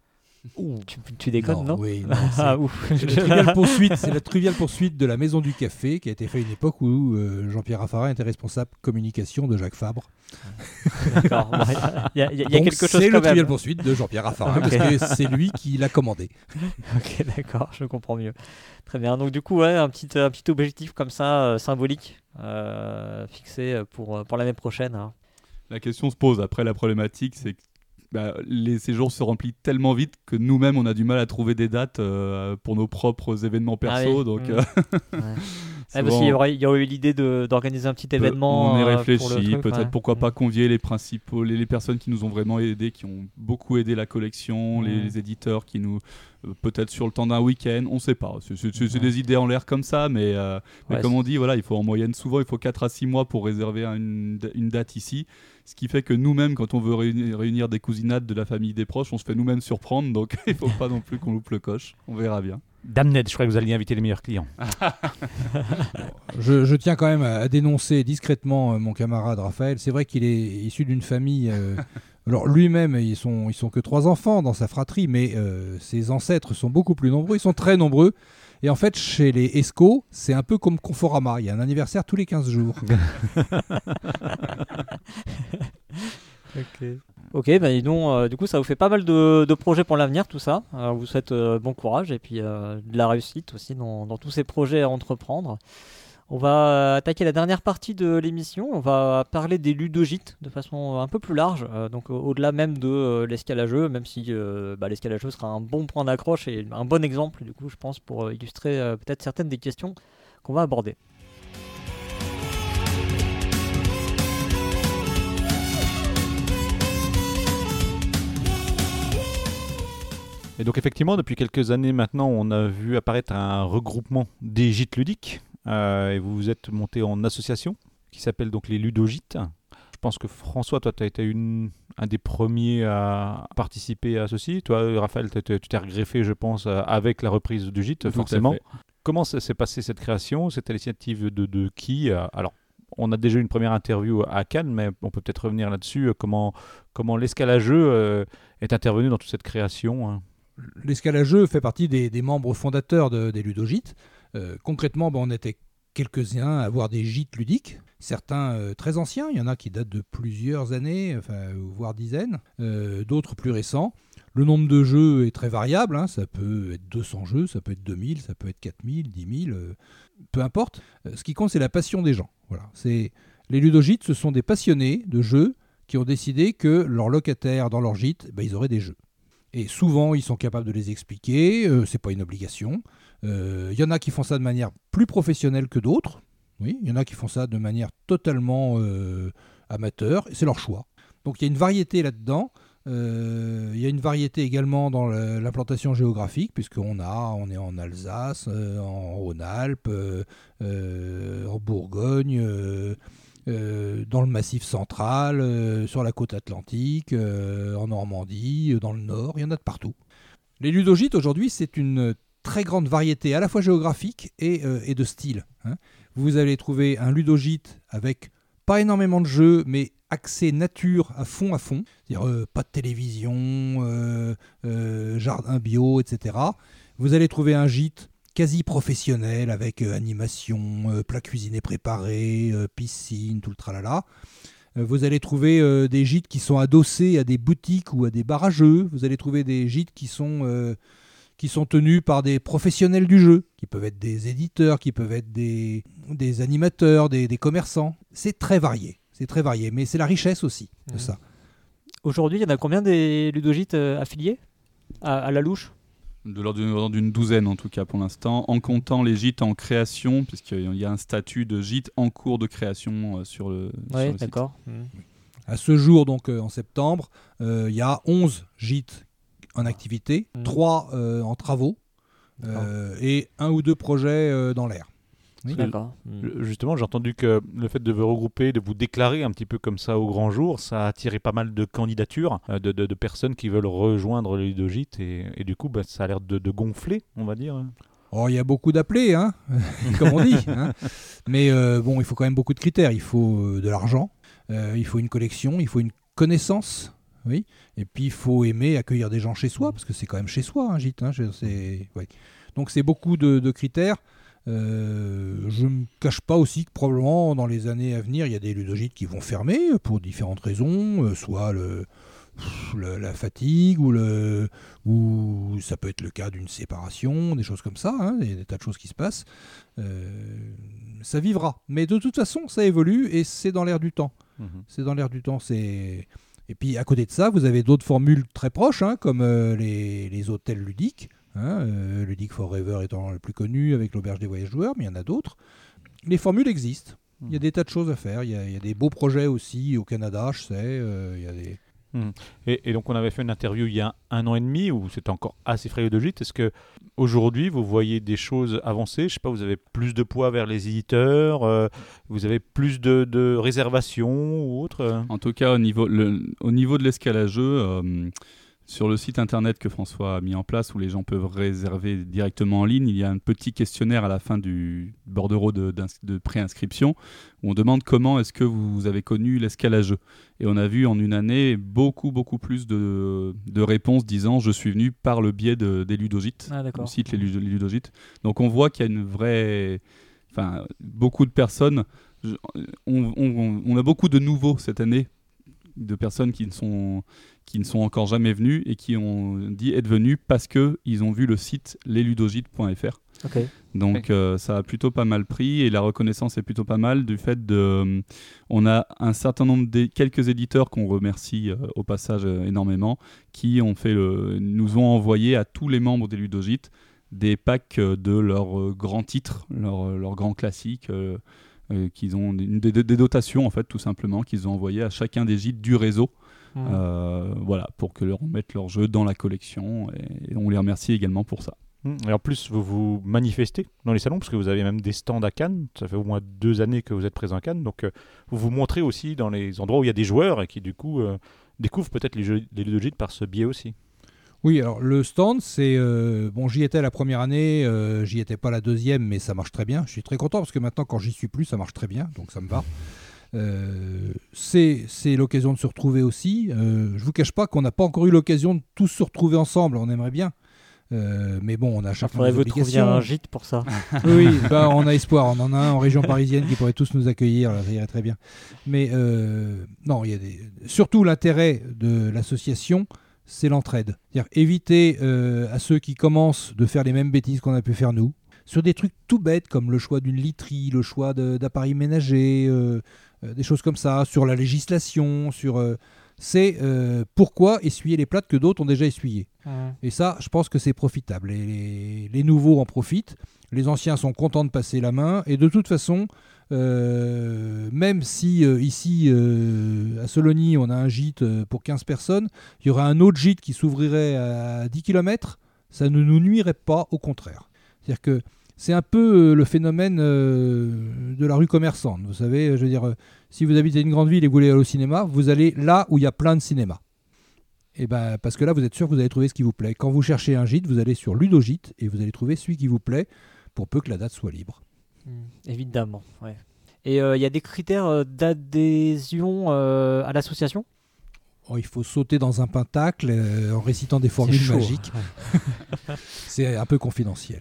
Speaker 2: Tu, tu déconnes, non,
Speaker 4: Oui, non, c'est-
Speaker 2: Ah, ouf.
Speaker 4: c'est le Trivial Poursuite, c'est la Trivial Poursuite de la Maison du Café qui a été fait à une époque où euh, Jean-Pierre Raffarin était responsable communication de Jacques Fabre.
Speaker 2: D'accord. Bon, Il y a, il y a- il y a
Speaker 4: Donc,
Speaker 2: quelque chose
Speaker 4: c'est
Speaker 2: quand
Speaker 4: le
Speaker 2: même.
Speaker 4: Trivial Poursuite de Jean-Pierre Raffarin
Speaker 2: Ok.
Speaker 4: parce que c'est lui qui l'a commandé.
Speaker 2: Ok, d'accord, je comprends mieux. Très bien. Donc du coup, ouais, un petit, un petit objectif comme ça, euh, symbolique, euh, fixé pour, pour l'année prochaine. Hein.
Speaker 5: La question se pose, après la problématique, c'est que bah, les séjours se remplissent tellement vite que nous-mêmes on a du mal à trouver des dates euh, pour nos propres événements perso.
Speaker 2: Ah oui.
Speaker 5: Donc,
Speaker 2: Mm.
Speaker 5: euh,
Speaker 2: Ouais. Ouais,
Speaker 5: souvent,
Speaker 2: parce qu'il y aurait, il y aurait eu l'idée de, d'organiser un petit
Speaker 5: peut-
Speaker 2: événement.
Speaker 5: on est
Speaker 2: euh, pour
Speaker 5: réfléchi,
Speaker 2: le truc,
Speaker 5: peut-être
Speaker 2: ouais.
Speaker 5: pourquoi
Speaker 2: Mm.
Speaker 5: pas convier les principaux, les, les personnes qui nous ont vraiment aidés, qui ont beaucoup aidé la collection, les,
Speaker 2: Mm.
Speaker 5: les éditeurs qui nous, euh, peut-être sur le temps d'un week-end, on sait pas. C'est, c'est- c'est
Speaker 2: Ouais.
Speaker 5: des idées en l'air comme ça, mais, euh, mais
Speaker 2: Ouais,
Speaker 5: comme
Speaker 2: c'est-
Speaker 5: on dit, voilà, il faut en moyenne souvent, il faut quatre à six mois pour réserver une, une date ici. Ce qui fait que nous-mêmes, quand on veut réunir, réunir des cousinades de la famille des proches, on se fait nous-mêmes surprendre, donc il faut pas non plus qu'on loupe le coche. On verra bien.
Speaker 1: Damned, je crois que vous alliez inviter les meilleurs clients.
Speaker 4: Je, je tiens quand même à, à dénoncer discrètement euh, mon camarade Raphaël. C'est vrai qu'il est issu d'une famille. euh, alors lui-même, ils sont, ils sont que trois enfants dans sa fratrie, mais euh, ses ancêtres sont beaucoup plus nombreux. Ils sont très nombreux. Et en fait, chez les Esco, c'est un peu comme Conforama. Il y a un anniversaire tous les quinze jours.
Speaker 2: Ok. Ok, bah dis donc, euh, du coup, ça vous fait pas mal de, de projets pour l'avenir, tout ça. Alors, on vous souhaite euh, bon courage et puis euh, de la réussite aussi dans, dans tous ces projets à entreprendre. On va euh, attaquer la dernière partie de l'émission. On va parler des ludogites de façon un peu plus large, euh, donc au- au-delà même de euh, l'escalageux, même si euh, bah, l'escalageux sera un bon point d'accroche et un bon exemple, du coup, je pense, pour euh, illustrer euh, peut-être certaines des questions qu'on va aborder.
Speaker 1: Et donc effectivement, depuis quelques années maintenant, on a vu apparaître un regroupement des gîtes ludiques. Euh, et vous vous êtes monté en association qui s'appelle donc les Ludogîtes. Je pense que François, toi, tu as été une, un des premiers à participer à ceci. Toi, Raphaël, t'as- tu t'es regreffé, je pense, avec la reprise du gîte,
Speaker 5: Tout à
Speaker 1: forcément.
Speaker 5: fait.
Speaker 1: comment ça s'est passé cette création? C'était l'initiative de, de qui? Alors, on a déjà eu une première interview à Cannes, mais on peut peut-être revenir là-dessus. Comment, comment l'escalageux euh, est intervenu dans toute cette création, hein?
Speaker 4: L'escalageux fait partie des, des membres fondateurs de, des ludogîtes. Euh, concrètement, ben, on était quelques-uns à avoir des gîtes ludiques, certains euh, très anciens, il y en a qui datent de plusieurs années, enfin, voire dizaines, euh, d'autres plus récents. Le nombre de jeux est très variable, hein, ça peut être deux cents jeux, ça peut être deux mille, ça peut être quatre mille, dix mille, euh, peu importe. Euh, ce qui compte, c'est la passion des gens. Voilà. C'est... Les ludogîtes, ce sont des passionnés de jeux qui ont décidé que leurs locataires, dans leur gîte, ben, ils auraient des jeux. Et souvent, ils sont capables de les expliquer, euh, c'est pas une obligation. Il euh, y en a qui font ça de manière plus professionnelle que d'autres. Oui, il y en a qui font ça de manière totalement euh, amateur, et c'est leur choix. Donc il y a une variété là-dedans. Il euh, y a une variété également dans le, l'implantation géographique, puisqu'on a, on est en Alsace, euh, en Rhône-Alpes, euh, euh, en Bourgogne, euh, euh, dans le Massif central, euh, sur la côte atlantique, euh, en Normandie, euh, dans le Nord, il y en a de partout. Les ludogîtes aujourd'hui, c'est une très grande variété à la fois géographique et, euh, et de style, hein. Vous allez trouver un ludogîte avec pas énormément de jeux, mais axé nature à fond à fond, c'est-à-dire euh, pas de télévision, euh, euh, jardin bio, et cetera. Vous allez trouver un gîte quasi professionnel avec euh, animation, euh, plats cuisinés préparés, euh, piscine, tout le tralala. Euh, vous allez trouver euh, des gîtes qui sont adossés à des boutiques ou à des bars à jeux. Vous allez trouver des gîtes qui sont... Euh, qui sont tenus par des professionnels du jeu, qui peuvent être des éditeurs, qui peuvent être des, des animateurs, des, des commerçants. C'est très varié, c'est très varié, mais c'est la richesse aussi de mmh. ça.
Speaker 2: Aujourd'hui, il y en a combien des ludogîtes euh, affiliés à, à la louche?
Speaker 5: De l'ordre d'une, d'une douzaine en tout cas pour l'instant, en comptant les gîtes en création, puisqu'il y a un statut de gîte en cours de création euh, sur le,
Speaker 2: ouais,
Speaker 5: sur le
Speaker 2: d'accord.
Speaker 5: site.
Speaker 2: Mmh.
Speaker 4: À ce jour, donc euh, en septembre, euh, il y a onze gîtes en activité, mmh. trois euh, en travaux euh, et un ou deux projets euh, dans l'air.
Speaker 2: Oui. D'accord. Mmh.
Speaker 1: Justement, j'ai entendu que le fait de vous regrouper, de vous déclarer un petit peu comme ça au grand jour, ça a attiré pas mal de candidatures, euh, de, de, de personnes qui veulent rejoindre les ludogîtes et, et du coup, bah, ça a l'air de, de gonfler, on va dire.
Speaker 4: Oh, il y a beaucoup d'appelés, hein, comme on dit. Hein. Mais euh, bon, il faut quand même beaucoup de critères. Il faut euh, de l'argent, euh, il faut une collection, il faut une connaissance. Oui. Et puis il faut aimer accueillir des gens chez soi, parce que c'est quand même chez soi un gîte. Hein, c'est... Ouais. Donc c'est beaucoup de, de critères. Euh, je ne me cache pas aussi que probablement dans les années à venir, il y a des ludogîtes qui vont fermer pour différentes raisons, euh, soit le, le, la fatigue, ou, le, ou ça peut être le cas d'une séparation, des choses comme ça, hein, il y a des tas de choses qui se passent. Euh, ça vivra. Mais de toute façon, ça évolue et c'est dans l'air du temps. Mmh. C'est dans l'air du temps, c'est... Et puis à côté de ça, vous avez d'autres formules très proches, hein, comme euh, les, les hôtels ludiques, hein, euh, Ludic Forever étant le plus connu avec l'auberge des voyageurs, mais il y en a d'autres. Les formules existent. Il y a des tas de choses à faire. Il y a, il y a des beaux projets aussi au Canada, je sais. Euh, il y a des...
Speaker 1: Mmh. Et, et donc on avait fait une interview il y a un an et demi où c'était encore assez frais de gîte. Est-ce que aujourd'hui vous voyez des choses avancer? Je sais pas, vous avez plus de poids vers les éditeurs, euh, vous avez plus de, de réservations ou autre?
Speaker 5: En tout cas, au niveau, le, au niveau de l'escalageux, euh, sur le site internet que François a mis en place où les gens peuvent réserver directement en ligne, il y a un petit questionnaire à la fin du bordereau de, de préinscription où on demande comment est-ce que vous avez connu l'escalageux. Et on a vu en une année beaucoup, beaucoup plus de, de réponses disant « je suis venu par le biais de, des ludogîtes ah, », le site les, les ludogîtes. Donc on voit qu'il y a une vraie... Enfin, beaucoup de personnes... On, on, on a beaucoup de nouveaux cette année, de personnes qui ne sont... qui ne sont encore jamais venus et qui ont dit être venus parce qu'ils ont vu le site les ludogîtes point f r.
Speaker 2: Okay.
Speaker 5: Donc okay. Euh, ça a plutôt pas mal pris et la reconnaissance est plutôt pas mal du fait de... Euh, on a un certain nombre de quelques éditeurs qu'on remercie euh, au passage euh, énormément qui ont fait le, nous ont envoyé à tous les membres des ludogîtes des packs euh, de leurs euh, grands titres, leurs leur grands classiques euh, euh, qu'ils ont des, des, des dotations en fait tout simplement qu'ils ont envoyées à chacun des gîtes du réseau. Mmh. Euh, voilà, pour que leur mettent leur jeu dans la collection et, et on les remercie également pour ça.
Speaker 1: Et en plus, vous vous manifestez dans les salons parce que vous avez même des stands à Cannes. Ça fait au moins deux années que vous êtes présent à Cannes, donc euh, vous vous montrez aussi dans les endroits où il y a des joueurs et qui du coup euh, découvrent peut-être les, jeux, les ludogîtes par ce biais aussi.
Speaker 4: Oui, alors le stand, c'est euh, bon, j'y étais la première année, euh, j'y étais pas la deuxième, mais ça marche très bien. Je suis très content parce que maintenant, quand j'y suis plus, ça marche très bien, donc ça me va. Euh, c'est, c'est l'occasion de se retrouver aussi. Euh, je vous cache pas qu'on n'a pas encore eu l'occasion de tous se retrouver ensemble. On aimerait bien, euh, mais bon, on a
Speaker 2: Il
Speaker 4: chacun
Speaker 2: faudrait
Speaker 4: nos
Speaker 2: vous trouver
Speaker 4: obligations.
Speaker 2: un gîte pour ça.
Speaker 4: Oui, bah, on a espoir. On en a un en région parisienne qui pourrait tous nous accueillir. Là, ça irait très bien. Mais euh, non, il y a des... surtout l'intérêt de l'association, c'est l'entraide. C'est-à-dire éviter euh, à ceux qui commencent de faire les mêmes bêtises qu'on a pu faire nous, sur des trucs tout bêtes comme le choix d'une literie, le choix de, d'appareils ménagers, euh, euh, des choses comme ça, sur la législation, sur... Euh, c'est euh, pourquoi essuyer les plâtres que d'autres ont déjà essuyés.
Speaker 2: Mmh.
Speaker 4: Et ça, je pense que c'est profitable. Et les, les nouveaux en profitent. Les anciens sont contents de passer la main. Et de toute façon, euh, même si euh, ici, euh, à Sologny, on a un gîte euh, pour quinze personnes, il y aura un autre gîte qui s'ouvrirait à dix kilomètres, ça ne nous nuirait pas, au contraire. C'est-à-dire que c'est un peu euh, le phénomène euh, de la rue commerçante. Vous savez, je veux dire, euh, si vous habitez une grande ville et que vous voulez aller au cinéma, vous allez là où il y a plein de cinémas. Et ben, parce que là, vous êtes sûr que vous allez trouver ce qui vous plaît. Quand vous cherchez un gîte, vous allez sur Ludogîte et vous allez trouver celui qui vous plaît, pour peu que la date soit libre.
Speaker 2: Mmh, évidemment, ouais. Et il euh, y a des critères euh, d'adhésion euh, à l'association ?
Speaker 4: Oh, il faut sauter dans un pentacle euh, en récitant des formules
Speaker 2: chaud,
Speaker 4: magiques.
Speaker 2: ouais.
Speaker 4: C'est un peu confidentiel.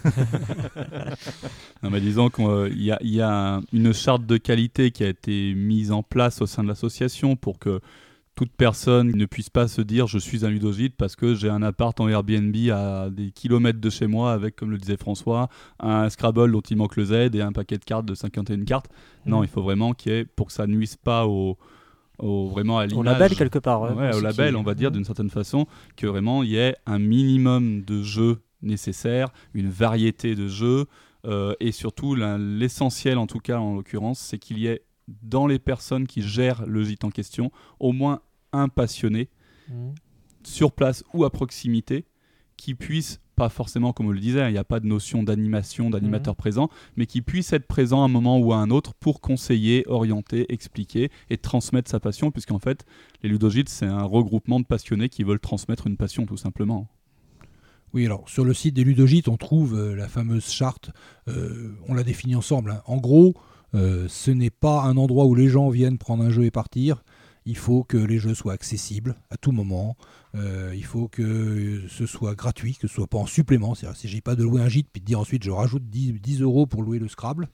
Speaker 5: Non, mais disons qu'il y a, y a une charte de qualité qui a été mise en place au sein de l'association pour que toute personne ne puisse pas se dire je suis un ludogîte parce que j'ai un appart en Airbnb à des kilomètres de chez moi avec, comme le disait François, un Scrabble dont il manque le Z et un paquet de cartes de cinquante et une cartes. Mmh. Non, il faut vraiment qu'il y ait, pour que ça nuise pas au, au, vraiment à l'image.
Speaker 2: Au label quelque part. Ouais,
Speaker 5: ouais, au label, qui... on va dire d'une certaine façon, que vraiment il y ait un minimum de jeux nécessaires, une variété de jeux euh, et surtout la, l'essentiel en tout cas en l'occurrence, c'est qu'il y ait dans les personnes qui gèrent le gîte en question, au moins un passionné, mmh. sur place ou à proximité, qui puisse, pas forcément comme on le disait, il n'y a pas de notion d'animation, d'animateur mmh. présent, mais qui puisse être présent à un moment ou à un autre pour conseiller, orienter, expliquer et transmettre sa passion, puisqu'en fait, les ludogîtes, c'est un regroupement de passionnés qui veulent transmettre une passion, tout simplement.
Speaker 4: Oui, alors sur le site des ludogîtes, on trouve euh, la fameuse charte, euh, on l'a définie ensemble. Hein. En gros, Euh, ce n'est pas un endroit où les gens viennent prendre un jeu et partir. Il faut que les jeux soient accessibles à tout moment. Euh, il faut que ce soit gratuit, que ce ne soit pas en supplément. C'est-à-dire, si je n'ai pas de louer un gîte, puis de dire ensuite je rajoute dix, dix euros pour louer le Scrabble.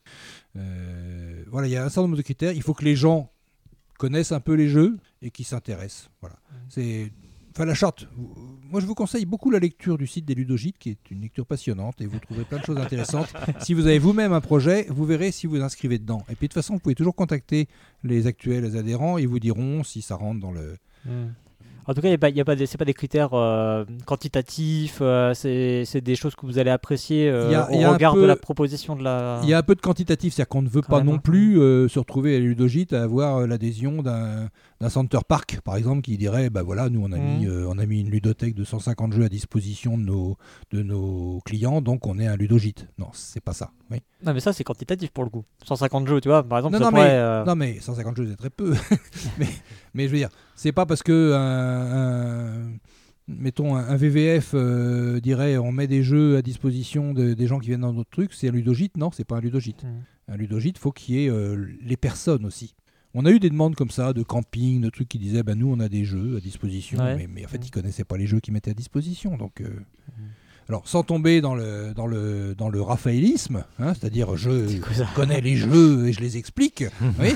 Speaker 4: Euh, voilà, il y a un certain nombre de critères. Il faut que les gens connaissent un peu les jeux et qu'ils s'intéressent. Voilà. C'est... Enfin, la charte, moi je vous conseille beaucoup la lecture du site des ludogîtes, qui est une lecture passionnante et vous trouverez plein de choses intéressantes. Si vous avez vous-même un projet, vous verrez si vous vous inscrivez dedans. Et puis de toute façon, vous pouvez toujours contacter les actuels adhérents et ils vous diront si ça rentre dans le...
Speaker 2: Mmh. En tout cas, ce n'est pas, pas des critères euh, quantitatifs, euh, c'est, c'est des choses que vous allez apprécier euh, y a, au y a regard peu, de la proposition de la...
Speaker 4: Il y a un peu de quantitatif, c'est-à-dire qu'on ne veut Quand pas même, non hein. plus euh, se retrouver à ludogîte à avoir l'adhésion d'un, d'un Center Park, par exemple, qui dirait, bah voilà, nous on a, mmh. mis, euh, on a mis une ludothèque de cent cinquante jeux à disposition de nos, de nos clients, donc on est un ludogîte. Non, c'est pas ça. Oui.
Speaker 2: Non, mais ça, c'est quantitatif pour le coup. cent cinquante jeux, tu vois, par exemple,
Speaker 4: non,
Speaker 2: ça
Speaker 4: non,
Speaker 2: pourrait...
Speaker 4: Mais,
Speaker 2: euh...
Speaker 4: non, mais cent cinquante jeux, c'est très peu. mais, mais je veux dire, c'est pas parce que... Un, un, mettons un, un V V F euh, dirait on met des jeux à disposition de, des gens qui viennent dans d'autres trucs, c'est un ludogîte. Non, c'est pas un ludogîte. Mmh. Un ludogîte, il faut qu'il y ait euh, les personnes aussi. On a eu des demandes comme ça, de camping, de trucs qui disaient bah, nous on a des jeux à disposition, ouais. mais, mais en fait mmh. ils connaissaient pas les jeux qu'ils mettaient à disposition. Donc, euh... mmh. Alors sans tomber dans le, dans le, dans le raphaélisme, hein, c'est-à-dire je connais les jeux et je les explique, oui,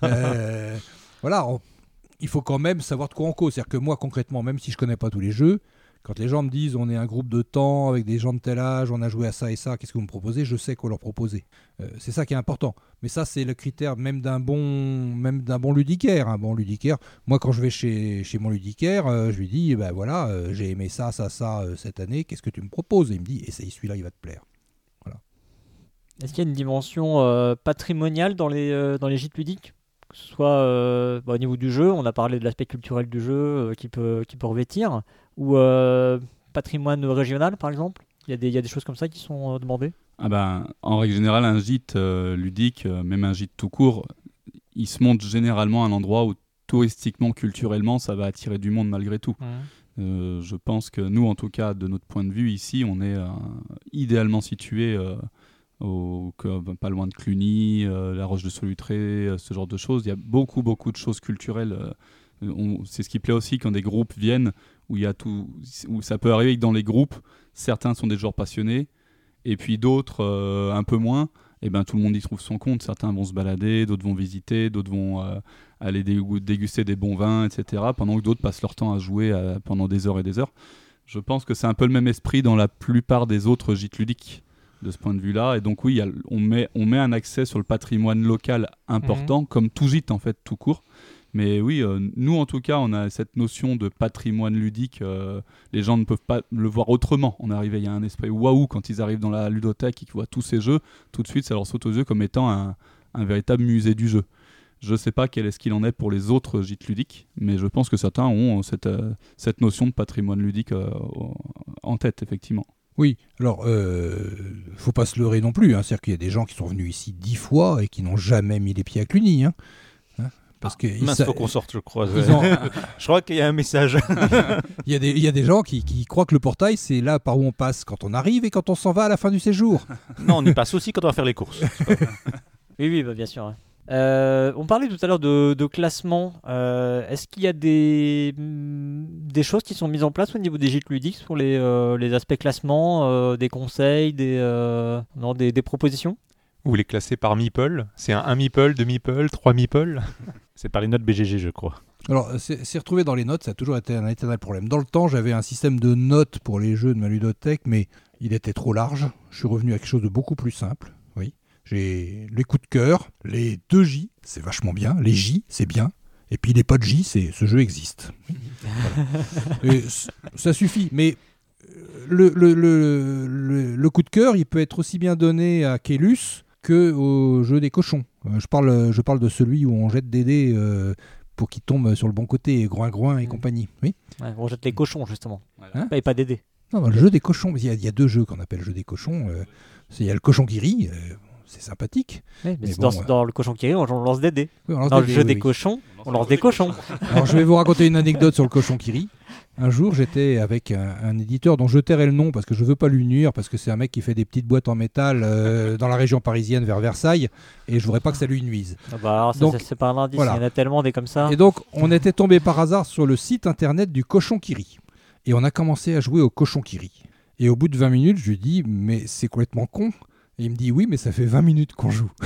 Speaker 4: euh, voilà, on, il faut quand même savoir de quoi on cause. C'est-à-dire que moi, concrètement, même si je ne connais pas tous les jeux, quand les gens me disent on est un groupe de temps avec des gens de tel âge, on a joué à ça et ça, qu'est-ce que vous me proposez ? Je sais quoi leur proposer. Euh, c'est ça qui est important. Mais ça, c'est le critère même d'un bon, même d'un bon ludicaire. Un bon ludicaire. Moi, quand je vais chez, chez mon ludicaire, euh, je lui dis ben voilà, euh, j'ai aimé ça, ça, ça euh, cette année, qu'est-ce que tu me proposes ? Et il me dit essaye celui-là, il va te plaire. Voilà.
Speaker 2: Est-ce qu'il y a une dimension euh, patrimoniale dans les, euh, dans les gîtes ludiques ? Que ce soit euh, bah, au niveau du jeu, on a parlé de l'aspect culturel du jeu euh, qui, peut, qui peut revêtir, ou euh, patrimoine régional par exemple. Il y a des, il y a des choses comme ça qui sont euh, demandées.
Speaker 5: Ah ben, en règle générale, un gîte euh, ludique, euh, même un gîte tout court, il se monte généralement à un endroit où touristiquement, culturellement, ça va attirer du monde malgré tout. Mmh. Euh, je pense que nous, en tout cas, de notre point de vue, ici, on est euh, idéalement situé euh, au, que, ben, pas loin de Cluny, euh, la Roche de Solutré, euh, ce genre de choses. Il y a beaucoup, beaucoup de choses culturelles. Euh, on, c'est ce qui plaît aussi quand des groupes viennent, où, il y a tout, où ça peut arriver que dans les groupes, certains sont des joueurs passionnés, et puis d'autres euh, un peu moins. Et ben, tout le monde y trouve son compte. Certains vont se balader, d'autres vont visiter, d'autres vont euh, aller dégu- déguster des bons vins, et cetera. Pendant que d'autres passent leur temps à jouer euh, pendant des heures et des heures. Je pense que c'est un peu le même esprit dans la plupart des autres gîtes ludiques de ce point de vue-là. Et donc oui, y a, on, met, on met un accès sur le patrimoine local important, mmh. comme tout gîte en fait, tout court. Mais oui, euh, nous en tout cas, on a cette notion de patrimoine ludique. Euh, les gens ne peuvent pas le voir autrement. On arrive, il y a un esprit waouh quand ils arrivent dans la ludothèque et qu'ils voient tous ces jeux. Tout de suite, ça leur saute aux yeux comme étant un, un véritable musée du jeu. Je ne sais pas quel est-ce qu'il en est pour les autres gîtes ludiques, mais je pense que certains ont cette, euh, cette notion de patrimoine ludique euh, en tête, effectivement.
Speaker 4: Oui, alors, euh, faut pas se leurrer non plus. Hein. C'est-à-dire qu'il y a des gens qui sont venus ici dix fois et qui n'ont jamais mis les pieds à Cluny. Hein. Parce que
Speaker 1: il
Speaker 4: sa...
Speaker 1: faut qu'on sorte, je crois.
Speaker 4: Ont...
Speaker 1: je crois qu'il y a un message.
Speaker 4: il, y a des, il y a des gens qui, qui croient que le portail, c'est là par où on passe quand on arrive et quand on s'en va à la fin du séjour.
Speaker 1: Non, on y passe aussi quand on va faire les courses.
Speaker 2: oui, oui, bah, bien sûr. Ouais. Euh, on parlait tout à l'heure de, de classement. Euh, est-ce qu'il y a des, des choses qui sont mises en place au niveau des gîtes ludiques sur les, euh, les aspects classement, euh, des conseils, des, euh, non, des, des propositions?
Speaker 3: Vous les classez par meeple? C'est un un meeple, deux meeple, trois meeple?
Speaker 1: C'est par les notes B G G, je crois.
Speaker 4: Alors, c'est, c'est retrouvé dans les notes, ça a toujours été un éternel problème. Dans le temps, j'avais un système de notes pour les jeux de ma ludothèque, mais il était trop large. Je suis revenu à quelque chose de beaucoup plus simple. Oui. J'ai les coups de cœur, les deux J, c'est vachement bien. Les J, c'est bien. Et puis les pas de J, c'est ce jeu existe. Voilà. Et ça suffit, mais le, le, le, le, le coup de cœur, il peut être aussi bien donné à Kélus que au jeu des cochons. Euh, je, parle, je parle de celui où on jette des dés euh, pour qu'ils tombent sur le bon côté, groin-groin et mmh. compagnie. Oui,
Speaker 2: ouais, on jette les cochons, justement.
Speaker 4: Hein
Speaker 2: et pas des dés.
Speaker 4: Non, non, le jeu des cochons, il y a, il y a deux jeux qu'on appelle le jeu des cochons. Euh, il y a le cochon qui rit, euh, c'est sympathique.
Speaker 2: Oui, mais mais bon, dans, euh... dans le cochon qui rit, on lance des dés.
Speaker 4: Oui, on lance
Speaker 2: dans
Speaker 4: des
Speaker 2: le
Speaker 4: dés,
Speaker 2: jeu
Speaker 4: oui,
Speaker 2: des
Speaker 4: oui.
Speaker 2: cochons, on lance des cochons.
Speaker 4: Alors je vais vous raconter une anecdote sur le cochon qui rit. Un jour, j'étais avec un, un éditeur dont je tairai le nom parce que je ne veux pas lui nuire, parce que c'est un mec qui fait des petites boîtes en métal euh, dans la région parisienne vers Versailles, et je ne voudrais pas que ça lui nuise.
Speaker 2: Ah bah alors ça, donc, c'est, c'est pas un indice, voilà. Il y en a tellement des comme ça.
Speaker 4: Et donc, on était tombé par hasard sur le site internet du cochon qui rit. Et on a commencé à jouer au cochon qui rit. Et au bout de vingt minutes, je lui dis, mais c'est complètement con. Et il me dit, oui, mais ça fait vingt minutes qu'on joue.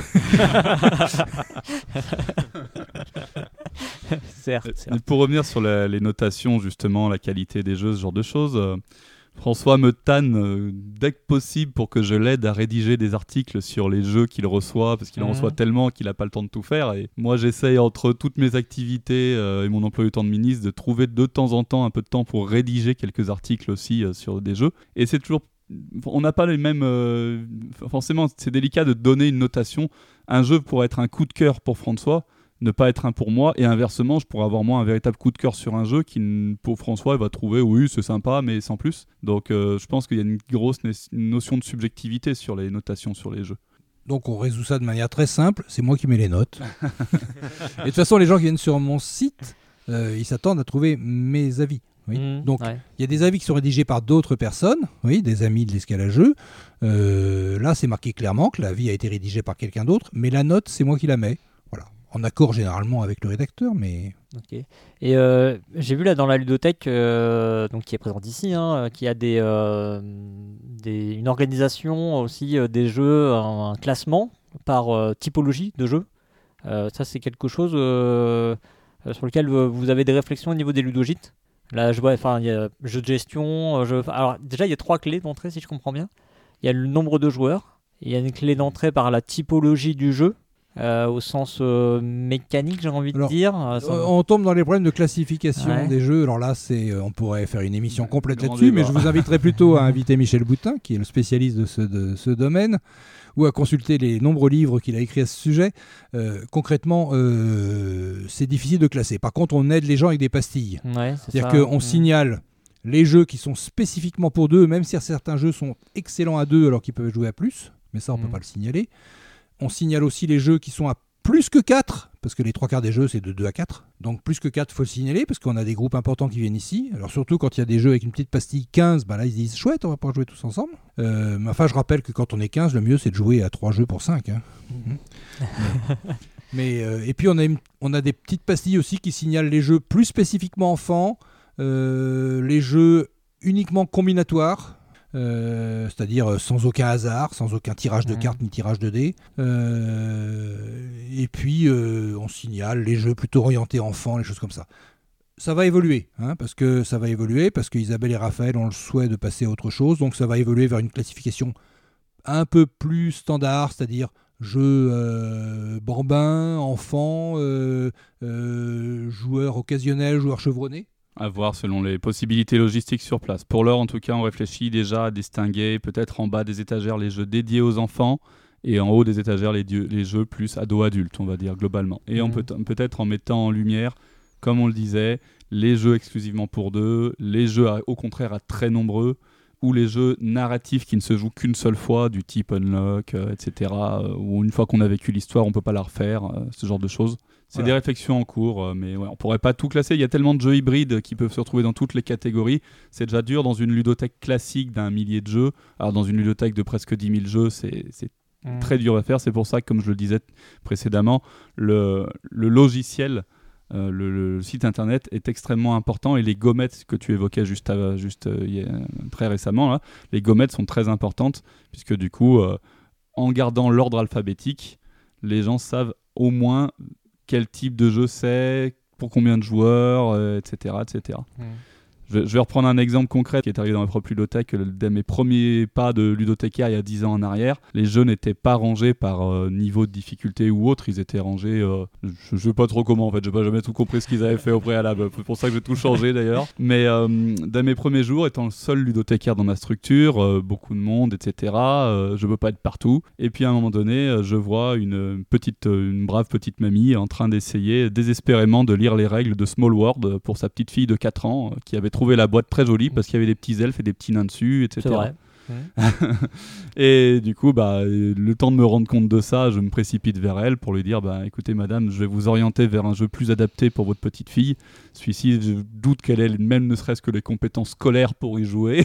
Speaker 2: certes, certes.
Speaker 5: Pour revenir sur la, les notations, justement, la qualité des jeux, ce genre de choses, euh, François me tanne euh, dès que possible pour que je l'aide à rédiger des articles sur les jeux qu'il reçoit, parce qu'il mmh. en reçoit tellement qu'il n'a pas le temps de tout faire. Et moi, j'essaye, entre toutes mes activités euh, et mon emploi du temps de ministre, de trouver de temps en temps un peu de temps pour rédiger quelques articles aussi euh, sur des jeux. Et c'est toujours... On n'a pas les mêmes... Euh... Forcément, c'est délicat de donner une notation. Un jeu pourrait être un coup de cœur pour François, ne pas être un pour moi, et inversement, je pourrais avoir moi un véritable coup de cœur sur un jeu qui, pour François, il va trouver oui, c'est sympa, mais sans plus. Donc euh, je pense qu'il y a une grosse no- une notion de subjectivité sur les notations sur les jeux.
Speaker 4: Donc on résout ça de manière très simple, c'est moi qui mets les notes. Et de toute façon, les gens qui viennent sur mon site, euh, ils s'attendent à trouver mes avis. Oui. Mmh, donc il ouais. y a des avis qui sont rédigés par d'autres personnes, oui, des amis de l'escalageux. Euh, là, c'est marqué clairement que l'avis a été rédigé par quelqu'un d'autre, mais la note, c'est moi qui la mets. Voilà. En accord généralement avec le rédacteur, mais...
Speaker 2: Okay. Et euh, j'ai vu là dans la ludothèque, euh, donc qui est présente ici, hein, qu'il y a des, euh, des, une organisation aussi euh, des jeux, un, un classement par euh, typologie de jeux. Euh, ça, c'est quelque chose euh, sur lequel vous avez des réflexions au niveau des ludogîtes. Là, je vois, enfin, il y a jeu de gestion. Jeu... Alors, déjà, il y a trois clés d'entrée, si je comprends bien. Il y a le nombre de joueurs. Il y a une clé d'entrée par la typologie du jeu. Euh, au sens euh, mécanique, j'ai envie de
Speaker 4: Alors,
Speaker 2: dire.
Speaker 4: Euh, on tombe dans les problèmes de classification ouais. des jeux. Alors là, c'est, on pourrait faire une émission complète là-dessus, débat. Mais je vous inviterai plutôt à inviter Michel Boutin, qui est le spécialiste de ce, de ce domaine, ou à consulter les nombreux livres qu'il a écrits à ce sujet. Euh, concrètement, euh, c'est difficile de classer. Par contre, on aide les gens avec des pastilles.
Speaker 2: Ouais, c'est
Speaker 4: C'est-à-dire qu'on mmh. signale les jeux qui sont spécifiquement pour deux, même si certains jeux sont excellents à deux alors qu'ils peuvent jouer à plus, mais ça, on ne mmh. peut pas le signaler. On signale aussi les jeux qui sont à plus que quatre, parce que les trois quarts des jeux c'est de deux à quatre, donc plus que quatre, il faut le signaler, parce qu'on a des groupes importants qui viennent ici. Alors surtout quand il y a des jeux avec une petite pastille quinze, bah là ils se disent chouette, on va pouvoir jouer tous ensemble. Euh, mais enfin je rappelle que quand on est quinze, le mieux c'est de jouer à trois jeux pour cinq. Hein. Mmh. mais mais euh, et puis on a, une, on a des petites pastilles aussi qui signalent les jeux plus spécifiquement enfants, euh, les jeux uniquement combinatoires. Euh, c'est-à-dire sans aucun hasard, sans aucun tirage de cartes ni tirage de dés. Euh, et puis euh, on signale les jeux plutôt orientés enfants, les choses comme ça. Ça va évoluer, hein, parce que ça va évoluer, parce qu'Isabelle et Raphaël ont le souhait de passer à autre chose, donc ça va évoluer vers une classification un peu plus standard, c'est-à-dire jeux euh, bambins, enfants, euh, euh, joueurs occasionnels, joueurs chevronnés.
Speaker 5: À voir selon les possibilités logistiques sur place. Pour l'heure, en tout cas, on réfléchit déjà à distinguer peut-être en bas des étagères les jeux dédiés aux enfants et en haut des étagères les, dieux, les jeux plus ados-adultes, on va dire, globalement. Et mmh. on peut, peut-être en mettant en lumière, comme on le disait, les jeux exclusivement pour deux, les jeux à, au contraire à très nombreux, ou les jeux narratifs qui ne se jouent qu'une seule fois, du type Unlock, euh, et cetera, euh, où une fois qu'on a vécu l'histoire, on ne peut pas la refaire, euh, ce genre de choses. C'est voilà. Des réflexions en cours, euh, mais ouais, on ne pourrait pas tout classer. Il y a tellement de jeux hybrides qui peuvent se retrouver dans toutes les catégories. C'est déjà dur dans une ludothèque classique d'un millier de jeux. Alors dans une ludothèque de presque dix mille jeux, c'est, c'est mmh. très dur à faire. C'est pour ça que, comme je le disais précédemment, le, le logiciel, euh, le, le site internet est extrêmement important. Et les gommettes que tu évoquais juste, à, juste euh, y a, très récemment, là, les gommettes sont très importantes, puisque du coup, euh, en gardant l'ordre alphabétique, les gens savent au moins quel type de jeu c'est, pour combien de joueurs, euh, et cetera, et cetera. Mmh. Je, je vais reprendre un exemple concret qui est arrivé dans mes propres ludothèques. Dès mes premiers pas de ludothécaire il y a dix ans en arrière, les jeux n'étaient pas rangés par euh, niveau de difficulté ou autre, ils étaient rangés, euh, je ne sais pas trop comment en fait, je n'ai pas jamais tout compris ce qu'ils avaient fait au préalable, c'est pour ça que j'ai tout changé d'ailleurs. Mais euh, dès mes premiers jours, étant le seul ludothécaire dans ma structure, euh, beaucoup de monde, et cetera, euh, je ne peux pas être partout. Et puis à un moment donné, euh, je vois une, petite, une brave petite mamie en train d'essayer désespérément de lire les règles de Small World pour sa petite fille de quatre ans, euh, qui avait trouvé la boîte très jolie parce qu'il y avait des petits elfes et des petits nains dessus, et cetera. C'est vrai. Et du coup, bah, le temps de me rendre compte de ça, je me précipite vers elle pour lui dire bah, écoutez madame, je vais vous orienter vers un jeu plus adapté pour votre petite fille. Celui-ci, je doute qu'elle ait même ne serait-ce que les compétences scolaires pour y jouer.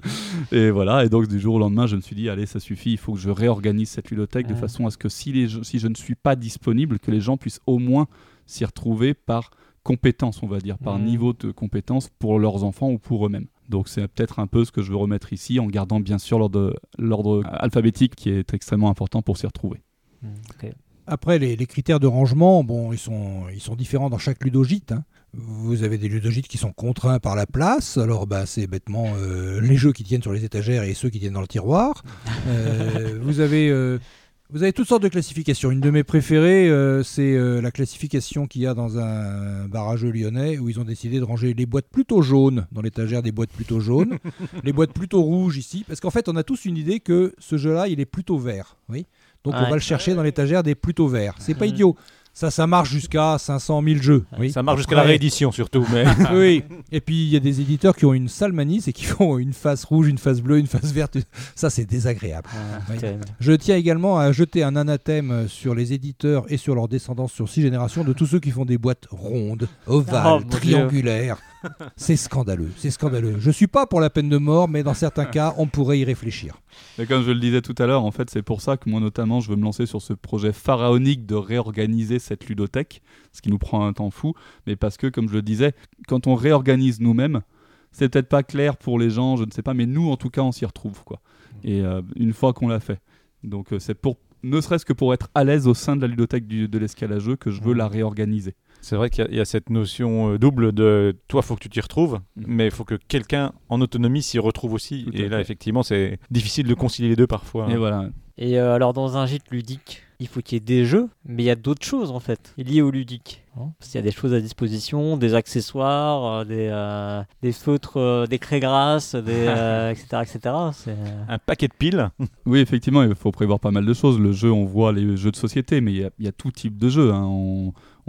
Speaker 5: Et voilà, et donc du jour au lendemain, je me suis dit allez, ça suffit, il faut que je réorganise cette ludothèque ouais. de façon à ce que si, les, si je ne suis pas disponible, que les gens puissent au moins s'y retrouver par compétences, on va dire, par mmh. niveau de compétences pour leurs enfants ou pour eux-mêmes. Donc c'est peut-être un peu ce que je veux remettre ici, en gardant bien sûr l'ordre, l'ordre alphabétique qui est extrêmement important pour s'y retrouver.
Speaker 4: Mmh, okay. Après, les, les critères de rangement, bon, ils sont, ils sont différents dans chaque ludogite. Hein. Vous avez des ludogites qui sont contraints par la place, alors bah, c'est bêtement euh, les jeux qui tiennent sur les étagères et ceux qui tiennent dans le tiroir. Euh, vous avez... Euh, Vous avez toutes sortes de classifications. Une de mes préférées, euh, c'est euh, la classification qu'il y a dans un bar à jeux lyonnais où ils ont décidé de ranger les boîtes plutôt jaunes dans l'étagère des boîtes plutôt jaunes, les boîtes plutôt rouges ici, parce qu'en fait on a tous une idée que ce jeu-là il est plutôt vert. Oui. Donc ouais. on va le chercher dans l'étagère des plutôt verts. C'est pas idiot. Ça, ça marche jusqu'à cinq cent mille jeux. Oui.
Speaker 1: Ça marche jusqu'à la réédition surtout. Mais...
Speaker 4: oui. Et puis il y a des éditeurs qui ont une sale manie, c'est qu'ils font une face rouge, une face bleue, une face verte. Ça, c'est désagréable. Ah, oui. Je tiens également à jeter un anathème sur les éditeurs et sur leur descendance sur six générations de tous ceux qui font des boîtes rondes, ovales, oh, triangulaires. C'est scandaleux, c'est scandaleux. Je suis pas pour la peine de mort, mais dans certains cas, on pourrait y réfléchir.
Speaker 5: Et comme je le disais tout à l'heure, en fait, c'est pour ça que moi, notamment, je veux me lancer sur ce projet pharaonique de réorganiser cette ludothèque, ce qui nous prend un temps fou, mais parce que, comme je le disais, quand on réorganise nous-mêmes, c'est peut-être pas clair pour les gens, je ne sais pas, mais nous, en tout cas, on s'y retrouve, quoi. Et euh, une fois qu'on l'a fait. Donc, euh, c'est pour, ne serait-ce que pour être à l'aise au sein de la ludothèque du, de l'escalageux que je veux la réorganiser.
Speaker 1: C'est vrai qu'il y a, il y a cette notion double de toi, il faut que tu t'y retrouves, mmh. mais il faut que quelqu'un en autonomie s'y retrouve aussi. Tout et là, fait. Effectivement, c'est difficile de concilier les deux parfois.
Speaker 2: Et
Speaker 1: hein.
Speaker 2: voilà. Et euh, alors, dans un gîte ludique, il faut qu'il y ait des jeux, mais il y a d'autres choses en fait liées au ludique. Hein, parce qu'il y a des choses à disposition, des accessoires, euh, des, euh, des feutres, euh, des craies grasses, des, euh, et cetera, et cetera. C'est...
Speaker 1: Un paquet de piles.
Speaker 5: Oui, effectivement, il faut prévoir pas mal de choses. Le jeu, on voit les jeux de société, mais il y a, il y a tout type de jeux. Hein. On,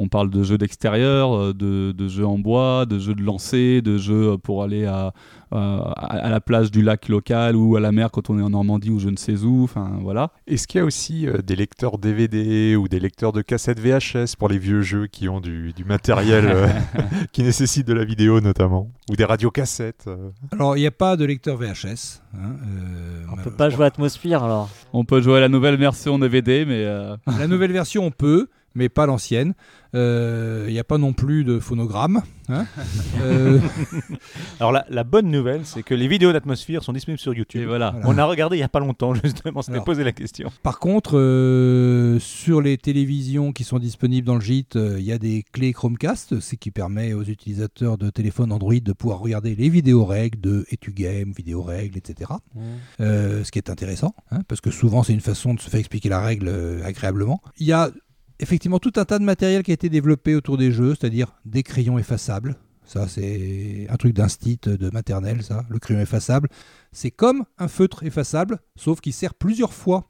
Speaker 5: On parle de jeux d'extérieur, de, de jeux en bois, de jeux de lancer, de jeux pour aller à, à, à la plage du lac local ou à la mer quand on est en Normandie ou je ne sais où. Enfin, voilà.
Speaker 3: Est-ce qu'il y a aussi euh, des lecteurs D V D ou des lecteurs de cassettes V H S pour les vieux jeux qui ont du, du matériel euh, qui nécessite de la vidéo notamment, ou des radiocassettes euh.
Speaker 4: Alors, il n'y a pas de lecteur V H S. Hein, euh,
Speaker 2: On peut pas jouer à Atmosphere alors.
Speaker 5: On peut jouer à la nouvelle version D V D, mais... Euh...
Speaker 4: La nouvelle version, on peut, mais pas l'ancienne. Il euh, n'y a pas non plus de phonogramme. Hein euh...
Speaker 1: Alors la, la bonne nouvelle, c'est que les vidéos d'Atmosphere sont disponibles sur YouTube.
Speaker 5: Et voilà.
Speaker 1: voilà. On a regardé il n'y a pas longtemps, justement, on s'était
Speaker 4: Alors,
Speaker 1: posé la question.
Speaker 4: Par contre, euh, sur les télévisions qui sont disponibles dans le gîte, il euh, y a des clés Chromecast, ce qui permet aux utilisateurs de téléphones Android de pouvoir regarder les vidéos règles de EtuGame, vidéos règles, et cetera. Mmh. Euh, ce qui est intéressant, hein, parce que souvent c'est une façon de se faire expliquer la règle euh, agréablement. Il y a effectivement tout un tas de matériel qui a été développé autour des jeux, c'est-à-dire des crayons effaçables. Ça, c'est un truc d'instit de maternelle, ça, le crayon effaçable. C'est comme un feutre effaçable, sauf qu'il sert plusieurs fois.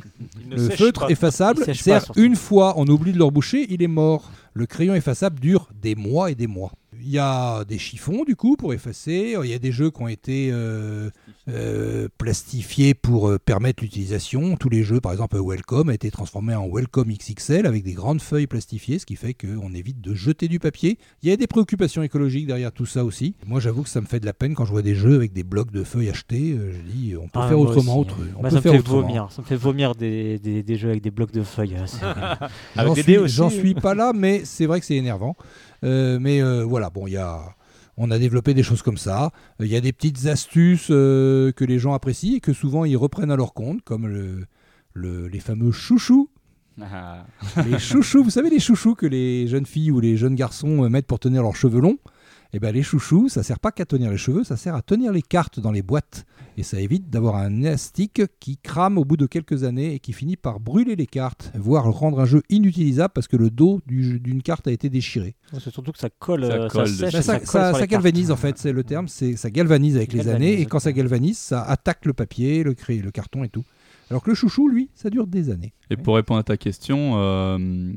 Speaker 4: Le feutre
Speaker 1: pas.
Speaker 4: effaçable sert pas, une fois, on oublie de le reboucher, il est mort. Le crayon effaçable dure des mois et des mois. Il y a des chiffons, du coup, pour effacer. Il y a des jeux qui ont été euh, euh, plastifiés pour euh, permettre l'utilisation. Tous les jeux, par exemple, Welcome a été transformé en Welcome X X L avec des grandes feuilles plastifiées, ce qui fait qu'on évite de jeter du papier. Il y a des préoccupations écologiques derrière tout ça aussi. Moi, j'avoue que ça me fait de la peine quand je vois des jeux avec des blocs de feuilles achetés. Euh, je dis, on peut
Speaker 2: ah,
Speaker 4: faire
Speaker 2: moi
Speaker 4: autrement.
Speaker 2: aussi.
Speaker 4: Autre, on
Speaker 2: moi,
Speaker 4: peut
Speaker 2: ça,
Speaker 4: faire
Speaker 2: me fait
Speaker 4: autrement.
Speaker 2: vomir. ça me fait vomir des, des, des jeux avec des blocs de feuilles.
Speaker 4: J'en suis, j'en suis pas là, mais c'est vrai que c'est énervant. Euh, mais euh, voilà, bon, il y a... On a développé des choses comme ça. Il y a des petites astuces euh, que les gens apprécient et que souvent ils reprennent à leur compte, comme le, le, les fameux chouchous.
Speaker 5: Ah.
Speaker 4: Les chouchous, vous savez les chouchous que les jeunes filles ou les jeunes garçons mettent pour tenir leurs cheveux longs. Eh ben, les chouchous, ça sert pas qu'à tenir les cheveux, ça sert à tenir les cartes dans les boîtes. Et ça évite d'avoir un élastique qui crame au bout de quelques années et qui finit par brûler les cartes, voire rendre un jeu inutilisable parce que le dos du, d'une carte a été déchiré.
Speaker 2: C'est surtout que ça colle,
Speaker 5: ça,
Speaker 2: euh,
Speaker 5: colle
Speaker 2: ça sèche,
Speaker 4: ça,
Speaker 2: ça,
Speaker 4: ça,
Speaker 2: colle
Speaker 4: ça,
Speaker 2: sur
Speaker 4: ça
Speaker 2: les
Speaker 4: galvanise
Speaker 2: cartes.
Speaker 4: en fait, c'est le terme, c'est, ça galvanise avec
Speaker 2: ça
Speaker 4: les
Speaker 2: galvanise,
Speaker 4: années et quand ça galvanise, ça attaque le papier, le, cré, le carton et tout. Alors que le chouchou, lui, ça dure des années.
Speaker 5: Et pour répondre à ta question, euh,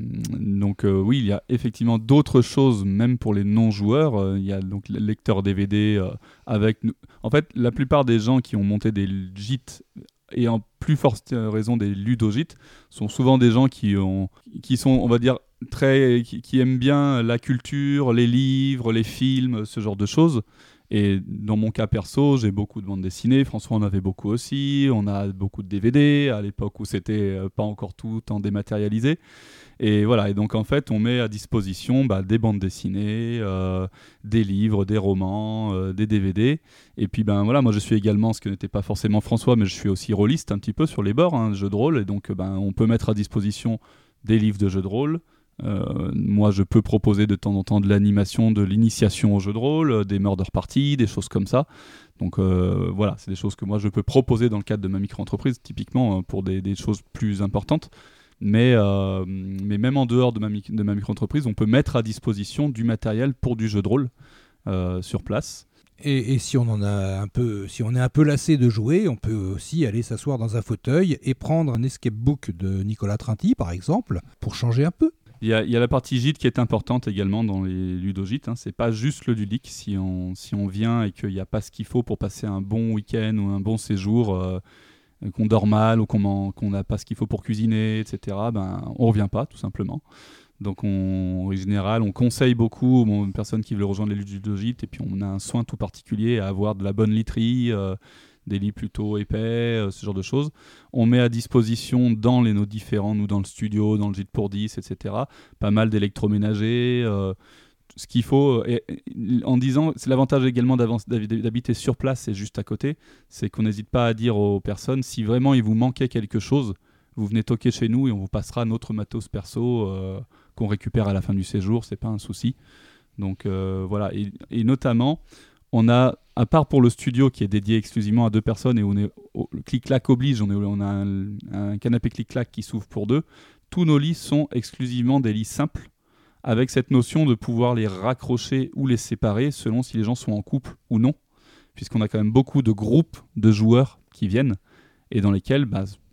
Speaker 5: donc euh, oui, il y a effectivement d'autres choses, même pour les non-joueurs. Euh, il y a donc le lecteur D V D euh, avec... En fait, la plupart des gens qui ont monté des gîtes, et en plus forte raison des ludogîtes, sont souvent des gens qui, ont, qui sont, on va dire, très, qui, qui aiment bien la culture, les livres, les films, ce genre de choses. Et dans mon cas perso, j'ai beaucoup de bandes dessinées. François en avait beaucoup aussi. On a beaucoup de D V D à l'époque où c'était pas encore tout en dématérialisé. Et voilà. Et donc en fait, on met à disposition bah, des bandes dessinées, euh, des livres, des romans, euh, des D V D. Et puis ben voilà, moi je suis également, ce que n'était pas forcément François, mais je suis aussi rôliste un petit peu sur les bords, hein, jeux de rôle. Et donc ben on peut mettre à disposition des livres de jeux de rôle. Euh, moi je peux proposer de temps en temps de l'animation, de l'initiation au jeu de rôle, euh, des murder parties, des choses comme ça. Donc euh, voilà, c'est des choses que moi je peux proposer dans le cadre de ma micro-entreprise, typiquement euh, pour des, des choses plus importantes. Mais, euh, mais même en dehors de ma, de ma micro-entreprise, on peut mettre à disposition du matériel pour du jeu de rôle euh, sur place.
Speaker 4: Et, et si on en a un peu, si on est un peu lassé de jouer, on peut aussi aller s'asseoir dans un fauteuil et prendre un escape book de Nicolas Trinty, par exemple, pour changer un peu.
Speaker 5: Il y, a, il y a la partie gîte qui est importante également dans les ludogîtes. Hein. C'est pas juste le ludique. Si on, si on vient et qu'il n'y a pas ce qu'il faut pour passer un bon week-end ou un bon séjour, euh, qu'on dort mal ou qu'on n'a pas ce qu'il faut pour cuisiner, et cetera, ben, on ne revient pas, tout simplement. Donc, on, en général, on conseille beaucoup aux personnes qui veulent rejoindre les ludogîtes et puis on a un soin tout particulier à avoir de la bonne literie, euh, des lits plutôt épais, euh, ce genre de choses. On met à disposition dans les nos différents, nous dans le studio, dans le gîte pour dix, et cetera, pas mal d'électroménagers, euh, ce qu'il faut. Et, et, en disant, c'est l'avantage également d'habiter sur place et juste à côté, c'est qu'on n'hésite pas à dire aux personnes, si vraiment il vous manquait quelque chose, vous venez toquer chez nous et on vous passera notre matos perso euh, qu'on récupère à la fin du séjour, c'est pas un souci. Donc euh, voilà, et, et notamment, on a, à part pour le studio qui est dédié exclusivement à deux personnes et où on est au, le clic-clac oblige, on, est, on a un, un canapé clic-clac qui s'ouvre pour deux, tous nos lits sont exclusivement des lits simples, avec cette notion de pouvoir les raccrocher ou les séparer selon si les gens sont en couple ou non, puisqu'on a quand même beaucoup de groupes de joueurs qui viennent et dans lesquels bah,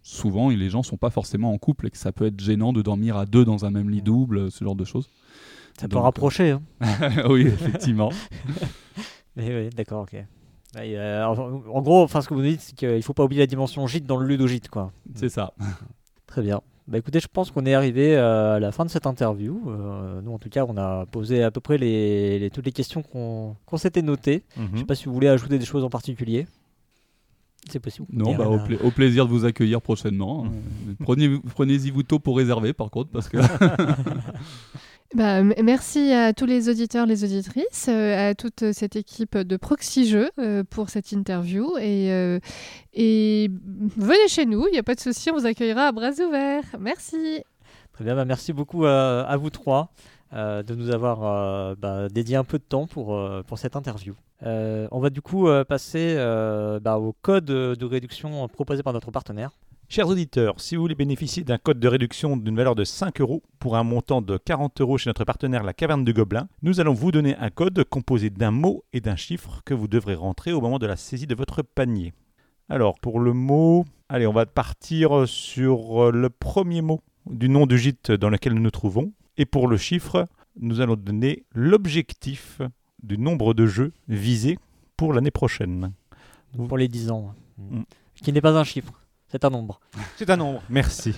Speaker 5: souvent les gens sont pas forcément en couple et que ça peut être gênant de dormir à deux dans un même lit double, ce genre de choses.
Speaker 2: Ça peut
Speaker 5: Donc,
Speaker 2: rapprocher. Hein.
Speaker 5: Oui, effectivement.
Speaker 2: Mais oui, d'accord, ok. Et, euh, en, en gros, enfin, ce que vous dites, c'est qu'il faut pas oublier la dimension gîte dans le ludo-gîte, quoi.
Speaker 5: C'est ça.
Speaker 2: Très bien. Bah écoutez, je pense qu'on est arrivé euh, à la fin de cette interview. Euh, nous, en tout cas, on a posé à peu près les, les, toutes les questions qu'on qu'on s'était notées.
Speaker 1: Mhm.
Speaker 2: Je sais pas si vous voulez ajouter des choses en particulier. C'est possible.
Speaker 5: Non,
Speaker 2: Et
Speaker 5: bah,
Speaker 2: rien
Speaker 5: au,
Speaker 2: à-
Speaker 5: pla- au plaisir de vous accueillir prochainement. Euh, Prenez, prenez-y vous tôt pour réserver, par contre, parce que
Speaker 7: Bah, m- merci à tous les auditeurs, les auditrices, euh, à toute cette équipe de Proxy Jeux euh, pour cette interview. Et, euh, et venez chez nous, il n'y a pas de souci, on vous accueillera à bras ouverts. Merci.
Speaker 2: Très bien, bah, merci beaucoup à, à vous trois euh, de nous avoir euh, bah, dédié un peu de temps pour, euh, pour cette interview. Euh, on va du coup euh, passer euh, bah, au code de réduction proposé par notre partenaire.
Speaker 1: Chers auditeurs, si vous voulez bénéficier d'un code de réduction d'une valeur de cinq euros pour un montant de quarante euros chez notre partenaire La Caverne du Gobelin, nous allons vous donner un code composé d'un mot et d'un chiffre que vous devrez rentrer au moment de la saisie de votre panier. Alors, pour le mot, allez, on va partir sur le premier mot du nom du gîte dans lequel nous nous trouvons. Et pour le chiffre, nous allons donner l'objectif du nombre de jeux visés pour l'année prochaine.
Speaker 2: Donc, pour les dix ans.
Speaker 1: Mm.
Speaker 2: Qui n'est pas un chiffre, c'est un nombre.
Speaker 1: C'est un nombre, merci.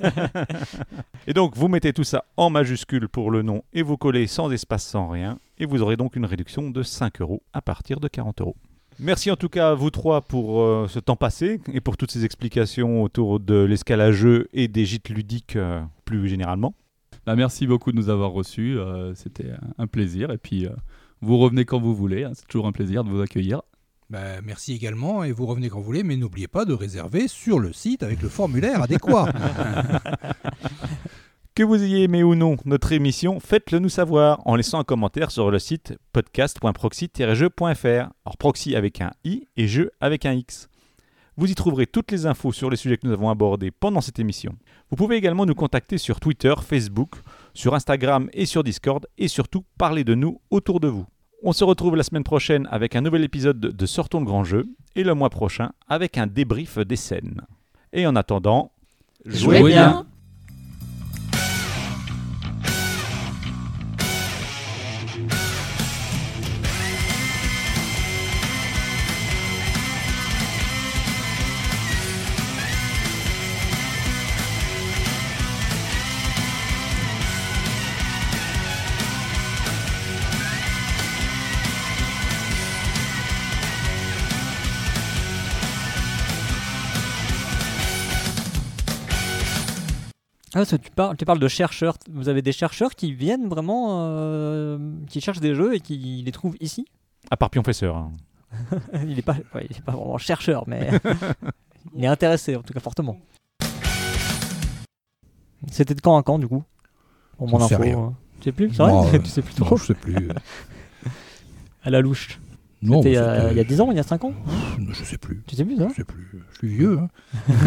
Speaker 1: Et donc, vous mettez tout ça en majuscule pour le nom et vous collez sans espace, sans rien. Et vous aurez donc une réduction de cinq euros à partir de quarante euros. Merci en tout cas à vous trois pour euh, ce temps passé et pour toutes ces explications autour de l'escale à jeu et des gîtes ludiques euh, plus généralement.
Speaker 5: bah, merci beaucoup de nous avoir reçus. euh, C'était un plaisir. Et puis, euh, vous revenez quand vous voulez. Hein, c'est toujours un plaisir de vous accueillir.
Speaker 4: Bah, merci également et vous revenez quand vous voulez, mais n'oubliez pas de réserver sur le site avec le formulaire adéquat.
Speaker 1: Que vous ayez aimé ou non notre émission, faites-le nous savoir en laissant un commentaire sur le site podcast point proxy tiret jeux point f r. Alors proxy avec un i et jeu avec un x. Vous y trouverez toutes les infos sur les sujets que nous avons abordés pendant cette émission. Vous pouvez également nous contacter sur Twitter, Facebook, sur Instagram et sur Discord et surtout parler de nous autour de vous. On se retrouve la semaine prochaine avec un nouvel épisode de Sortons le grand jeu et le mois prochain avec un débrief des scènes. Et en attendant,
Speaker 2: Jouez bien. Ah, parce que tu, parles, tu parles de chercheurs. Vous avez des chercheurs qui viennent vraiment, euh, qui cherchent des jeux et qui les trouvent ici.
Speaker 1: à part Pionfesseur. hein.
Speaker 2: Il n'est pas, ouais, il est pas vraiment chercheur, mais il est intéressé, en tout cas fortement. C'était de quand à quand, du coup? Pour mon
Speaker 4: J'en sais
Speaker 2: info.
Speaker 4: rien.
Speaker 2: hein. Tu sais plus? C'est vrai?
Speaker 4: Moi, euh,
Speaker 2: Tu sais plus
Speaker 4: Non,
Speaker 2: trop?
Speaker 4: je sais plus.
Speaker 2: À la louche.
Speaker 4: Non,
Speaker 2: C'était
Speaker 4: mais
Speaker 2: il y a-
Speaker 4: c'était-
Speaker 2: il y a dix ans, il y a cinq ans?
Speaker 4: Je sais plus.
Speaker 2: Tu sais plus, ça?
Speaker 4: Je sais plus. Je suis vieux. Hein.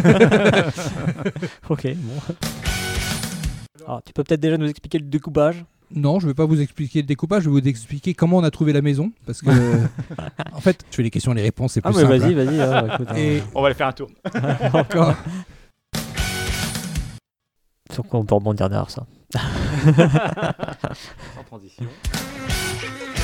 Speaker 2: Ok, bon. Alors, tu peux peut-être déjà nous expliquer le découpage?
Speaker 4: Non, je ne vais pas vous expliquer le découpage, je vais vous expliquer comment on a trouvé la maison. Parce que, en fait, je fais les questions et les réponses, c'est
Speaker 2: Ah,
Speaker 4: plus
Speaker 2: mais
Speaker 4: simple.
Speaker 2: vas-y,
Speaker 4: hein.
Speaker 2: vas-y. hein, écoute, hein.
Speaker 4: Et
Speaker 1: On va aller faire un tour.
Speaker 4: encore.
Speaker 2: Sur quoi on peut rebondir derrière ça?
Speaker 1: Sans transition.